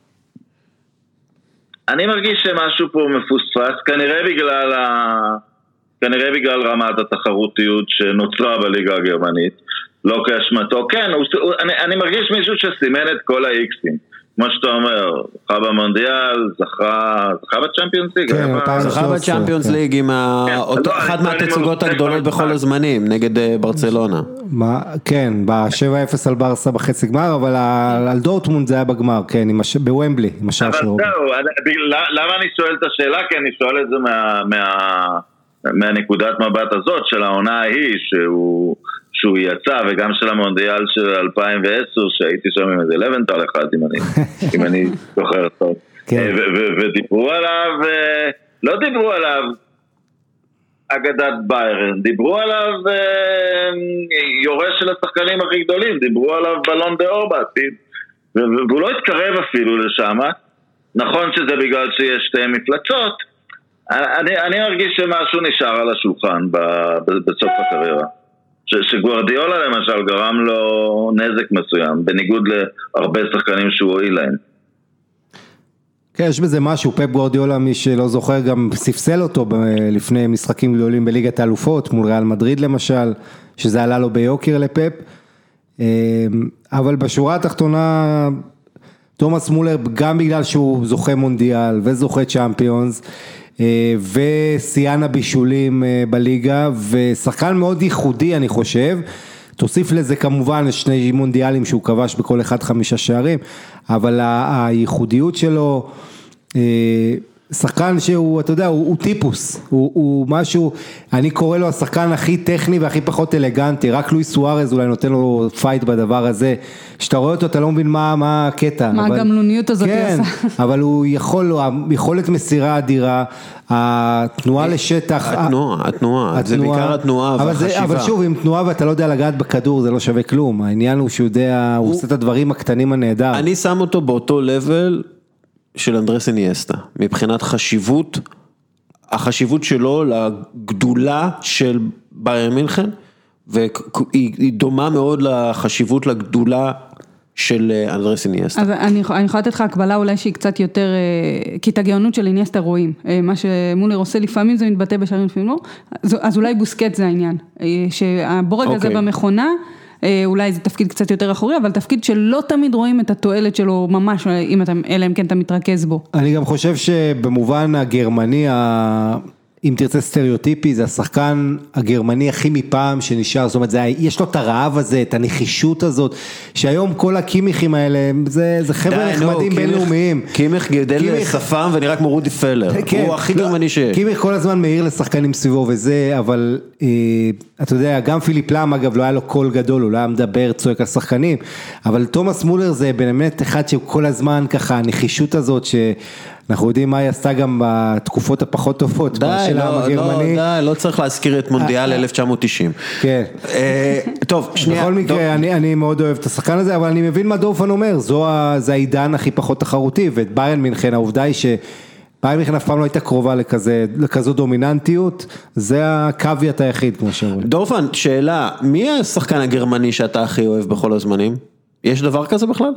אני מרגיש שמשהו פה מפוספס, כנראה בגלל ה... כנראה בגלל רמת התחרותיות שנוצרה בליגה הגרמנית, לא כאשמתו. כן, הוא... אני, אני מרגיש מישהו שסימן את כל האיקסים. כמו שאתה אומר, זכה במונדיאל, זכה, זכה בצ'מפיונס ליג. זכה בצ'מפיונס ליג עם אחת מהתצוגות הגדולות בכל הזמנים, נגד ברצלונה. כן, ב-שבע אפס על ברסה בחצי גמר, אבל על דורטמונד זה היה בגמר, כן, בוומבלי, עם השער של רובין. אבל זהו, למה אני שואל את השאלה? כי אני שואל את זה מהנקודת מבט הזאת, של העונה ההיא, שהוא... שהוא יצא, וגם של המונדיאל של אלפיים ועשר, שהייתי שם עם איזה לבנטל אחד, אם אני, אם אני זוכר טוב. ודיברו עליו, לא דיברו עליו אגדת ביירן, דיברו עליו יורש של השחקנים הכי גדולים, דיברו עליו בלון דה אור בעתיד, והוא לא התקרב אפילו לשם. נכון שזה בגלל שיש שתי מפלצות, אני, אני מרגיש שמשהו נשאר על השולחן בסוף הקריירה. שגוארדיולה למשל גרם לו נזק מסוים, בניגוד להרבה שחקנים שהוא הועיל להם. כן, יש בזה משהו, פפ גוארדיולה, מי שלא זוכר, גם ספסל אותו לפני משחקים גדולים בליגת האלופות, מול ריאל מדריד למשל, שזה עלה לו ביוקר לפפ, אבל בשורה התחתונה, תומאס מולר, גם בגלל שהוא זוכה מונדיאל וזוכה צ'אמפיונס, ושיאן הבישולים בליגה, ושחקן מאוד ייחודי אני חושב, תוסיף לזה כמובן שני מונדיאלים שהוא כבש בכל אחד חמישה שערים, אבל הייחודיות שלו, שחקן שהוא, אתה יודע, הוא, הוא טיפוס, הוא, הוא משהו, אני קורא לו השחקן הכי טכני והכי פחות אלגנטי, רק לואיס סוארז אולי נותן לו פייט בדבר הזה, שאתה רואה אותו, אתה לא מבין מה, מה הקטע. מה אבל, הגמלוניות הזאת כן, עושה. אבל הוא יכול, יכולת מסירה אדירה, התנועה לשטח. התנועה, התנועה, זה בעיקר התנועה והחשיבה. אבל שוב, עם תנועה ואתה לא יודע לגעת בכדור, זה לא שווה כלום, העניין הוא שהוא יודע, הוא עושה את הדברים הקטנים הנהדר. אני שם אותו באותו לבל, של אנדרס אינייסטה, מבחינת חשיבות, החשיבות שלו לגדולה של ביירן מינכן, והיא דומה מאוד לחשיבות לגדולה של אנדרס אינייסטה. אז אני, אני יכולה לתת לך הקבלה אולי שהיא קצת יותר, כי את הגאונות של אינייסטה רואים, מה שמולר עושה לפעמים זה מתבטא בשערים לפעמים לא, אז, אז אולי בוסקט זה העניין, שהבורג הזה במכונה, אולי זה תפקיד קצת יותר אחורי, אבל תפקיד שלא תמיד רואים את התועלת שלו ממש, אם אתה, אלא אם כן אתה מתרכז בו. אני גם חושב שבמובן הגרמני, אם תרצה סטריאוטיפי, זה השחקן הגרמני הכי מפעם שנשאר, זאת אומרת, זה, יש לו את הרעב הזה, את הנחישות הזאת, שהיום כל הקימיכים האלה, זה, זה חבר'ה נחמדים בינלאומיים. קימיך גדל לשפם ונראה כמו רודי פלר, כן, הוא הכי גרמני שיש. קימיך כל הזמן מהיר לשחקנים סביבו וזה, אבל אה, אתה יודע, גם פיליפ לאם אגב לא היה לו קול גדול, הוא לא היה מדבר, צועק על שחקנים, אבל תומאס מולר זה באמת אחד שכל הזמן ככה, הנחישות הזאת ש... אנחנו יודעים מה היא עשתה גם בתקופות הפחות טובות, די, לא, לא, די, לא צריך להזכיר את מונדיאל אלף תשע מאות תשעים. כן. טוב, שנייה. בכל מקרה, אני, אני מאוד אוהב את השחקן הזה, אבל אני מבין מה דורפן אומר, זו, זה העידן הכי פחות תחרותי, ואת ביירן מינכן, העובדה היא ש... ביירן מינכן אף פעם לא הייתה קרובה לכזה, לכזו דומיננטיות, זה הקוויית היחיד, כמו שאומרים. דורפן, שאלה, מי השחקן הגרמני שאתה הכי אוהב בכל הזמנים? יש דבר כזה בכלל?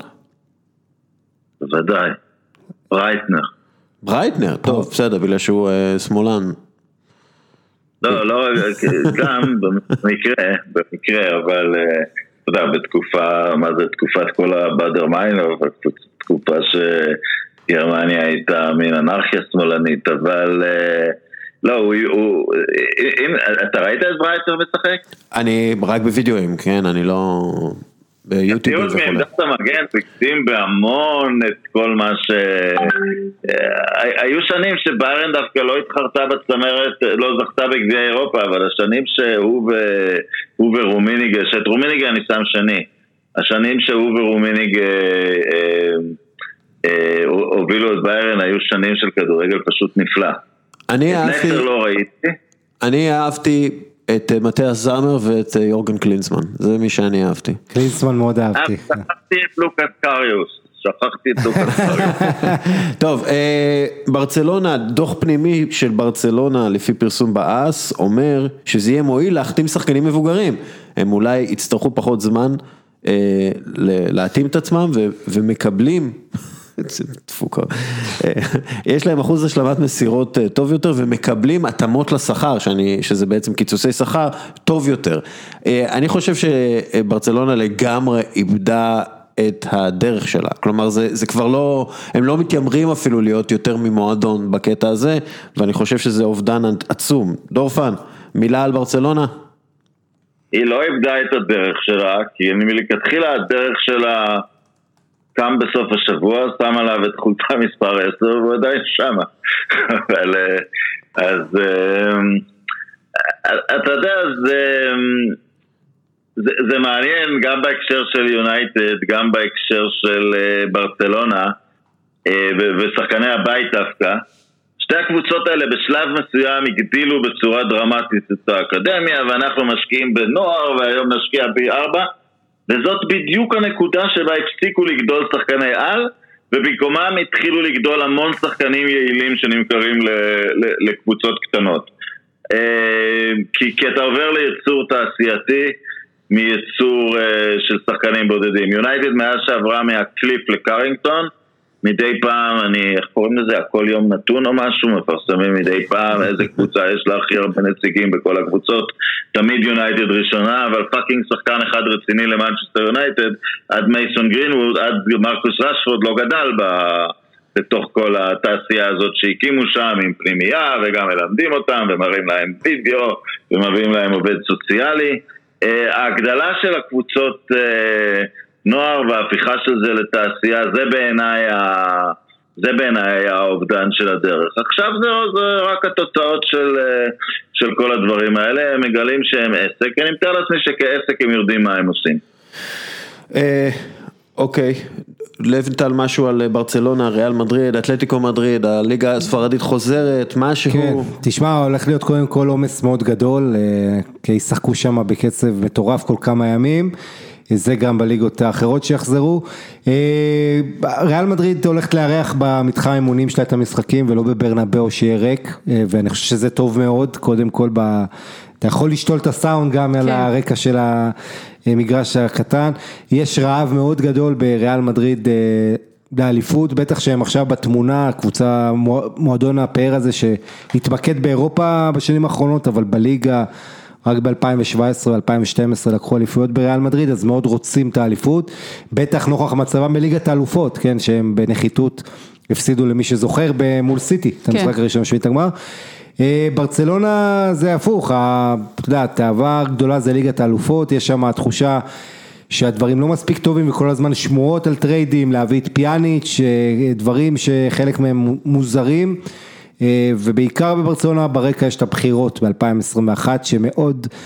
ודאי, ברייטנר. ברייטנר, טוב, בסדר, בגלל שהוא שמאלן. לא, לא, גם במקרה, במקרה, אבל אתה יודע, בתקופה, מה זה, תקופת כל הבאדר מיינר, תקופה שגרמניה הייתה מין אנרכיה שמאלנית, אבל לא, הוא, אתה ראית את ברייטנר משחק? אני רק בווידאוים, כן, אני לא... ביוטיוב וכו'. מעמדת המגן, פקדים בהמון את כל מה ש... היו שנים שביירן דווקא לא התחרתה בצמרת, לא זכתה בגביע אירופה, אבל השנים שהוא ורומיניג, שאת רומיניג אני שם שני, השנים שהוא ורומיניג הובילו את ביירן היו שנים של כדורגל פשוט נפלא. אני אהבתי... נקר לא ראיתי. אני אהבתי... את מטה זאמר ואת יורגן קלינסמן, זה מי שאני אהבתי. קלינסמן מאוד אהבתי. שכחתי את לוקאס קריוס, שכחתי את לוקאס קריוס. טוב, ברצלונה, דוח פנימי של ברצלונה לפי פרסום באס, אומר שזה יהיה מועיל להחתים שחקנים מבוגרים. הם אולי יצטרכו פחות זמן להתאים את עצמם ומקבלים... תפוקה. יש להם אחוז השלמת מסירות טוב יותר ומקבלים התאמות לשכר, שאני, שזה בעצם קיצוצי שכר טוב יותר. אני חושב שברצלונה לגמרי איבדה את הדרך שלה, כלומר זה, זה כבר לא, הם לא מתיימרים אפילו להיות יותר ממועדון בקטע הזה, ואני חושב שזה אובדן עצום. דורפן, מילה על ברצלונה? היא לא איבדה את הדרך שלה, כי אני מלכתחילה הדרך שלה קם בסוף השבוע, שם עליו את חולצה מספר עשר, והוא עדיין שמה. אבל, אז, אתה יודע, זה, זה, זה מעניין גם בהקשר של יונייטד, גם בהקשר של ברצלונה, ושחקני הבית דווקא. שתי הקבוצות האלה בשלב מסוים הגדילו בצורה דרמטית את האקדמיה, ואנחנו משקיעים בנוער, והיום נשקיע בי ארבע, וזאת בדיוק הנקודה שבה הפסיקו לגדול שחקני על, ובמקומם התחילו לגדול המון שחקנים יעילים שנמכרים לקבוצות קטנות. כי, כי אתה עובר ליצור תעשייתי מיצור של שחקנים בודדים. יונייטד מאז שעברה מהקליף לקרינגטון, מדי פעם, אני, איך קוראים לזה, הכל יום נתון או משהו, מפרסמים מדי פעם איזה קבוצה יש לה הכי הרבה נציגים בכל הקבוצות, תמיד יונייטד ראשונה, אבל פאקינג שחקן אחד רציני למנצ'סטר יונייטד, עד מייסון גרינווד, עד מרקוס רשפורד לא גדל ב... בתוך כל התעשייה הזאת שהקימו שם עם פנימייה, וגם מלמדים אותם, ומראים להם וידאו, ומביאים להם עובד סוציאלי. ההגדלה של הקבוצות נוער וההפיכה של זה לתעשייה, זה בעיניי זה בעיניי האובדן של הדרך. עכשיו זה, זה רק התוצאות של, של כל הדברים האלה, הם מגלים שהם עסק, אני מתאר לעצמי שכעסק הם יודעים מה הם עושים. אוקיי, לבנטל משהו על ברצלונה, ריאל מדריד, אתלטיקו מדריד, הליגה הספרדית חוזרת, משהו. כן, תשמע, הולך להיות קודם כל עומס מאוד גדול, כי ישחקו שם בקצב מטורף כל כמה ימים, זה גם בליגות האחרות שיחזרו. ריאל מדריד הולכת לארח במתחם אימונים שלה את המשחקים, ולא בברנבאו שיהיה ריק, ואני חושב שזה טוב מאוד, קודם כל, ב... אתה יכול לשתול את הסאונד גם כן. על הרקע של המגרש הקטן. יש רעב מאוד גדול בריאל מדריד לאליפות, בטח שהם עכשיו בתמונה, קבוצה, מועדון הפאר הזה שהתמקד באירופה בשנים האחרונות, אבל בליגה רק ב-אלפיים שבע עשרה ו-אלפיים שתים עשרה לקחו אליפויות בריאל מדריד, אז מאוד רוצים את האליפות, בטח נוכח מצבם בליגת האלופות, כן, שהם בנחיתות הפסידו למי שזוכר במול סיטי, את המשחק הראשון שמית הגמר. ברצלונה זה הפוך, אתה יודע, התאווה הגדולה זה ליגת האלופות, יש שם התחושה שהדברים לא מספיק טובים וכל הזמן שמועות על טריידים, להביא את פיאניץ', דברים שחלק מהם מוזרים, ובעיקר בברצלונה ברקע יש את הבחירות ב-אלפיים עשרים ואחת שמאוד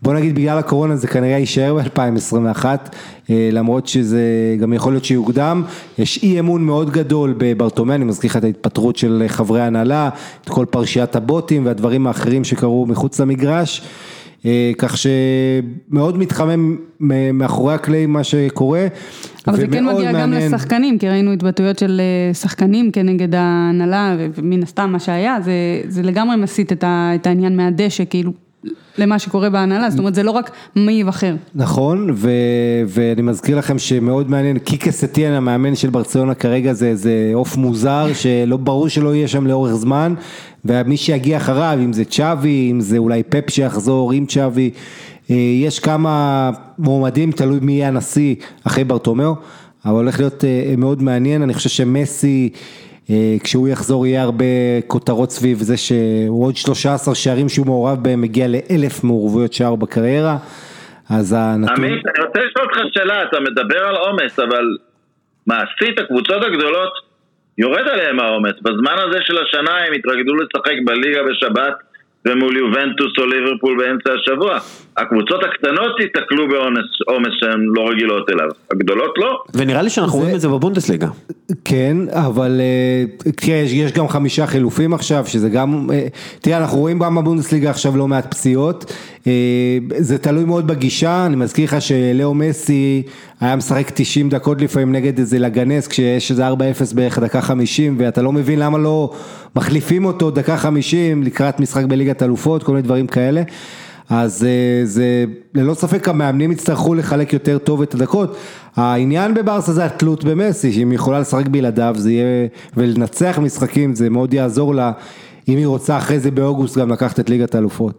בוא נגיד בגלל הקורונה זה כנראה יישאר ב-אלפיים עשרים ואחת, למרות שזה גם יכול להיות שיוקדם, יש אי אמון מאוד גדול בברטומאו, אני מזכיר לך את ההתפטרות של חברי ההנהלה, את כל פרשיית הבוטים והדברים האחרים שקרו מחוץ למגרש, כך שמאוד מתחמם מאחורי הקלעים מה שקורה. אבל זה כן מגיע גם לשחקנים, כי ראינו התבטאויות של שחקנים כנגד ההנהלה, ומן הסתם מה שהיה, זה, זה לגמרי מסית את, ה, את העניין מהדשא, כאילו, למה שקורה בהנהלה, זאת אומרת, זה לא רק מי יבחר. נכון, ו, ואני מזכיר לכם שמאוד מעניין, קיקה סטיאן, המאמן של ברצלונה כרגע, זה, זה אוף מוזר, שלא ברור שלא יהיה שם לאורך זמן, ומי שיגיע אחריו, אם זה צ'אבי, אם זה אולי פפ שיחזור, עם צ'אבי, יש כמה מועמדים, תלוי מי יהיה הנשיא אחרי ברטומאו, אבל הולך להיות מאוד מעניין, אני חושב שמסי, כשהוא יחזור יהיה הרבה כותרות סביב זה שהוא עוד שלושה עשר שערים שהוא מעורב בהם, מגיע לאלף מעורבויות שער בקריירה, אז הנתון... עמית, אני רוצה לשאול אותך שאלה, אתה מדבר על עומס, אבל מעשית הקבוצות הגדולות יורד עליהם העומס, בזמן הזה של השנה הם התרגלו לשחק בליגה בשבת, ומול יובנטוס או ליברפול באמצע השבוע. הקבוצות הקטנות יתקלו בעומס שהן לא רגילות אליו. הגדולות לא. ונראה לי שאנחנו רואים את זה בבונדסליגה. כן, אבל תראה, יש גם חמישה חילופים עכשיו, שזה גם, תראה, אנחנו רואים גם בבונדסליגה עכשיו לא מעט פציעות, זה תלוי מאוד בגישה, אני מזכיר לך שלאו מסי היה משחק תשעים דקות לפעמים נגד איזה לגנס, כשיש איזה ארבע אפס בערך דקה חמישים, ואתה לא מבין למה לא מחליפים אותו דקה חמישים לקראת משחק בליגת אלופות, כל מיני דברים כאלה, אז זה ללא ספק המאמנים יצטרכו לחלק יותר טוב את הדקות. העניין בברסה זה התלות במסי, שאם היא יכולה לשחק בלעדיו זה יהיה, ולנצח משחקים זה מאוד יעזור לה, אם היא רוצה אחרי זה באוגוסט גם לקחת את ליגת האלופות.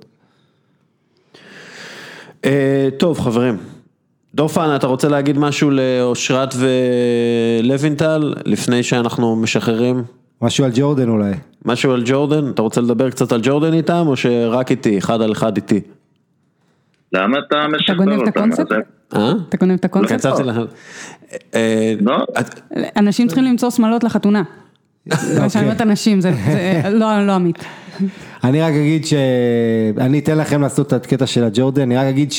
טוב חברים, דורפן, אתה רוצה להגיד משהו לאושרת ולוינטל לפני שאנחנו משחררים? משהו על ג'ורדן אולי. משהו על ג'ורדן? אתה רוצה לדבר קצת על ג'ורדן איתם או שרק איתי, אחד על אחד איתי? למה אתה משחרר אותם? אתה גונב את הקונספט? אה? אתה גונב את הקונספט? לא. אנשים צריכים למצוא שמלות לחתונה. מה שאני אומרת אנשים, זה לא אמיתי. אני רק אגיד ש... אני אתן לכם לעשות את הקטע של הג'ורדן, אני רק אגיד ש...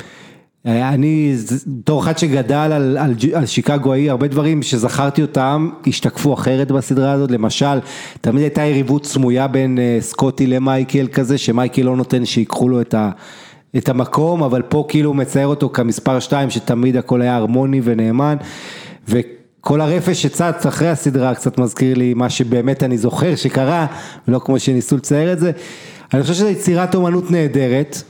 אני, תור אחד שגדל על, על, על שיקגו ההיא, הרבה דברים שזכרתי אותם, השתקפו אחרת בסדרה הזאת, למשל, תמיד הייתה יריבות סמויה בין סקוטי למייקל כזה, שמייקל לא נותן שיקחו לו את, ה, את המקום, אבל פה כאילו הוא מצייר אותו כמספר שתיים, שתמיד הכל היה הרמוני ונאמן, וכל הרפש שצץ אחרי הסדרה, קצת מזכיר לי מה שבאמת אני זוכר שקרה, ולא כמו שניסו לצייר את זה, אני חושב שזו יצירת אומנות נהדרת,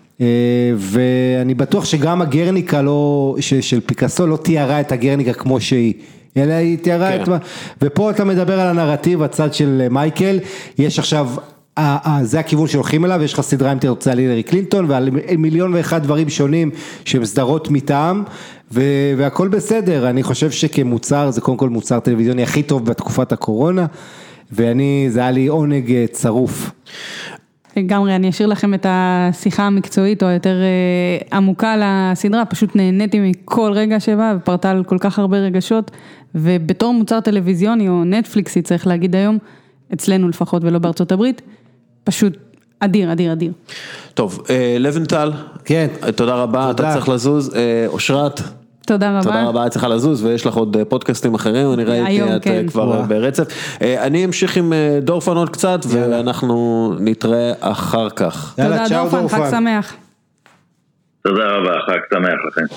ואני בטוח שגם הגרניקה לא, של פיקאסו לא תיארה את הגרניקה כמו שהיא, אלא היא תיארה כן. את מה, ופה אתה מדבר על הנרטיב, הצד של מייקל, יש עכשיו, זה הכיוון שהולכים אליו, יש לך סדרה אם תרצה על הילרי קלינטון, ועל מיליון ואחד דברים שונים, שהם סדרות מטעם, והכל בסדר, אני חושב שכמוצר, זה קודם כל מוצר טלוויזיוני הכי טוב בתקופת הקורונה, ואני, זה היה לי עונג צרוף. לגמרי, אני אשאיר לכם את השיחה המקצועית או יותר עמוקה לסדרה, פשוט נהניתי מכל רגע שבא ופרטה על כל כך הרבה רגשות, ובתור מוצר טלוויזיוני או נטפליקסי צריך להגיד היום, אצלנו לפחות ולא בארצות הברית, פשוט אדיר, אדיר, אדיר. טוב, לוינטל, כן. תודה רבה, אתה צריך לזוז, אושרת. תודה רבה. תודה רבה, צריכה לזוז, ויש לך עוד פודקאסטים אחרים, אני ראיתי את כבר ברצף. אני אמשיך עם דורפן עוד קצת, ואנחנו נתראה אחר כך. תודה דורפן, חג שמח. תודה רבה, חג שמח לכם.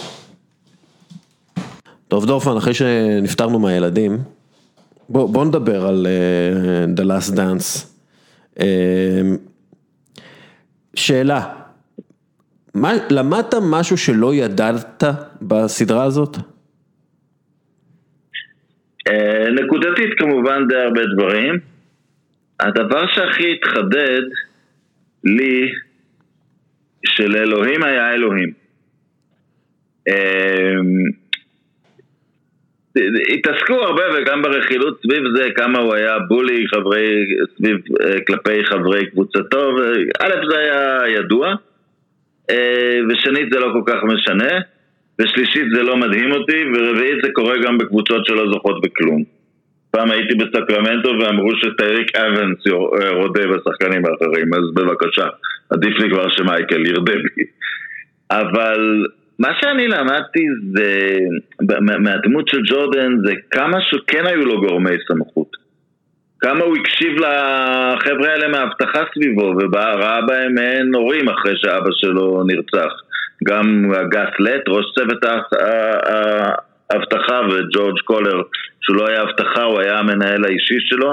טוב דורפן, אחרי שנפטרנו מהילדים, בוא נדבר על The Last Dance. שאלה. מה, למדת משהו שלא ידעת בסדרה הזאת? נקודתית כמובן די הרבה דברים. הדבר שהכי התחדד לי, שלאלוהים היה אלוהים. התעסקו הרבה וגם ברכילות סביב זה, כמה הוא היה בולי חברי, סביב, כלפי חברי קבוצתו, א' זה היה ידוע, ושנית זה לא כל כך משנה, ושלישית זה לא מדהים אותי, ורביעית זה קורה גם בקבוצות שלא זוכות בכלום. פעם הייתי בסקרמנטו ואמרו שטייריק אבנס רודה בשחקנים האחרים, אז בבקשה, עדיף לי כבר שמייקל ירדה בי. אבל מה שאני למדתי זה, מהדמות של ג'ורדן, זה כמה שכן היו לו גורמי סמכות. כמה הוא הקשיב לחבר'ה האלה מההבטחה סביבו, וראה בהם מעין הורים אחרי שאבא שלו נרצח. גם גס לט, ראש צוות ההבטחה, וג'ורג' קולר, שהוא לא היה הבטחה, הוא היה המנהל האישי שלו.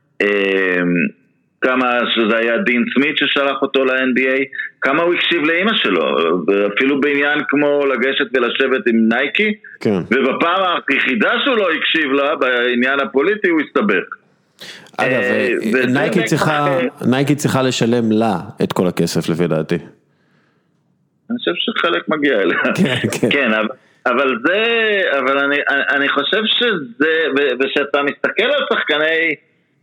כמה שזה היה דין סמית ששלח אותו ל-אן בי איי, כמה הוא הקשיב לאמא שלו, אפילו בעניין כמו לגשת ולשבת עם נייקי, כן. ובפעם היחידה שהוא לא הקשיב לה, בעניין הפוליטי הוא הסתבך. אגב, נייקי צריכה, נייקי צריכה לשלם לה את כל הכסף לפי דעתי. אני חושב שחלק מגיע אליה. כן, כן. כן, אבל זה, אבל אני, אני חושב שזה, ושאתה מסתכל על שחקני,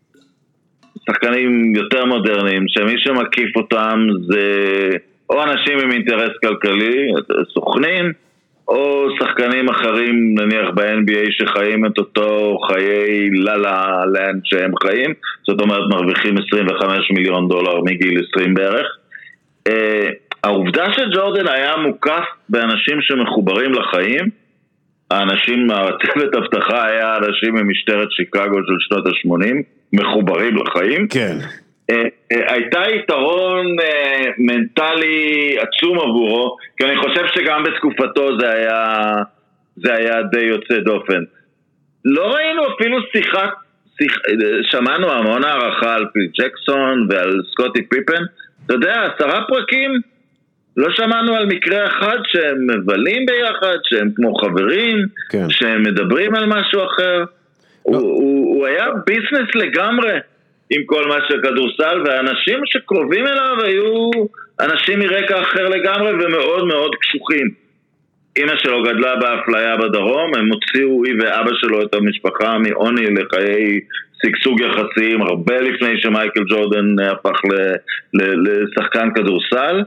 שחקנים יותר מודרניים, שמי שמקיף אותם זה או אנשים עם אינטרס כלכלי, סוכנים, או שחקנים אחרים, נניח ב-אן בי איי שחיים את אותו חיי ללה לאן שהם חיים, זאת אומרת מרוויחים עשרים וחמישה מיליון דולר מגיל עשרים בערך. העובדה שג'ורדן היה מוקף באנשים שמחוברים לחיים, האנשים מהצוות הבטחה היה אנשים ממשטרת שיקגו של שנות ה-שמונים, מחוברים לחיים. כן. הייתה יתרון מנטלי עצום עבורו, כי אני חושב שגם בתקופתו זה היה, זה היה די יוצא דופן. לא ראינו אפילו שיחה, שיח, שמענו המון הערכה על פיל ג'קסון ועל סקוטי פיפן, אתה יודע, עשרה פרקים, לא שמענו על מקרה אחד שהם מבלים ביחד, שהם כמו חברים, כן. שהם מדברים על משהו אחר. הוא, הוא, הוא היה ביזנס לגמרי עם כל מה שכדורסל, והאנשים שקרובים אליו היו אנשים מרקע אחר לגמרי ומאוד מאוד קשוחים. אמא שלו גדלה באפליה בדרום, הם הוציאו, היא ואבא שלו את המשפחה מעוני לחיי סגסוג יחסיים, הרבה לפני שמייקל ג'ורדן הפך ל, ל, לשחקן כדורסל.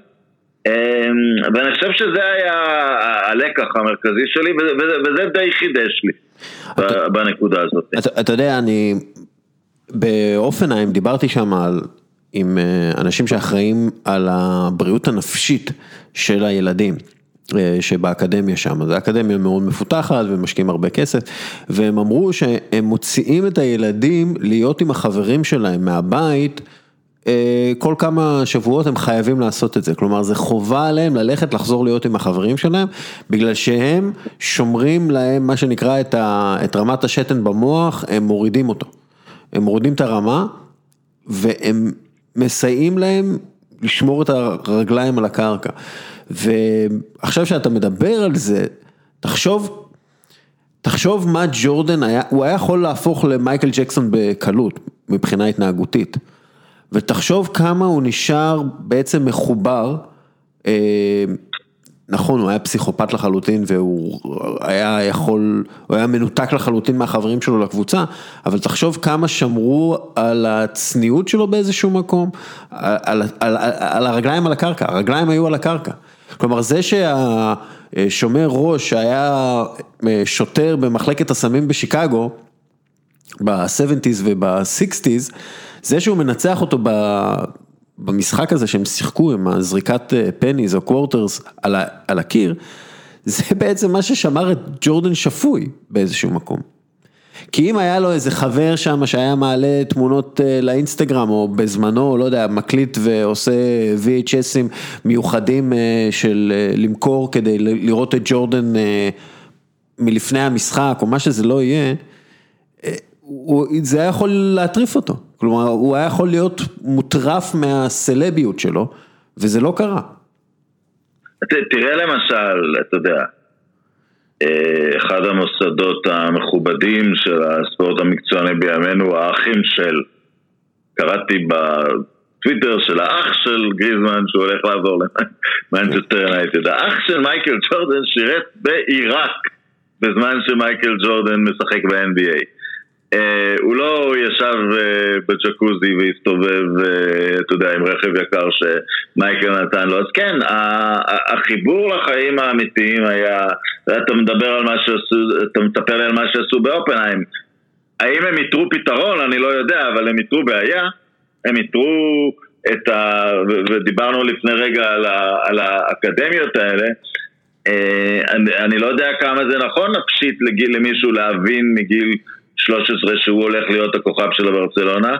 ואני חושב שזה היה הלקח המרכזי שלי, וזה, וזה די חידש לי אתה, בנקודה הזאת. אתה, אתה יודע, אני באופנהיים דיברתי שם על, עם אנשים שאחראים על הבריאות הנפשית של הילדים שבאקדמיה שם, זו אקדמיה מאוד מפותחת ומשקיעים הרבה כסף, והם אמרו שהם מוציאים את הילדים להיות עם החברים שלהם מהבית, כל כמה שבועות הם חייבים לעשות את זה, כלומר זה חובה עליהם ללכת לחזור להיות עם החברים שלהם, בגלל שהם שומרים להם מה שנקרא את, ה, את רמת השתן במוח, הם מורידים אותו, הם מורידים את הרמה, והם מסייעים להם לשמור את הרגליים על הקרקע, ועכשיו שאתה מדבר על זה, תחשוב, תחשוב מה ג'ורדן היה, הוא היה יכול להפוך למייקל ג'קסון בקלות, מבחינה התנהגותית, ותחשוב כמה הוא נשאר בעצם מחובר, אה, נכון, הוא היה פסיכופת לחלוטין, והוא היה יכול, הוא היה מנותק לחלוטין מהחברים שלו לקבוצה, אבל תחשוב כמה שמרו על הצניעות שלו באיזשהו מקום, על, על, על, על הרגליים על הקרקע, הרגליים היו על הקרקע. כלומר, זה שהשומר ראש שהיה שוטר במחלקת הסמים בשיקגו, ב-שבעים וב-שישים, זה שהוא מנצח אותו במשחק הזה שהם שיחקו עם הזריקת פניז או קוורטרס על, על הקיר, זה בעצם מה ששמר את ג'ורדן שפוי באיזשהו מקום. כי אם היה לו איזה חבר שם שהיה מעלה תמונות לאינסטגרם או בזמנו, לא יודע, מקליט ועושה וי אייץ' אסים מיוחדים של למכור כדי לראות את ג'ורדן מלפני המשחק או מה שזה לא יהיה, זה היה יכול להטריף אותו. כלומר, הוא היה יכול להיות מוטרף מהסלביות שלו, וזה לא קרה. תראה למשל, אתה יודע, אחד המוסדות המכובדים של הספורט המקצועני בימינו, האחים של, קראתי בטוויטר של האח של גריזמן, שהוא הולך לעבור למנצ'סטר יונייטד, האח של מייקל ג'ורדן שירת בעיראק, בזמן שמייקל ג'ורדן משחק ב-אן בי איי. הוא לא ישב בג'קוזי והסתובב, אתה יודע, עם רכב יקר שמייקל נתן לו. אז כן, החיבור לחיים האמיתיים היה, אתה מדבר על מה שעשו, אתה מטפל על מה שעשו באופנהיים. האם הם יתרו פתרון? אני לא יודע, אבל הם יתרו בעיה. הם יתרו את ה... ודיברנו לפני רגע על, ה... על האקדמיות האלה, אני, אני לא יודע כמה זה נכון נפשית לגיל, למישהו להבין מגיל שלוש עשרה שהוא הולך להיות הכוכב של הברצלונה,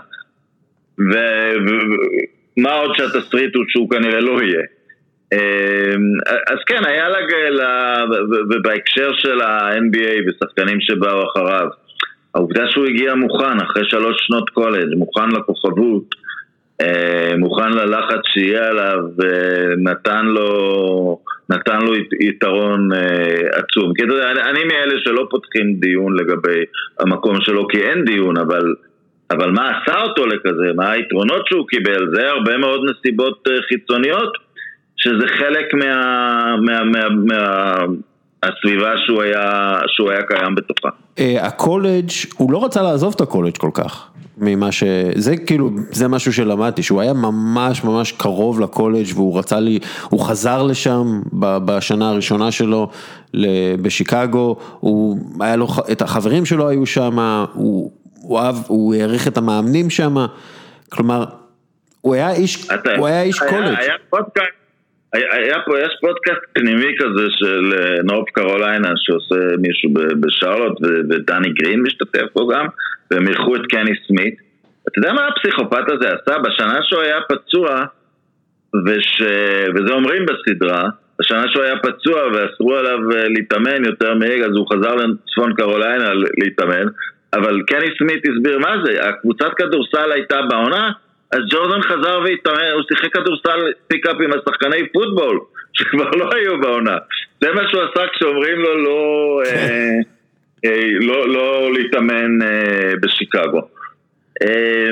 ומה עוד שהתסריט הוא שהוא כנראה לא יהיה. אז כן, היה לה, ובהקשר של ה-אן בי איי ושחקנים שבאו אחריו, העובדה שהוא הגיע מוכן אחרי שלוש שנות קולג', מוכן לכוכבות, מוכן ללחץ שיהיה עליו, ונתן לו נתן לו יתרון עצום. כי אני מאלה שלא פותחים דיון לגבי המקום שלו, כי אין דיון, אבל אבל מה עשה אותו לכזה, מה היתרונות שהוא קיבל, זה הרבה מאוד נסיבות חיצוניות, שזה חלק מה, מה, מה, מה, הסביבה שהוא היה, שהוא היה קיים בתוכה. הקולג' הוא לא רצה לעזוב את הקולג' כל כך, ממה ש... זה כאילו, זה משהו שלמדתי, שהוא היה ממש ממש קרוב לקולג' והוא רצה לי, הוא חזר לשם בשנה הראשונה שלו בשיקגו, הוא היה לו, את החברים שלו היו שם, הוא, הוא אהב, הוא העריך את המאמנים שם, כלומר, הוא היה איש, הוא היה איש קולג'. היה פודקאסט, היה פה, יש פודקאסט פנימי כזה של נורף קרוליינה שעושה מישהו בשרלוט, ודני גרין משתתף פה גם, והם אירחו את קני סמית. אתה יודע מה הפסיכופת הזה עשה? בשנה שהוא היה פצוע, וש... וזה אומרים בסדרה, בשנה שהוא היה פצוע ואסרו עליו להתאמן יותר מהיג, אז הוא חזר לצפון קרוליינה להתאמן, אבל קני סמית הסביר מה זה, הקבוצת כדורסל הייתה בעונה, אז ג'ורדן חזר והתאמן, הוא שיחק כדורסל פיקאפ עם השחקני פוטבול, שכבר לא היו בעונה. זה מה שהוא עשה כשאומרים לו לא, אה, אה, לא, לא להתאמן אה, בשיקגו. אה,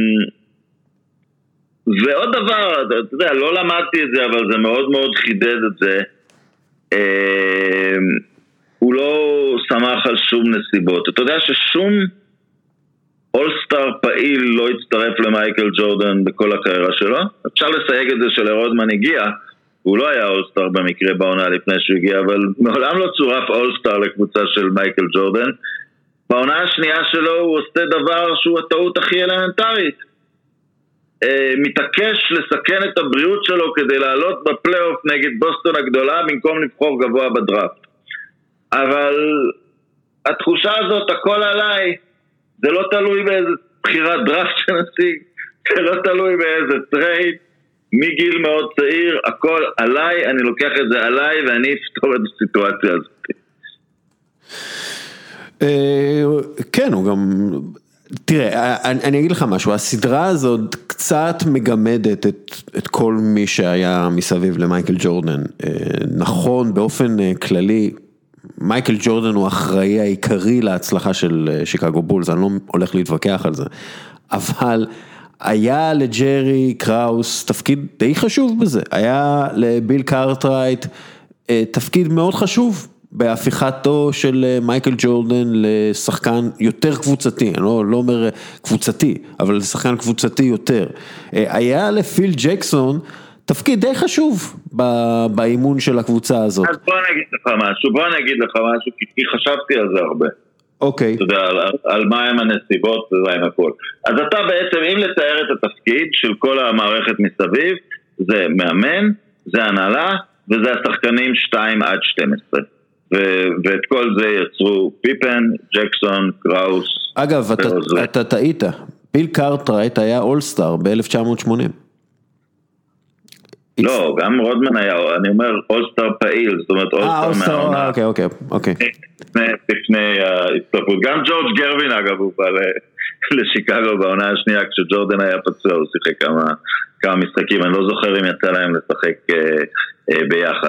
ועוד דבר, אתה יודע, לא למדתי את זה, אבל זה מאוד מאוד חידד את זה. אה, הוא לא שמח על שום נסיבות. אתה יודע ששום אולסטאר פעיל לא הצטרף למייקל ג'ורדן בכל הקריירה שלו. אפשר לסייג את זה שלרודמן הגיע, הוא לא היה אולסטאר במקרה בעונה לפני שהוא הגיע, אבל מעולם לא צורף אולסטאר לקבוצה של מייקל ג'ורדן. בעונה השנייה שלו הוא עושה דבר שהוא הטעות הכי אלמנטרית. מתעקש לסכן את הבריאות שלו כדי לעלות בפלייאוף נגד בוסטון הגדולה במקום לבחור גבוה בדראפט. אבל התחושה הזאת, הכל עליי, זה לא תלוי באיזה בחירת דראפט שנשיג, זה לא תלוי באיזה טרייד, מגיל מאוד צעיר, הכל עליי, אני לוקח את זה עליי ואני אפתור את הסיטואציה הזאת. כן, הוא גם... תראה, אני אגיד לך משהו, הסדרה הזאת קצת מגמדת את, את כל מי שהיה מסביב למייקל ג'ורדן. נכון, באופן כללי, מייקל ג'ורדן הוא האחראי העיקרי להצלחה של שיקגו בולס, אני לא הולך להתווכח על זה, אבל היה לג'רי קראוס תפקיד די חשוב בזה, היה לביל קארטרייט תפקיד מאוד חשוב, בהפיכתו של מייקל ג'ורדן לשחקן יותר קבוצתי, אני לא, לא אומר קבוצתי, אבל לשחקן קבוצתי יותר. היה לפיל ג'קסון תפקיד די חשוב באימון של הקבוצה הזאת. אז בוא נגיד לך משהו, בוא נגיד לך משהו, כי חשבתי על זה הרבה. אוקיי. אתה יודע, על, על מה הם הנסיבות וזה עם הכל. אז אתה בעצם, אם לתאר את התפקיד של כל המערכת מסביב, זה מאמן, זה הנהלה, וזה השחקנים שתיים עד שתים עשרה. ואת כל זה יצרו פיפן, ג'קסון, קראוס. אגב, אתה, אתה טעית, ביל קארטרייט היה אולסטאר ב-אלף תשע מאות שמונים. לא, גם רודמן היה, אני אומר אולסטאר פעיל, זאת אומרת אולסטאר מהעונה. אוקיי, אוקיי, אוקיי. לפני ההצטרפות. גם ג'ורג' גרווין אגב הוא בא לשיקגו בעונה השנייה, כשג'ורדן היה פצוע, הוא שיחק כמה, כמה משחקים, אני לא זוכר אם יצא להם לשחק ביחד.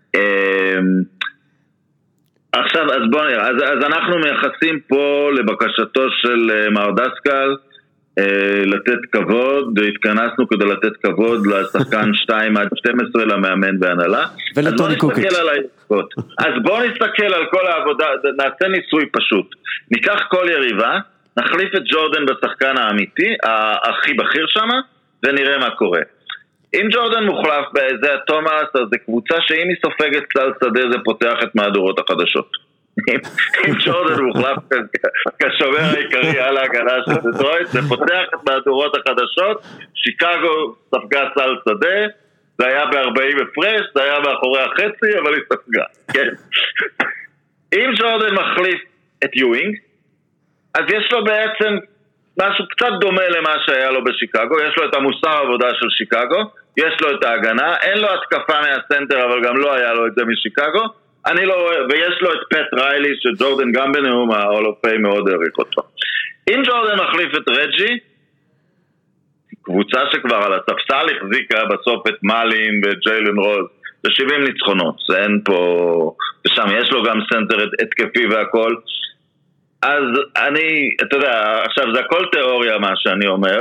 עכשיו, אז בוא נראה, אז, אז אנחנו מייחסים פה לבקשתו של מר דסקל אה, לתת כבוד, התכנסנו כדי לתת כבוד לשחקן שתיים עד שתים עשרה למאמן בהנהלה. ולטוני קוקיץ'. אז בוא נסתכל על כל העבודה, נעשה ניסוי פשוט. ניקח כל יריבה, נחליף את ג'ורדן בשחקן האמיתי, הכי בכיר שם, ונראה מה קורה. אם ג'ורדן מוחלף באיזה תומאס, אז זה קבוצה שאם היא סופגת כלל שדה, זה פותח את מהדורות החדשות. אם ג'ורדן מוחלף כשומר העיקרי על ההגנה של דטרויט, זה פותח את מהדורות החדשות, שיקגו ספגה סל שדה, זה היה ב-ארבעים הפרש, זה היה מאחורי החצי, אבל היא ספגה, כן. אם ג'ורדן מחליף את יואינג, אז יש לו בעצם משהו קצת דומה למה שהיה לו בשיקגו, יש לו את המוסר העבודה של שיקגו, יש לו את ההגנה, אין לו התקפה מהסנטר, אבל גם לא היה לו את זה משיקגו, אני לא, ויש לו את פט ריילי, שג'ורדן גם בנאום ה-Hall of Fame מאוד העריך אותו. אם ג'ורדן מחליף את רג'י, קבוצה שכבר על הספסל החזיקה בסוף את מלין וג'יילן רוז, ב-שבעים ניצחונות, זה אין פה, ושם יש לו גם סנטר התקפי והכל, אז אני, אתה יודע, עכשיו זה הכל תיאוריה מה שאני אומר,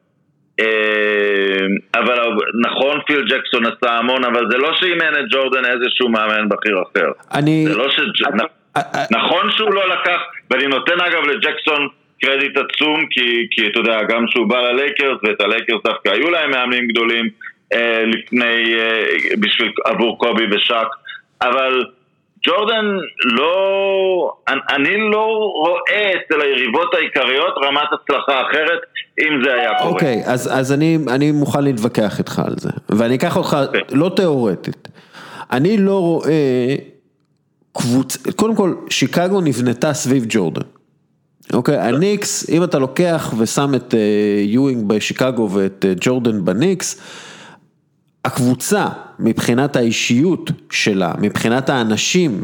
אבל נכון פיל ג'קסון עשה המון, אבל זה לא שאימן את ג'ורדן איזשהו מאמן בכיר אחר. אני... זה לא ש... נכון שהוא לא לקח, ואני נותן אגב לג'קסון קרדיט עצום, כי, כי אתה יודע, גם שהוא בא ללייקרס, ואת הלייקרס דווקא היו להם מאמנים גדולים לפני, בשביל עבור קובי ושק, אבל ג'ורדן לא, אני לא רואה אצל היריבות העיקריות רמת הצלחה אחרת, אם זה היה קורה. אוקיי, אז, אז אני, אני מוכן להתווכח איתך על זה, ואני אקח אותך, לא תיאורטית, אני לא רואה קבוצה, קודם כל, שיקגו נבנתה סביב ג'ורדן, אוקיי, הניקס, אם אתה לוקח ושם את יואינג בשיקגו ואת ג'ורדן בניקס, הקבוצה, מבחינת האישיות שלה, מבחינת האנשים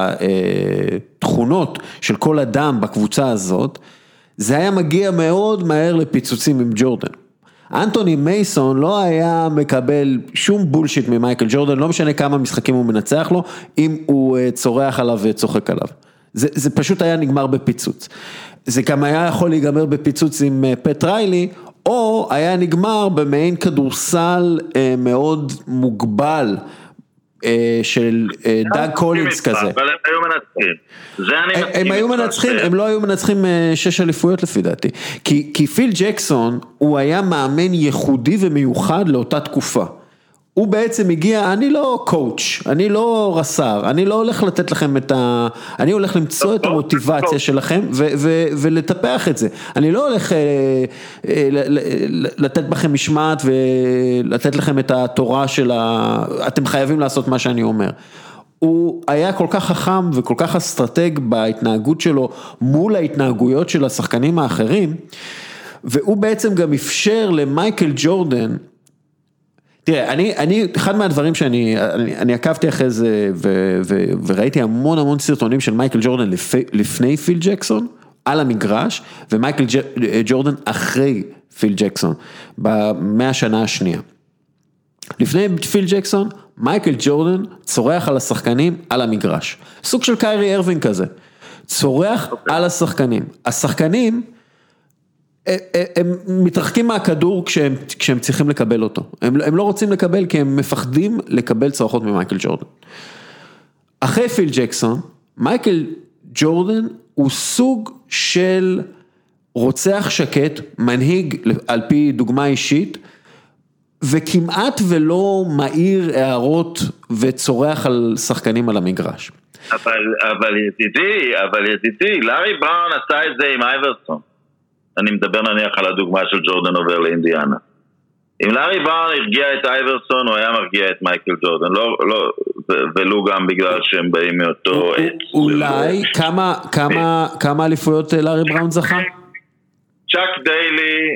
והתכונות של כל אדם בקבוצה הזאת, זה היה מגיע מאוד מהר לפיצוצים עם ג'ורדן. אנטוני מייסון לא היה מקבל שום בולשיט ממייקל ג'ורדן, לא משנה כמה משחקים הוא מנצח לו, אם הוא צורח עליו וצוחק עליו. זה, זה פשוט היה נגמר בפיצוץ. זה גם היה יכול להיגמר בפיצוץ עם פט ריילי, או היה נגמר במעין כדורסל אה, מאוד מוגבל אה, של אה, דאג קולינס כזה. אבל הם היו מנצחים. זה אני הם, הם היו מנצחים, הם לא היו מנצחים אה, שש אליפויות לפי דעתי. כי, כי פיל ג'קסון הוא היה מאמן ייחודי ומיוחד לאותה תקופה. הוא בעצם הגיע, אני לא קואוץ', אני לא רס"ר, אני לא הולך לתת לכם את ה... אני הולך למצוא את המוטיבציה שלכם ו- ו- ולטפח את זה. אני לא הולך אה, אה, לתת בכם משמעת ולתת לכם את התורה של ה... אתם חייבים לעשות מה שאני אומר. הוא היה כל כך חכם וכל כך אסטרטג בהתנהגות שלו מול ההתנהגויות של השחקנים האחרים, והוא בעצם גם אפשר למייקל ג'ורדן, תראה, אני, אני, אחד מהדברים שאני, אני, אני עקבתי אחרי זה, ו, ו, וראיתי המון המון סרטונים של מייקל ג'ורדן לפ, לפני פיל ג'קסון, על המגרש, ומייקל ג'ורדן אחרי פיל ג'קסון, במאה השנה השנייה. לפני פיל ג'קסון, מייקל ג'ורדן צורח על השחקנים על המגרש. סוג של קיירי ארווין כזה. צורח על השחקנים. השחקנים, הם מתרחקים מהכדור כשהם, כשהם צריכים לקבל אותו. הם, הם לא רוצים לקבל כי הם מפחדים לקבל צרחות ממייקל ג'ורדן. אחרי פיל ג'קסון, מייקל ג'ורדן הוא סוג של רוצח שקט, מנהיג על פי דוגמה אישית, וכמעט ולא מעיר הערות וצורח על שחקנים על המגרש. אבל, אבל ידידי, אבל ידידי, לארי בראון עשה את זה עם אייברסון. אני מדבר נניח על הדוגמה של ג'ורדן עובר לאינדיאנה. אם לארי בראון הרגיע את אייברסון, הוא היה מרגיע את מייקל ג'ורדן, לא, לא, ולו גם בגלל שהם באים מאותו... אולי, כמה, כמה, כמה אליפויות לארי בראון זכה? צ'אק דיילי,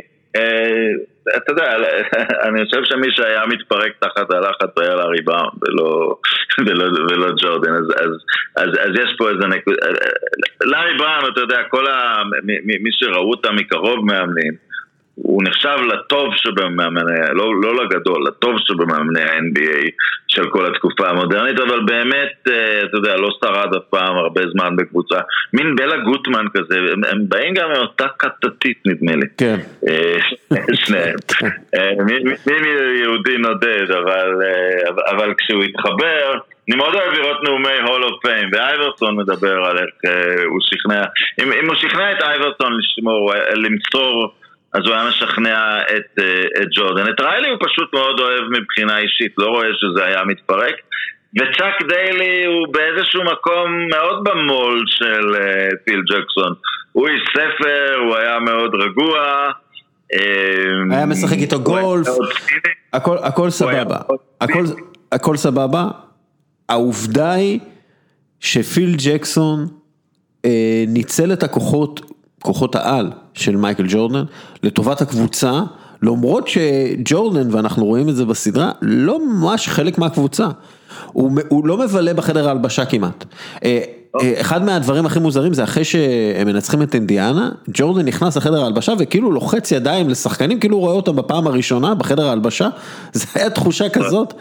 אתה יודע, אני חושב שמי שהיה מתפרק תחת הלחץ היה לארי בראון, ולא, ולא, ולא ג'ורדן, אז, אז, אז, אז יש פה איזה נקוד, לארי בראון, אתה יודע, כל ה, מי שראו אותה מקרוב מאמנים, הוא נחשב לטוב שבמאמני, לא, לא לגדול, לטוב שבמאמני ה-אן בי איי של כל התקופה המודרנית, אבל באמת, אתה יודע, לא שרד אף פעם הרבה זמן בקבוצה, מין בלה גוטמן כזה, הם, הם באים גם מאותה קטטית נדמה לי. כן. שניהם. מי, מי יהודי נודד, אבל, אבל כשהוא התחבר, אני מאוד אוהב לראות נאומי Hall of Fame, ואייברסון מדבר על איך הוא שכנע, אם, אם הוא שכנע את אייברסון לשמור, למסור, אז הוא היה משכנע את, את ג'ורדן. את ריילי הוא פשוט מאוד אוהב מבחינה אישית, לא רואה שזה היה מתפרק. וצ'אק דיילי הוא באיזשהו מקום מאוד במול של פיל ג'קסון. הוא איש ספר, הוא היה מאוד רגוע. היה משחק איתו גולף, הכל, הכל סבבה, הכל, הכל סבבה. העובדה היא שפיל ג'קסון אה, ניצל את הכוחות, כוחות העל של מייקל ג'ורדן לטובת הקבוצה, למרות שג'ורדן, ואנחנו רואים את זה בסדרה, לא ממש חלק מהקבוצה. הוא, הוא לא מבלה בחדר ההלבשה כמעט. אחד מהדברים הכי מוזרים זה אחרי שהם מנצחים את אינדיאנה, ג'ורדן נכנס לחדר ההלבשה וכאילו לוחץ ידיים לשחקנים, כאילו הוא רואה אותם בפעם הראשונה בחדר ההלבשה, זה היה תחושה כזאת,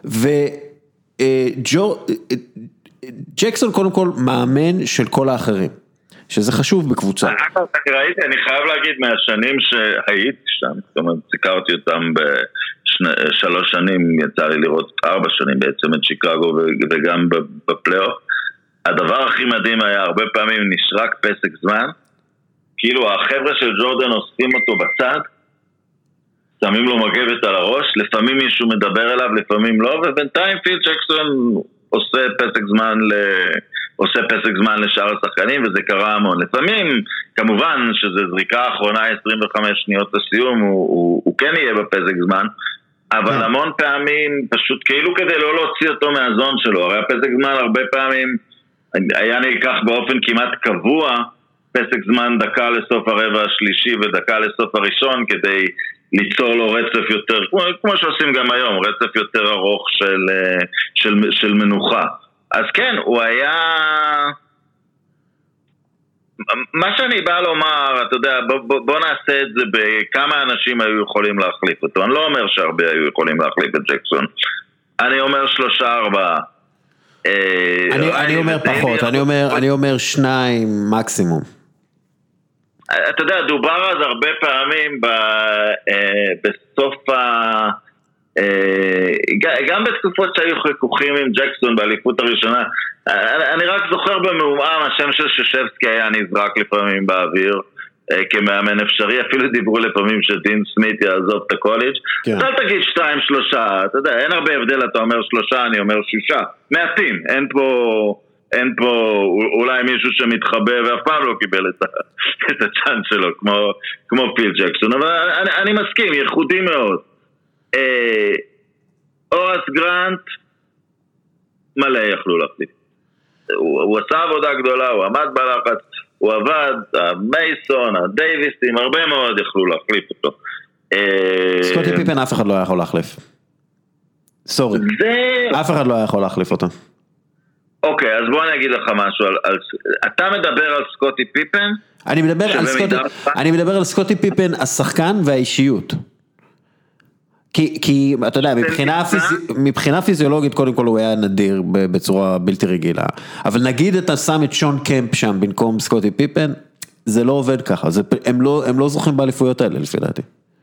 וג'קסון קודם כל מאמן של כל האחרים. שזה חשוב בקבוצה. אני ראיתי, אני חייב להגיד מהשנים שהייתי שם, זאת אומרת, סיקרתי אותם בשלוש שנים, יצא לי לראות ארבע שנים בעצם את שיקגו וגם בפלייאוף. הדבר הכי מדהים היה, הרבה פעמים נשרק פסק זמן, כאילו החבר'ה של ג'ורדן עושים אותו בצד, שמים לו מגבת על הראש, לפעמים מישהו מדבר אליו, לפעמים לא, ובינתיים פיל ג'קסון עושה פסק זמן ל... עושה פסק זמן לשאר השחקנים, וזה קרה המון. לפעמים, כמובן שזה זריקה האחרונה עשרים וחמש שניות לסיום, הוא, הוא, הוא כן יהיה בפסק זמן, אבל המון פעמים, פשוט כאילו כדי לא להוציא אותו מהזון שלו, הרי הפסק זמן הרבה פעמים, היה נלקח באופן כמעט קבוע, פסק זמן דקה לסוף הרבע השלישי, ודקה לסוף הראשון, כדי ליצור לו רצף יותר, כמו, כמו שעושים גם היום, רצף יותר ארוך של, של, של מנוחה. אז כן, הוא היה... מה שאני בא לומר, אתה יודע, בוא, בוא, בוא נעשה את זה בכמה אנשים היו יכולים להחליף אותו. אני לא אומר שהרבה היו יכולים להחליף את ג'קסון. אני אומר שלושה, ארבעה. אני, אני אומר פחות, אני אומר, אני אומר שניים מקסימום. אתה יודע, דובר אז הרבה פעמים ב, בסוף ה... גם בתקופות שהיו חיכוכים עם ג'קסון באליפות הראשונה, אני רק זוכר במאומם השם של שושבסקי היה נזרק לפעמים באוויר כמאמן אפשרי, אפילו דיברו לפעמים שדין סמית יעזוב את הקוליג'. אז אל תגיד שתיים שלושה, אתה יודע, אין הרבה הבדל, אתה אומר שלושה, אני אומר שישה, מעטים, אין פה אין פה אולי מישהו שמתחבא ואף פעם לא קיבל את, את הצ'אנס שלו כמו, כמו פיל ג'קסון, אבל אני, אני מסכים, ייחודי מאוד. אה, אורס גרנט מלא יכלו להחליף. הוא, הוא עשה עבודה גדולה, הוא עמד בלחץ, הוא עבד, המייסון, הדייביסטים, הרבה מאוד יכלו להחליף אותו. סקוטי פיפן אף אחד לא היה יכול להחליף. סורי, אף אחד לא היה יכול להחליף אותו. אוקיי, אז בוא אני אגיד לך משהו על, על, אתה מדבר על סקוטי פיפן? אני מדבר על סקוטי, אני מדבר על סקוטי פיפן, השחקן והאישיות. כי, כי אתה יודע, מבחינה, פיזי, מבחינה פיזיולוגית קודם כל הוא היה נדיר בצורה בלתי רגילה, אבל נגיד אתה שם את שון קמפ שם במקום סקוטי פיפן, זה לא עובד ככה, זה, הם, לא, הם לא זוכים באליפויות האלה לפי דעתי.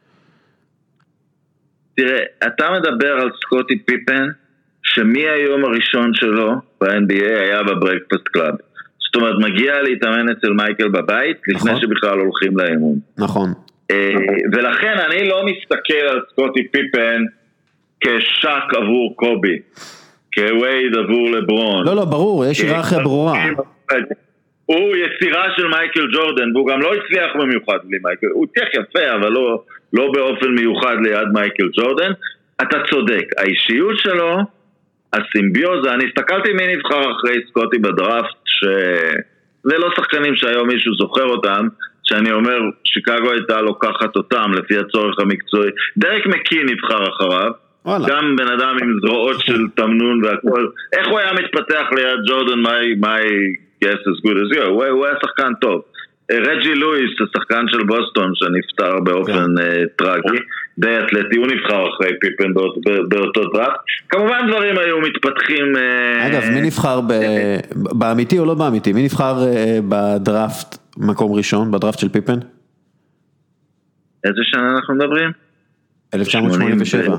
תראה, אתה מדבר על סקוטי פיפן, שמי היום הראשון שלו ב-אן בי איי היה בברקפסט קלאב. זאת אומרת, מגיע להתאמן אצל מייקל בבית, לפני נכון. שבכלל הולכים לאימון. נכון. ולכן אני לא מסתכל על סקוטי פיפן כשק עבור קובי, כווייד עבור לברון. לא, לא, ברור, יש היררכיה ברורה. הוא יצירה של מייקל ג'ורדן, והוא גם לא הצליח במיוחד בלי מייקל. הוא הצליח יפה, אבל לא, לא באופן מיוחד ליד מייקל ג'ורדן. אתה צודק, האישיות שלו, הסימביוזה, אני הסתכלתי מי נבחר אחרי סקוטי בדראפט, שזה לא שחקנים שהיום מישהו זוכר אותם, שאני אומר, שיקגו הייתה לוקחת אותם לפי הצורך המקצועי. דרק מקי נבחר אחריו, וואלה. גם בן אדם עם זרועות של תמנון והכל. איך הוא היה מתפתח ליד ג'ורדן, my, my guess as good as you, הוא, הוא היה שחקן טוב. רג'י לואיס, השחקן של בוסטון, שנפטר באופן yeah. טרגי, די אתלטי, הוא נבחר אחרי פיפן באות, באותו דראפט. כמובן דברים היו מתפתחים... אגב, מי נבחר ב... באמיתי או לא באמיתי? מי נבחר בדראפט מקום ראשון, בדראפט של פיפן? איזה שנה אנחנו מדברים? אלף תשע מאות שמונים ושבע.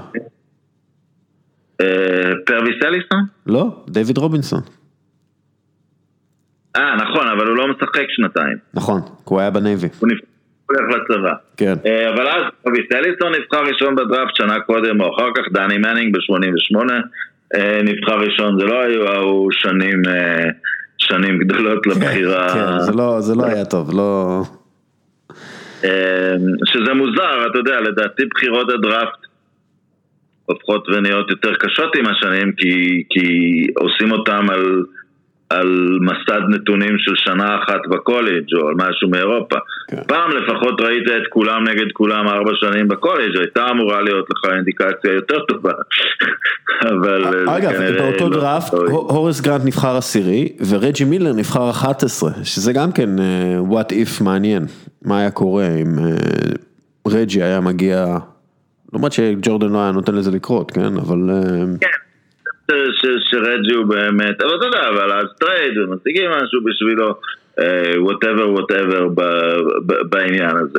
פרוויס אליסון? לא, דיוויד רובינסון. אה, נכון, אבל הוא לא משחק שנתיים. נכון, הוא היה בנייבי. הוא נפתח לצבא. כן. אבל אז פרוויס אליסון נבחר ראשון בדראפט שנה קודם, או אחר כך דני מנינג ב-שמונים ושמונה, נבחר ראשון, זה לא היו שנים, שנים גדולות לבחירה. כן, זה לא, זה לא היה טוב, לא... שזה מוזר, אתה יודע, לדעתי בחירות הדראפט הופכות ונהיות יותר קשות עם השנים, כי, כי עושים אותם על, על מסד נתונים של שנה אחת בקולג' או על משהו מאירופה. כן. פעם לפחות ראית את כולם נגד כולם ארבע שנים בקולג', הייתה אמורה להיות לך אינדיקציה יותר טובה. אבל אגב, באותו לא דראפט, הורס גרנט נבחר עשירי, ורג'י מילר נבחר אחת עשרה, שזה גם כן what if מעניין. מה היה קורה אם רג'י היה מגיע... למרות שג'ורדן לא היה נותן לזה לקרות, כן, אבל... כן, שרג'י הוא באמת, אבל אתה יודע, אבל אז טרייד, ומשיגים משהו בשבילו, whatever, whatever בעניין הזה.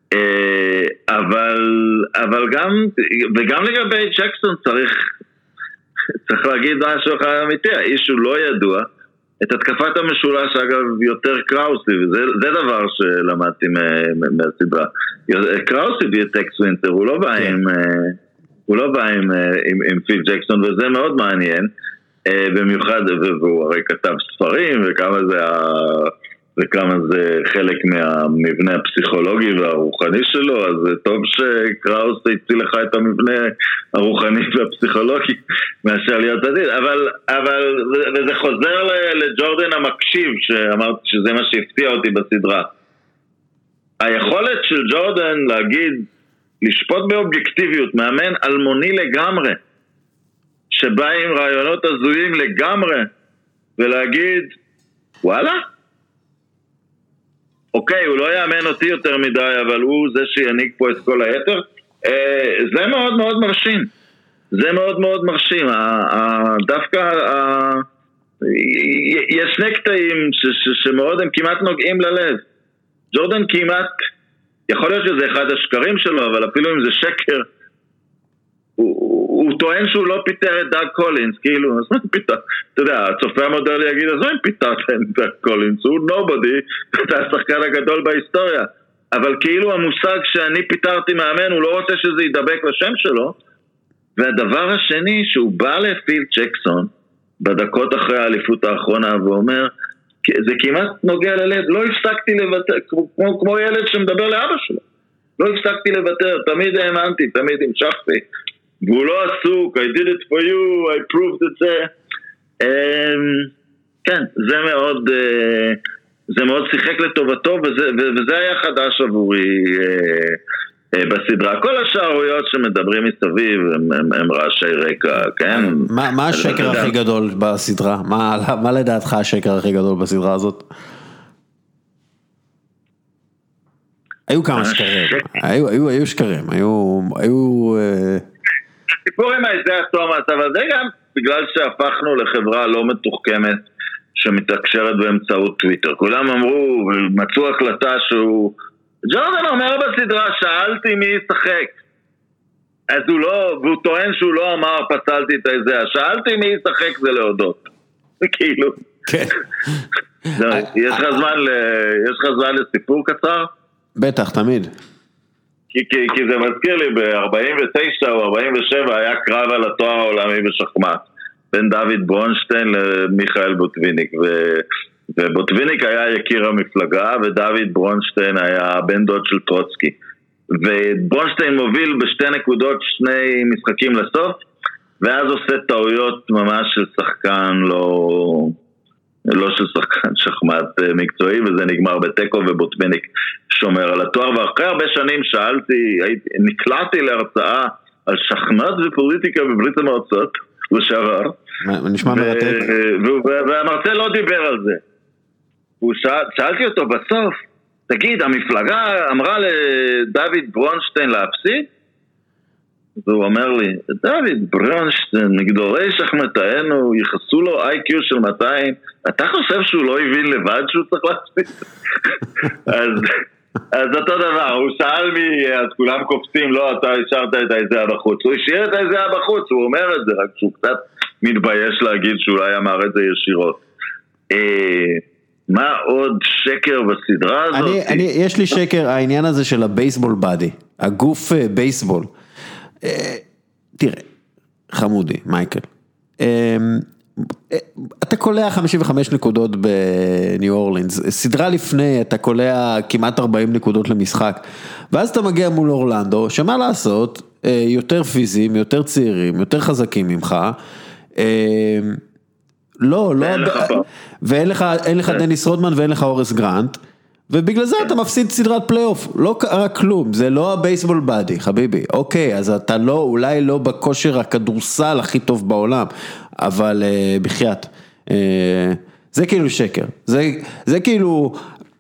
אבל, אבל גם, וגם לגבי ג'קסון צריך, צריך להגיד משהו אחד אמיתי, האיש הוא לא ידוע, את התקפת המשולש אגב יותר קראוסי, וזה זה דבר שלמדתי מהסדרה. קראוסי וטקס ווינטר, הוא לא בא עם, הוא לא בא עם, עם, עם פיל ג'קסון, וזה מאוד מעניין, במיוחד, והוא הרי כתב ספרים, וכמה זה, וכמה זה חלק מהמבנה הפסיכולוגי והרוחני שלו, אז זה טוב שקראוס הציל לך את המבנה הרוחני והפסיכולוגי מאשר להיות עתיד, אבל, אבל, וזה חוזר לג'ורדן המקשיב, שאמרתי שזה מה שהפתיע אותי בסדרה. היכולת של ג'ורדן להגיד, לשפוט באובייקטיביות, מאמן אלמוני לגמרי, שבא עם רעיונות הזויים לגמרי, ולהגיד, וואלה? אוקיי, הוא לא יאמן אותי יותר מדי, אבל הוא זה שיניק פה את כל היתר. זה מאוד מאוד מרשים. זה מאוד מאוד מרשים. דווקא יש שני קטעים שמאוד הם כמעט נוגעים ללב. ג'ורדן כמעט, יכול להיות שזה אחד השקרים שלו, אבל אפילו אם זה שקר, הוא טוען שהוא לא פיתר את דאג קולינס, כאילו, אז מה פיתר? אתה יודע, הצופה המודרני יגיד, אז מה אם פיתרת את דאג קולינס? הוא נובדי, אתה השחקן הגדול בהיסטוריה. אבל כאילו המושג שאני פיתרתי מאמן, הוא לא רוצה שזה ידבק לשם שלו. והדבר השני, שהוא בא לפיל ג'קסון, בדקות אחרי האליפות האחרונה, ואומר, זה כמעט נוגע ללב, לא הפסקתי לוותר, כמו, כמו ילד שמדבר לאבא שלו. לא הפסקתי לוותר, תמיד האמנתי, תמיד המשכתי. והוא לא עסוק, I did it for you, I proved it there. Um, כן, זה מאוד, uh, זה מאוד שיחק לטובתו, וזה, וזה היה חדש עבורי uh, uh, בסדרה. כל השערויות שמדברים מסביב הם, הם, הם רעשי רקע, כן? מה, מה השקר הכי גדול בסדרה? מה, מה לדעתך השקר הכי גדול בסדרה הזאת? היו כמה שקרים, היו, היו, היו שקרים, היו, היו... הסיפור עם האיזה התומאס, אבל זה גם בגלל שהפכנו לחברה לא מתוחכמת שמתקשרת באמצעות טוויטר. כולם אמרו, מצאו הקלטה שהוא... ג'ורדן אומר בסדרה, שאלתי מי ישחק. אז הוא לא, והוא טוען שהוא לא אמר, פצלתי את האיזה, שאלתי מי ישחק זה להודות. כאילו. כן. יש לך זמן, יש לך זמן לסיפור קצר? בטח, תמיד. כי, כי, כי זה מזכיר לי, ב-ארבעים ותשע או ארבעים ושבע היה קרב על התואר העולמי בשחמט, בין דוד ברונשטיין למיכאל בוטוויניק, ו, ובוטוויניק היה יקיר המפלגה, ודוד ברונשטיין היה בן דוד של טרוצקי. וברונשטיין מוביל בשתי נקודות שני משחקים לסוף, ואז עושה טעויות ממש של שחקן לא... לא של שחקן שחמט מקצועי, וזה נגמר בטקו, ובוטוויניק שומר על התואר. ואחרי הרבה שנים שאלתי, נקלעתי להרצאה על שחמט ופוליטיקה בברית המועצות לשעבר, נשמע מרתק, והמרצה לא דיבר על זה. שאלתי אותו בסוף, תגיד, המפלגה אמרה לדוד ברונשטיין להפסיד? והוא אומר לי, דוד ברונשטיין, גדולי שחמטאינו, יחסו לו איי קיו של מאתיים, אתה חושב שהוא לא הבין לבד שהוא צריך להפסיד? אז, אז אותו דבר, הוא שאל מי, אז כולם קופצים, לא, אתה השארת את האיזיה בחוץ, הוא השאיר את האיזיה בחוץ, הוא אומר את זה, רק שהוא קצת מתבייש להגיד שאולי אמר את זה ישירות. מה עוד שקר בסדרה הזאת? אני, אני, יש לי שקר, העניין הזה של הבייסבול בדי, הגוף בייסבול. תראה, חמודי, מייקל, אתה קולע חמישים וחמש נקודות בניו אורלינס, סדרה לפני אתה קולע כמעט ארבעים נקודות למשחק, ואז אתה מגיע מול אורלנדו, שמה לעשות, יותר פיזיים, יותר צעירים, יותר חזקים ממך, לא, לא, ואין לך, אין לך דניס רודמן ואין לך אורס גרנט, ובגלל זה אתה מפסיד סדרת פלייאוף, לא קרה כלום, זה לא הבייסבול באדי, חביבי, אוקיי, אז אתה לא, אולי לא בכושר הכדורסל הכי טוב בעולם, אבל uh, בחייאת, uh, זה כאילו שקר, זה, זה כאילו,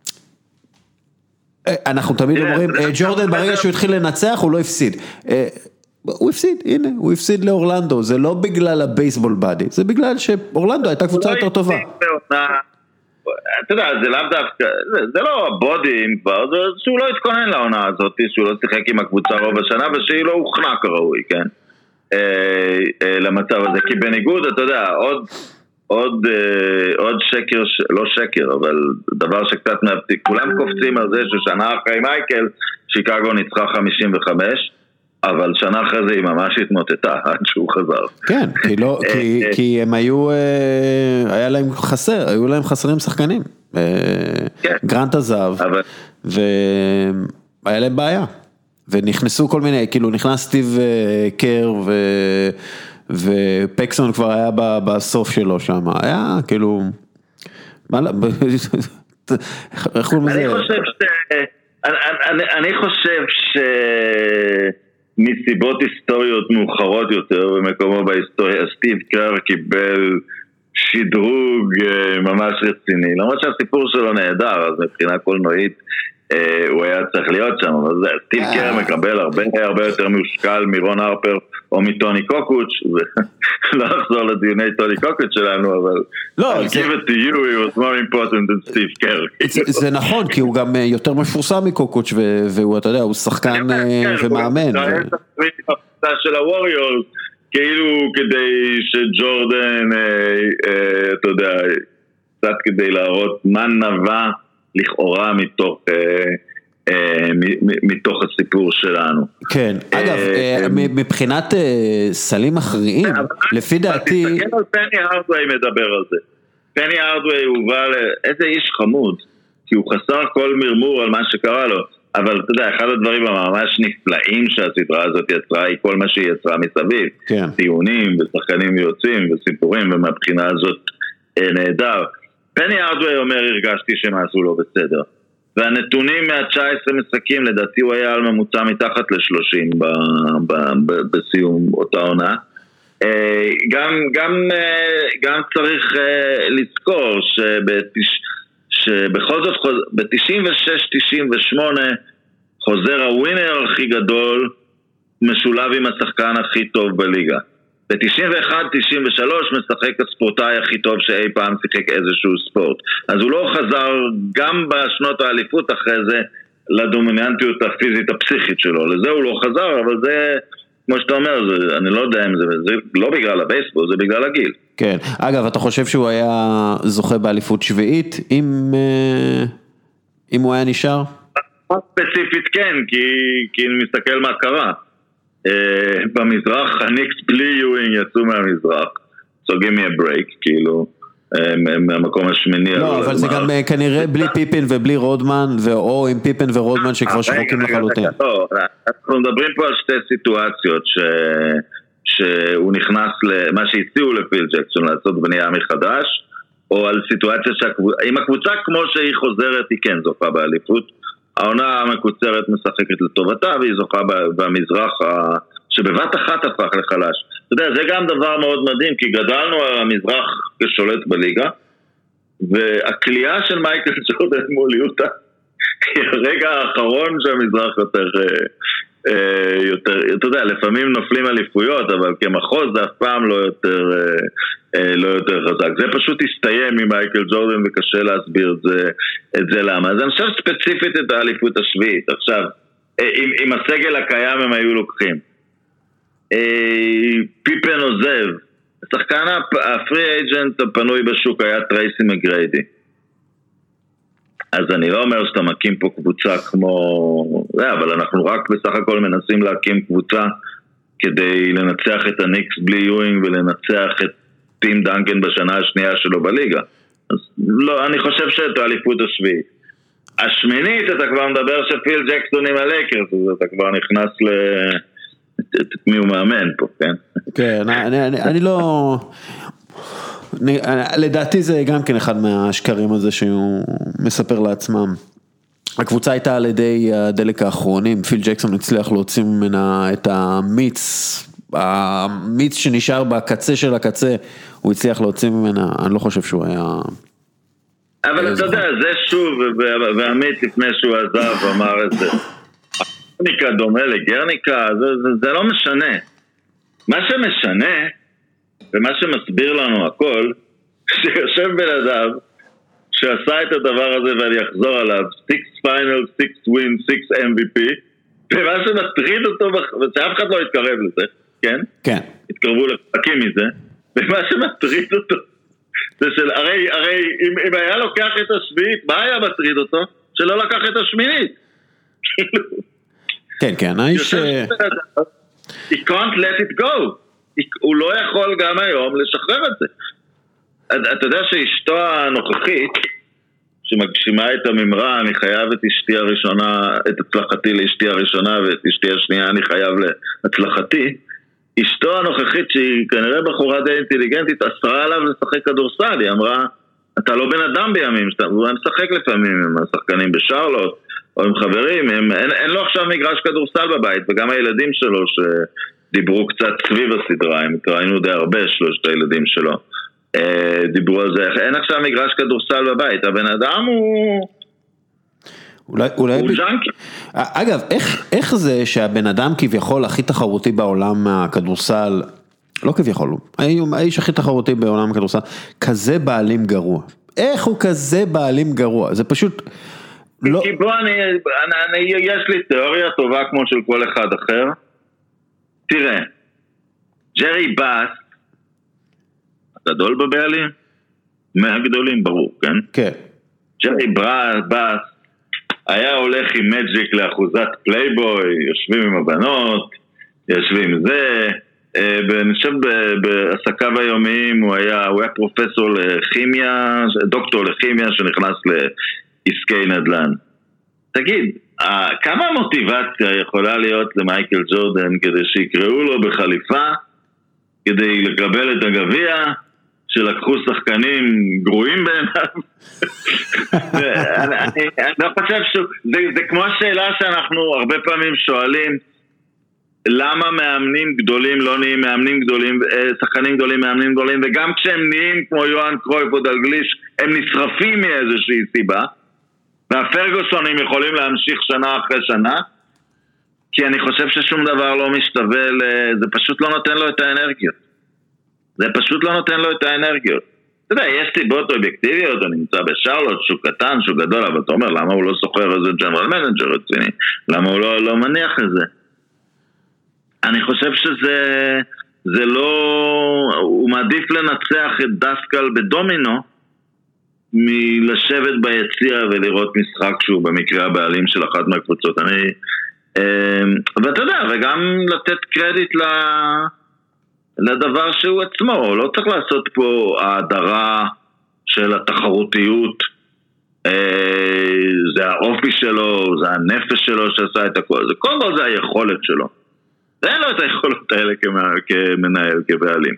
אנחנו תמיד אומרים, ג'ורדן ברגע שהוא התחיל לנצח הוא לא הפסיד, הוא הפסיד, הנה, הוא הפסיד לאורלנדו, זה לא בגלל הבייסבול באדי, זה בגלל שאורלנדו הייתה קבוצה יותר טובה. אתה יודע, זה לאו דווקא, זה לא הבודים כבר, זה שהוא לא התכונן לעונה הזאת, שהוא לא שיחק עם הקבוצה רוב השנה, ושהיא לא הוכנה כראוי, כן? למצב הזה, כי בניגוד, אתה יודע, עוד, עוד, עוד שקר, לא שקר, אבל דבר שקצת מהפתיק, כולם קופצים על זה ששנה אחרי מייקל, שיקגו ניצחה חמישים וחמש, אבל שנה אחרי זה היא ממש התמוטטה עד שהוא חזר. כן, כי לא, כי, כי הם היו, היה להם חסר, היו להם חסרים שחקנים. כן. גרנט עזב, אבל... והיה להם בעיה. ונכנסו כל מיני, כאילו נכנס סטיב קר, ו... ופקסון כבר היה בסוף שלו שם. היה כאילו, מה לא, איך קוראים לזה? אני חושב ש... אני, אני חושב ש... מסיבות היסטוריות מאוחרות יותר במקומו בהיסטוריה, סטיב קר קיבל שדרוג ממש רציני, למרות שהסיפור שלו נהדר, אז מבחינה קולנועית הוא היה צריך להיות שם, אבל סטיב קר מקבל הרבה הרבה יותר משקל מרון הרפר או מטוני קוקוץ', ולא לחזור לדיוני טוני קוקוץ' שלנו, אבל I'll give it to you, he was more important than סטיב קר. זה נכון, כי הוא גם יותר מפורסם מקוקוץ', והוא, אתה יודע, הוא שחקן ומאמן. הוא היה תפריט בפצע של הווריורס, כאילו כדי שג'ורדן, אתה יודע, קצת כדי להראות מה נבע לכאורה מתוך... מתוך הסיפור שלנו. כן, אגב, מבחינת סלים אחרים, לפי דעתי... תסתכל על פני הארדווי מדבר על זה. פני הארדווי הוא בא לאיזה איש חמוד, כי הוא חסר כל מרמור על מה שקרה לו, אבל אתה יודע, אחד הדברים הממש נפלאים שהסדרה הזאת יצרה, היא כל מה שהיא יצרה מסביב. טיעונים ושחקנים יוצאים וסיפורים, ומבחינה הזאת נהדר. פני הארדווי אומר, הרגשתי שמעשו לו בסדר. והנתונים מה-תשע עשרה משחקים, לדעתי הוא היה על ממוצע מתחת ל-שלושים ב- ב- ב- בסיום אותה עונה. גם, גם, גם צריך לזכור שבתש... שבכל זאת ב-תשעים ושש תשעים ושמונה חוזר הווינר הכי גדול משולב עם השחקן הכי טוב בליגה. ב-תשעים ואחת תשעים ושלוש משחק הספורטאי הכי טוב שאי פעם שיחק איזשהו ספורט. אז הוא לא חזר גם בשנות האליפות אחרי זה לדומיננטיות הפיזית הפסיכית שלו. לזה הוא לא חזר, אבל זה, כמו שאתה אומר, זה, אני לא יודע אם זה, זה לא בגלל הבייסבול, זה בגלל הגיל. כן. אגב, אתה חושב שהוא היה זוכה באליפות שביעית, אם, אם הוא היה נשאר? ספציפית כן, כי, כי אני מסתכל מה קרה. במזרח, הניקס בלי יואינג יצאו מהמזרח, so give me a break, כאילו, מהמקום השמיני. לא, אבל זה גם כנראה בלי פיפין ובלי רודמן, או עם פיפין ורודמן שכבר שחוקים לחלוטין. לא, אנחנו מדברים פה על שתי סיטואציות, שהוא נכנס למה שהציעו לפיל ג'קסון, לעשות בנייה מחדש, או על סיטואציה אם הקבוצה כמו שהיא חוזרת, היא כן זוכה באליפות, העונה המקוצרת משחקת לטובתה, והיא זוכה במזרח שבבת אחת הפך לחלש. אתה יודע, זה גם דבר מאוד מדהים, כי גדלנו על המזרח כשולט בליגה, והקליעה של מייקל ג'ורדן מול יוטה, היא הרגע האחרון שהמזרח יותר, יותר, אתה יודע, לפעמים נופלים אליפויות, אבל כמחוז זה אף פעם לא יותר, לא יותר חזק. זה פשוט הסתיים עם מייקל ג'ורדן, וקשה להסביר את זה, את זה למה. אז אני חושב ספציפית את האליפות השביעית. עכשיו, עם, עם הסגל הקיים הם היו לוקחים. פיפן עוזב. השחקן הפרי אייג'נט הפנוי בשוק היה טרייסי מגריידי. אז אני לא אומר שאתה מקים פה קבוצה כמו... זה, אבל אנחנו רק בסך הכל מנסים להקים קבוצה כדי לנצח את הניקס בלי יואינג ולנצח את טים דנקן בשנה השנייה שלו בליגה. אז לא, אני חושב שאת האליפות השביעית. השמינית אתה כבר מדבר שפיל ג'קסון עם הלייקרס, אז אתה כבר נכנס ל... את מי הוא מאמן פה, כן? כן, אני, אני, אני לא... אני, לדעתי זה גם כן אחד מהשקרים הזה שהוא מספר לעצמם. הקבוצה הייתה על ידי הדלק האחרונים, פיל ג'קסון הצליח להוציא ממנה את המיץ, המיץ שנשאר בקצה של הקצה, הוא הצליח להוציא ממנה, אני לא חושב שהוא היה... אבל אתה יודע, זה שוב, והמיץ לפני שהוא עזב אמר את זה, גרניקה דומה לגרניקה, זה, זה, זה לא משנה. מה שמשנה, ומה שמסביר לנו הכל, שיושב בן אדם, שעשה את הדבר הזה ואני אחזור עליו, six final, six win, six M V P, ומה שמטריד אותו, ושאף אחד לא יתקרב לזה, כן? כן. התקרבו לפקים מזה, ומה שמטריד אותו, זה של, הרי, הרי אם, אם היה לוקח את השביעית, מה היה מטריד אותו? שלא לקח את השמינית. כן, כן, האיש... He can't let it go. הוא לא יכול גם היום לשחרר את זה. אתה יודע שאשתו הנוכחית, שמגשימה את הממרה, אני חייב את אשתי הראשונה, את הצלחתי לאשתי הראשונה, ואת אשתי השנייה אני חייב להצלחתי. אשתו הנוכחית, שהיא כנראה בחורה די אינטליגנטית, אסרה עליו לשחק כדורסל. היא אמרה, אתה לא בן אדם בימים, הוא משחק לפעמים עם השחקנים בשרלוט, או עם חברים, הם, אין, אין לו עכשיו מגרש כדורסל בבית, וגם הילדים שלו שדיברו קצת סביב הסדרה, הם ראינו די הרבה שלושת הילדים שלו, דיברו על זה, אין עכשיו מגרש כדורסל בבית, הבן אדם הוא... אולי, אולי הוא ב... ג'אנקי. אגב, איך, איך זה שהבן אדם כביכול הכי תחרותי בעולם הכדורסל, לא כביכול, האיש הכי תחרותי בעולם הכדורסל, כזה בעלים גרוע. איך הוא כזה בעלים גרוע? זה פשוט... לא... כי בוא, אני, אני, אני, יש לי תיאוריה טובה כמו של כל אחד אחר. תראה, ג'רי באס, הגדול בבעלים, מהגדולים ברור, כן? כן. ג'רי באס היה הולך עם מג'יק לאחוזת פלייבוי, יושבים עם הבנות, יושבים עם זה, אני חושב בעסקיו היומיים הוא היה, הוא היה פרופסור לכימיה, דוקטור לכימיה שנכנס לעסקי נדל"ן. תגיד, כמה מוטיבציה יכולה להיות למייקל ג'ורדן כדי שיקראו לו בחליפה, כדי לקבל את הגביע, שלקחו שחקנים גרועים בעיניו? אני, אני לא חושב ש... זה, זה כמו השאלה שאנחנו הרבה פעמים שואלים, למה מאמנים גדולים לא נהיים מאמנים גדולים, שחקנים גדולים מאמנים גדולים, וגם כשהם נהיים כמו יוהאן קרויף או דלגליש, הם נשרפים מאיזושהי סיבה, והפרגוסונים יכולים להמשיך שנה אחרי שנה, כי אני חושב ששום דבר לא משתווה, זה פשוט לא נותן לו את האנרגיות. זה פשוט לא נותן לו את האנרגיות. אתה יודע, יש סיבות אובייקטיביות, אני נמצא בשרלוט, שהוא קטן, שהוא גדול, אבל אתה אומר, למה הוא לא סוחר איזה ג'נרל מנג'ר רציני? למה הוא לא, לא מניח את זה? אני חושב שזה זה לא, הוא מעדיף לנצח את דסקל בדומינו, מלשבת ביציע ולראות משחק שהוא במקרה הבעלים של אחת מהקבוצות. אני, ואתה יודע, וגם לתת קרדיט ל... לדבר שהוא עצמו, לא צריך לעשות פה ההדרה של התחרותיות, זה האופי שלו, זה הנפש שלו שעשה את הכל, זה כל דבר זה היכולת שלו, אין לו את היכולות האלה כמנהל, כבעלים.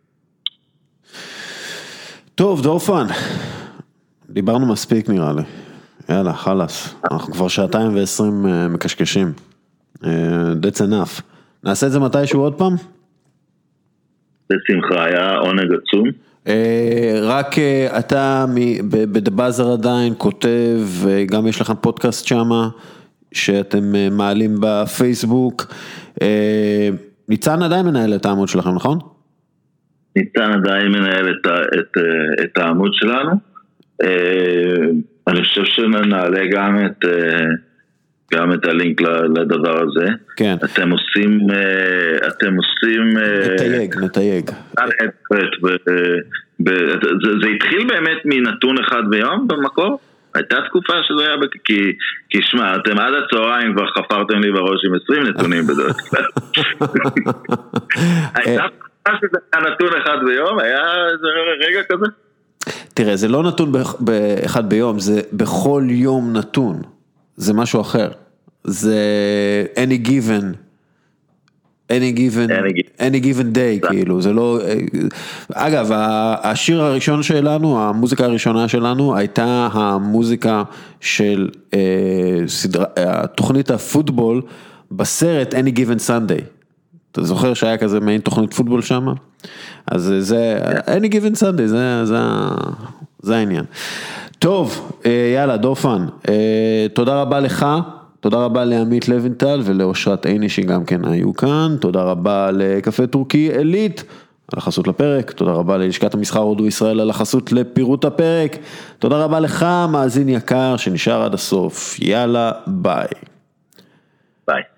טוב, דורפן, דיברנו מספיק נראה לי, יאללה, חלס, אנחנו כבר שעתיים ועשרים מקשקשים, that's enough, נעשה את זה מתישהו עוד פעם? בשמחה, היה עונג עצום. רק אתה בדבאזר עדיין כותב, וגם יש לכם פודקאסט שמה, שאתם מעלים בפייסבוק. ניצן עדיין מנהל את העמוד שלכם, נכון? ניצן עדיין מנהל את, את, את העמוד שלנו. אני חושב שנעלה גם את... גם את הלינק לדבר הזה. כן. אתם עושים, אתם עושים... נתייג, נתייג. זה התחיל באמת מנתון אחד ביום במקור? הייתה תקופה שזה היה... כי, כי שמה, אתם עד הצהריים כבר חפרתם לי בראש עם עשרים נתונים בדרך כלל. הייתה שזה הנתון אחד ביום, היה איזה רגע כזה? תראה, זה לא נתון באחד ביום, זה בכל יום נתון, זה משהו אחר, זה any given, any given, any given day, כאילו, זה לא, אגב, השיר הראשון שלנו, המוזיקה הראשונה שלנו, הייתה המוזיקה של תוכנית הפוטבול, בסרט any given Sunday, אתה זוכר שהיה כזה מעין תוכנית פוטבול שם? אז זה, any given Sunday, זה, זה, זה העניין. טוב, יאללה, דורפן, תודה רבה לך, תודה רבה לעמית לוינטל ולאושרת עיני שגם כן היו כאן, תודה רבה לקפה טורקי אלית על החסות לפרק, תודה רבה ללשכת המסחר הודו ישראל על החסות לפירוט הפרק, תודה רבה לך מאזין יקר שנשאר עד הסוף, יאללה, ביי. ביי.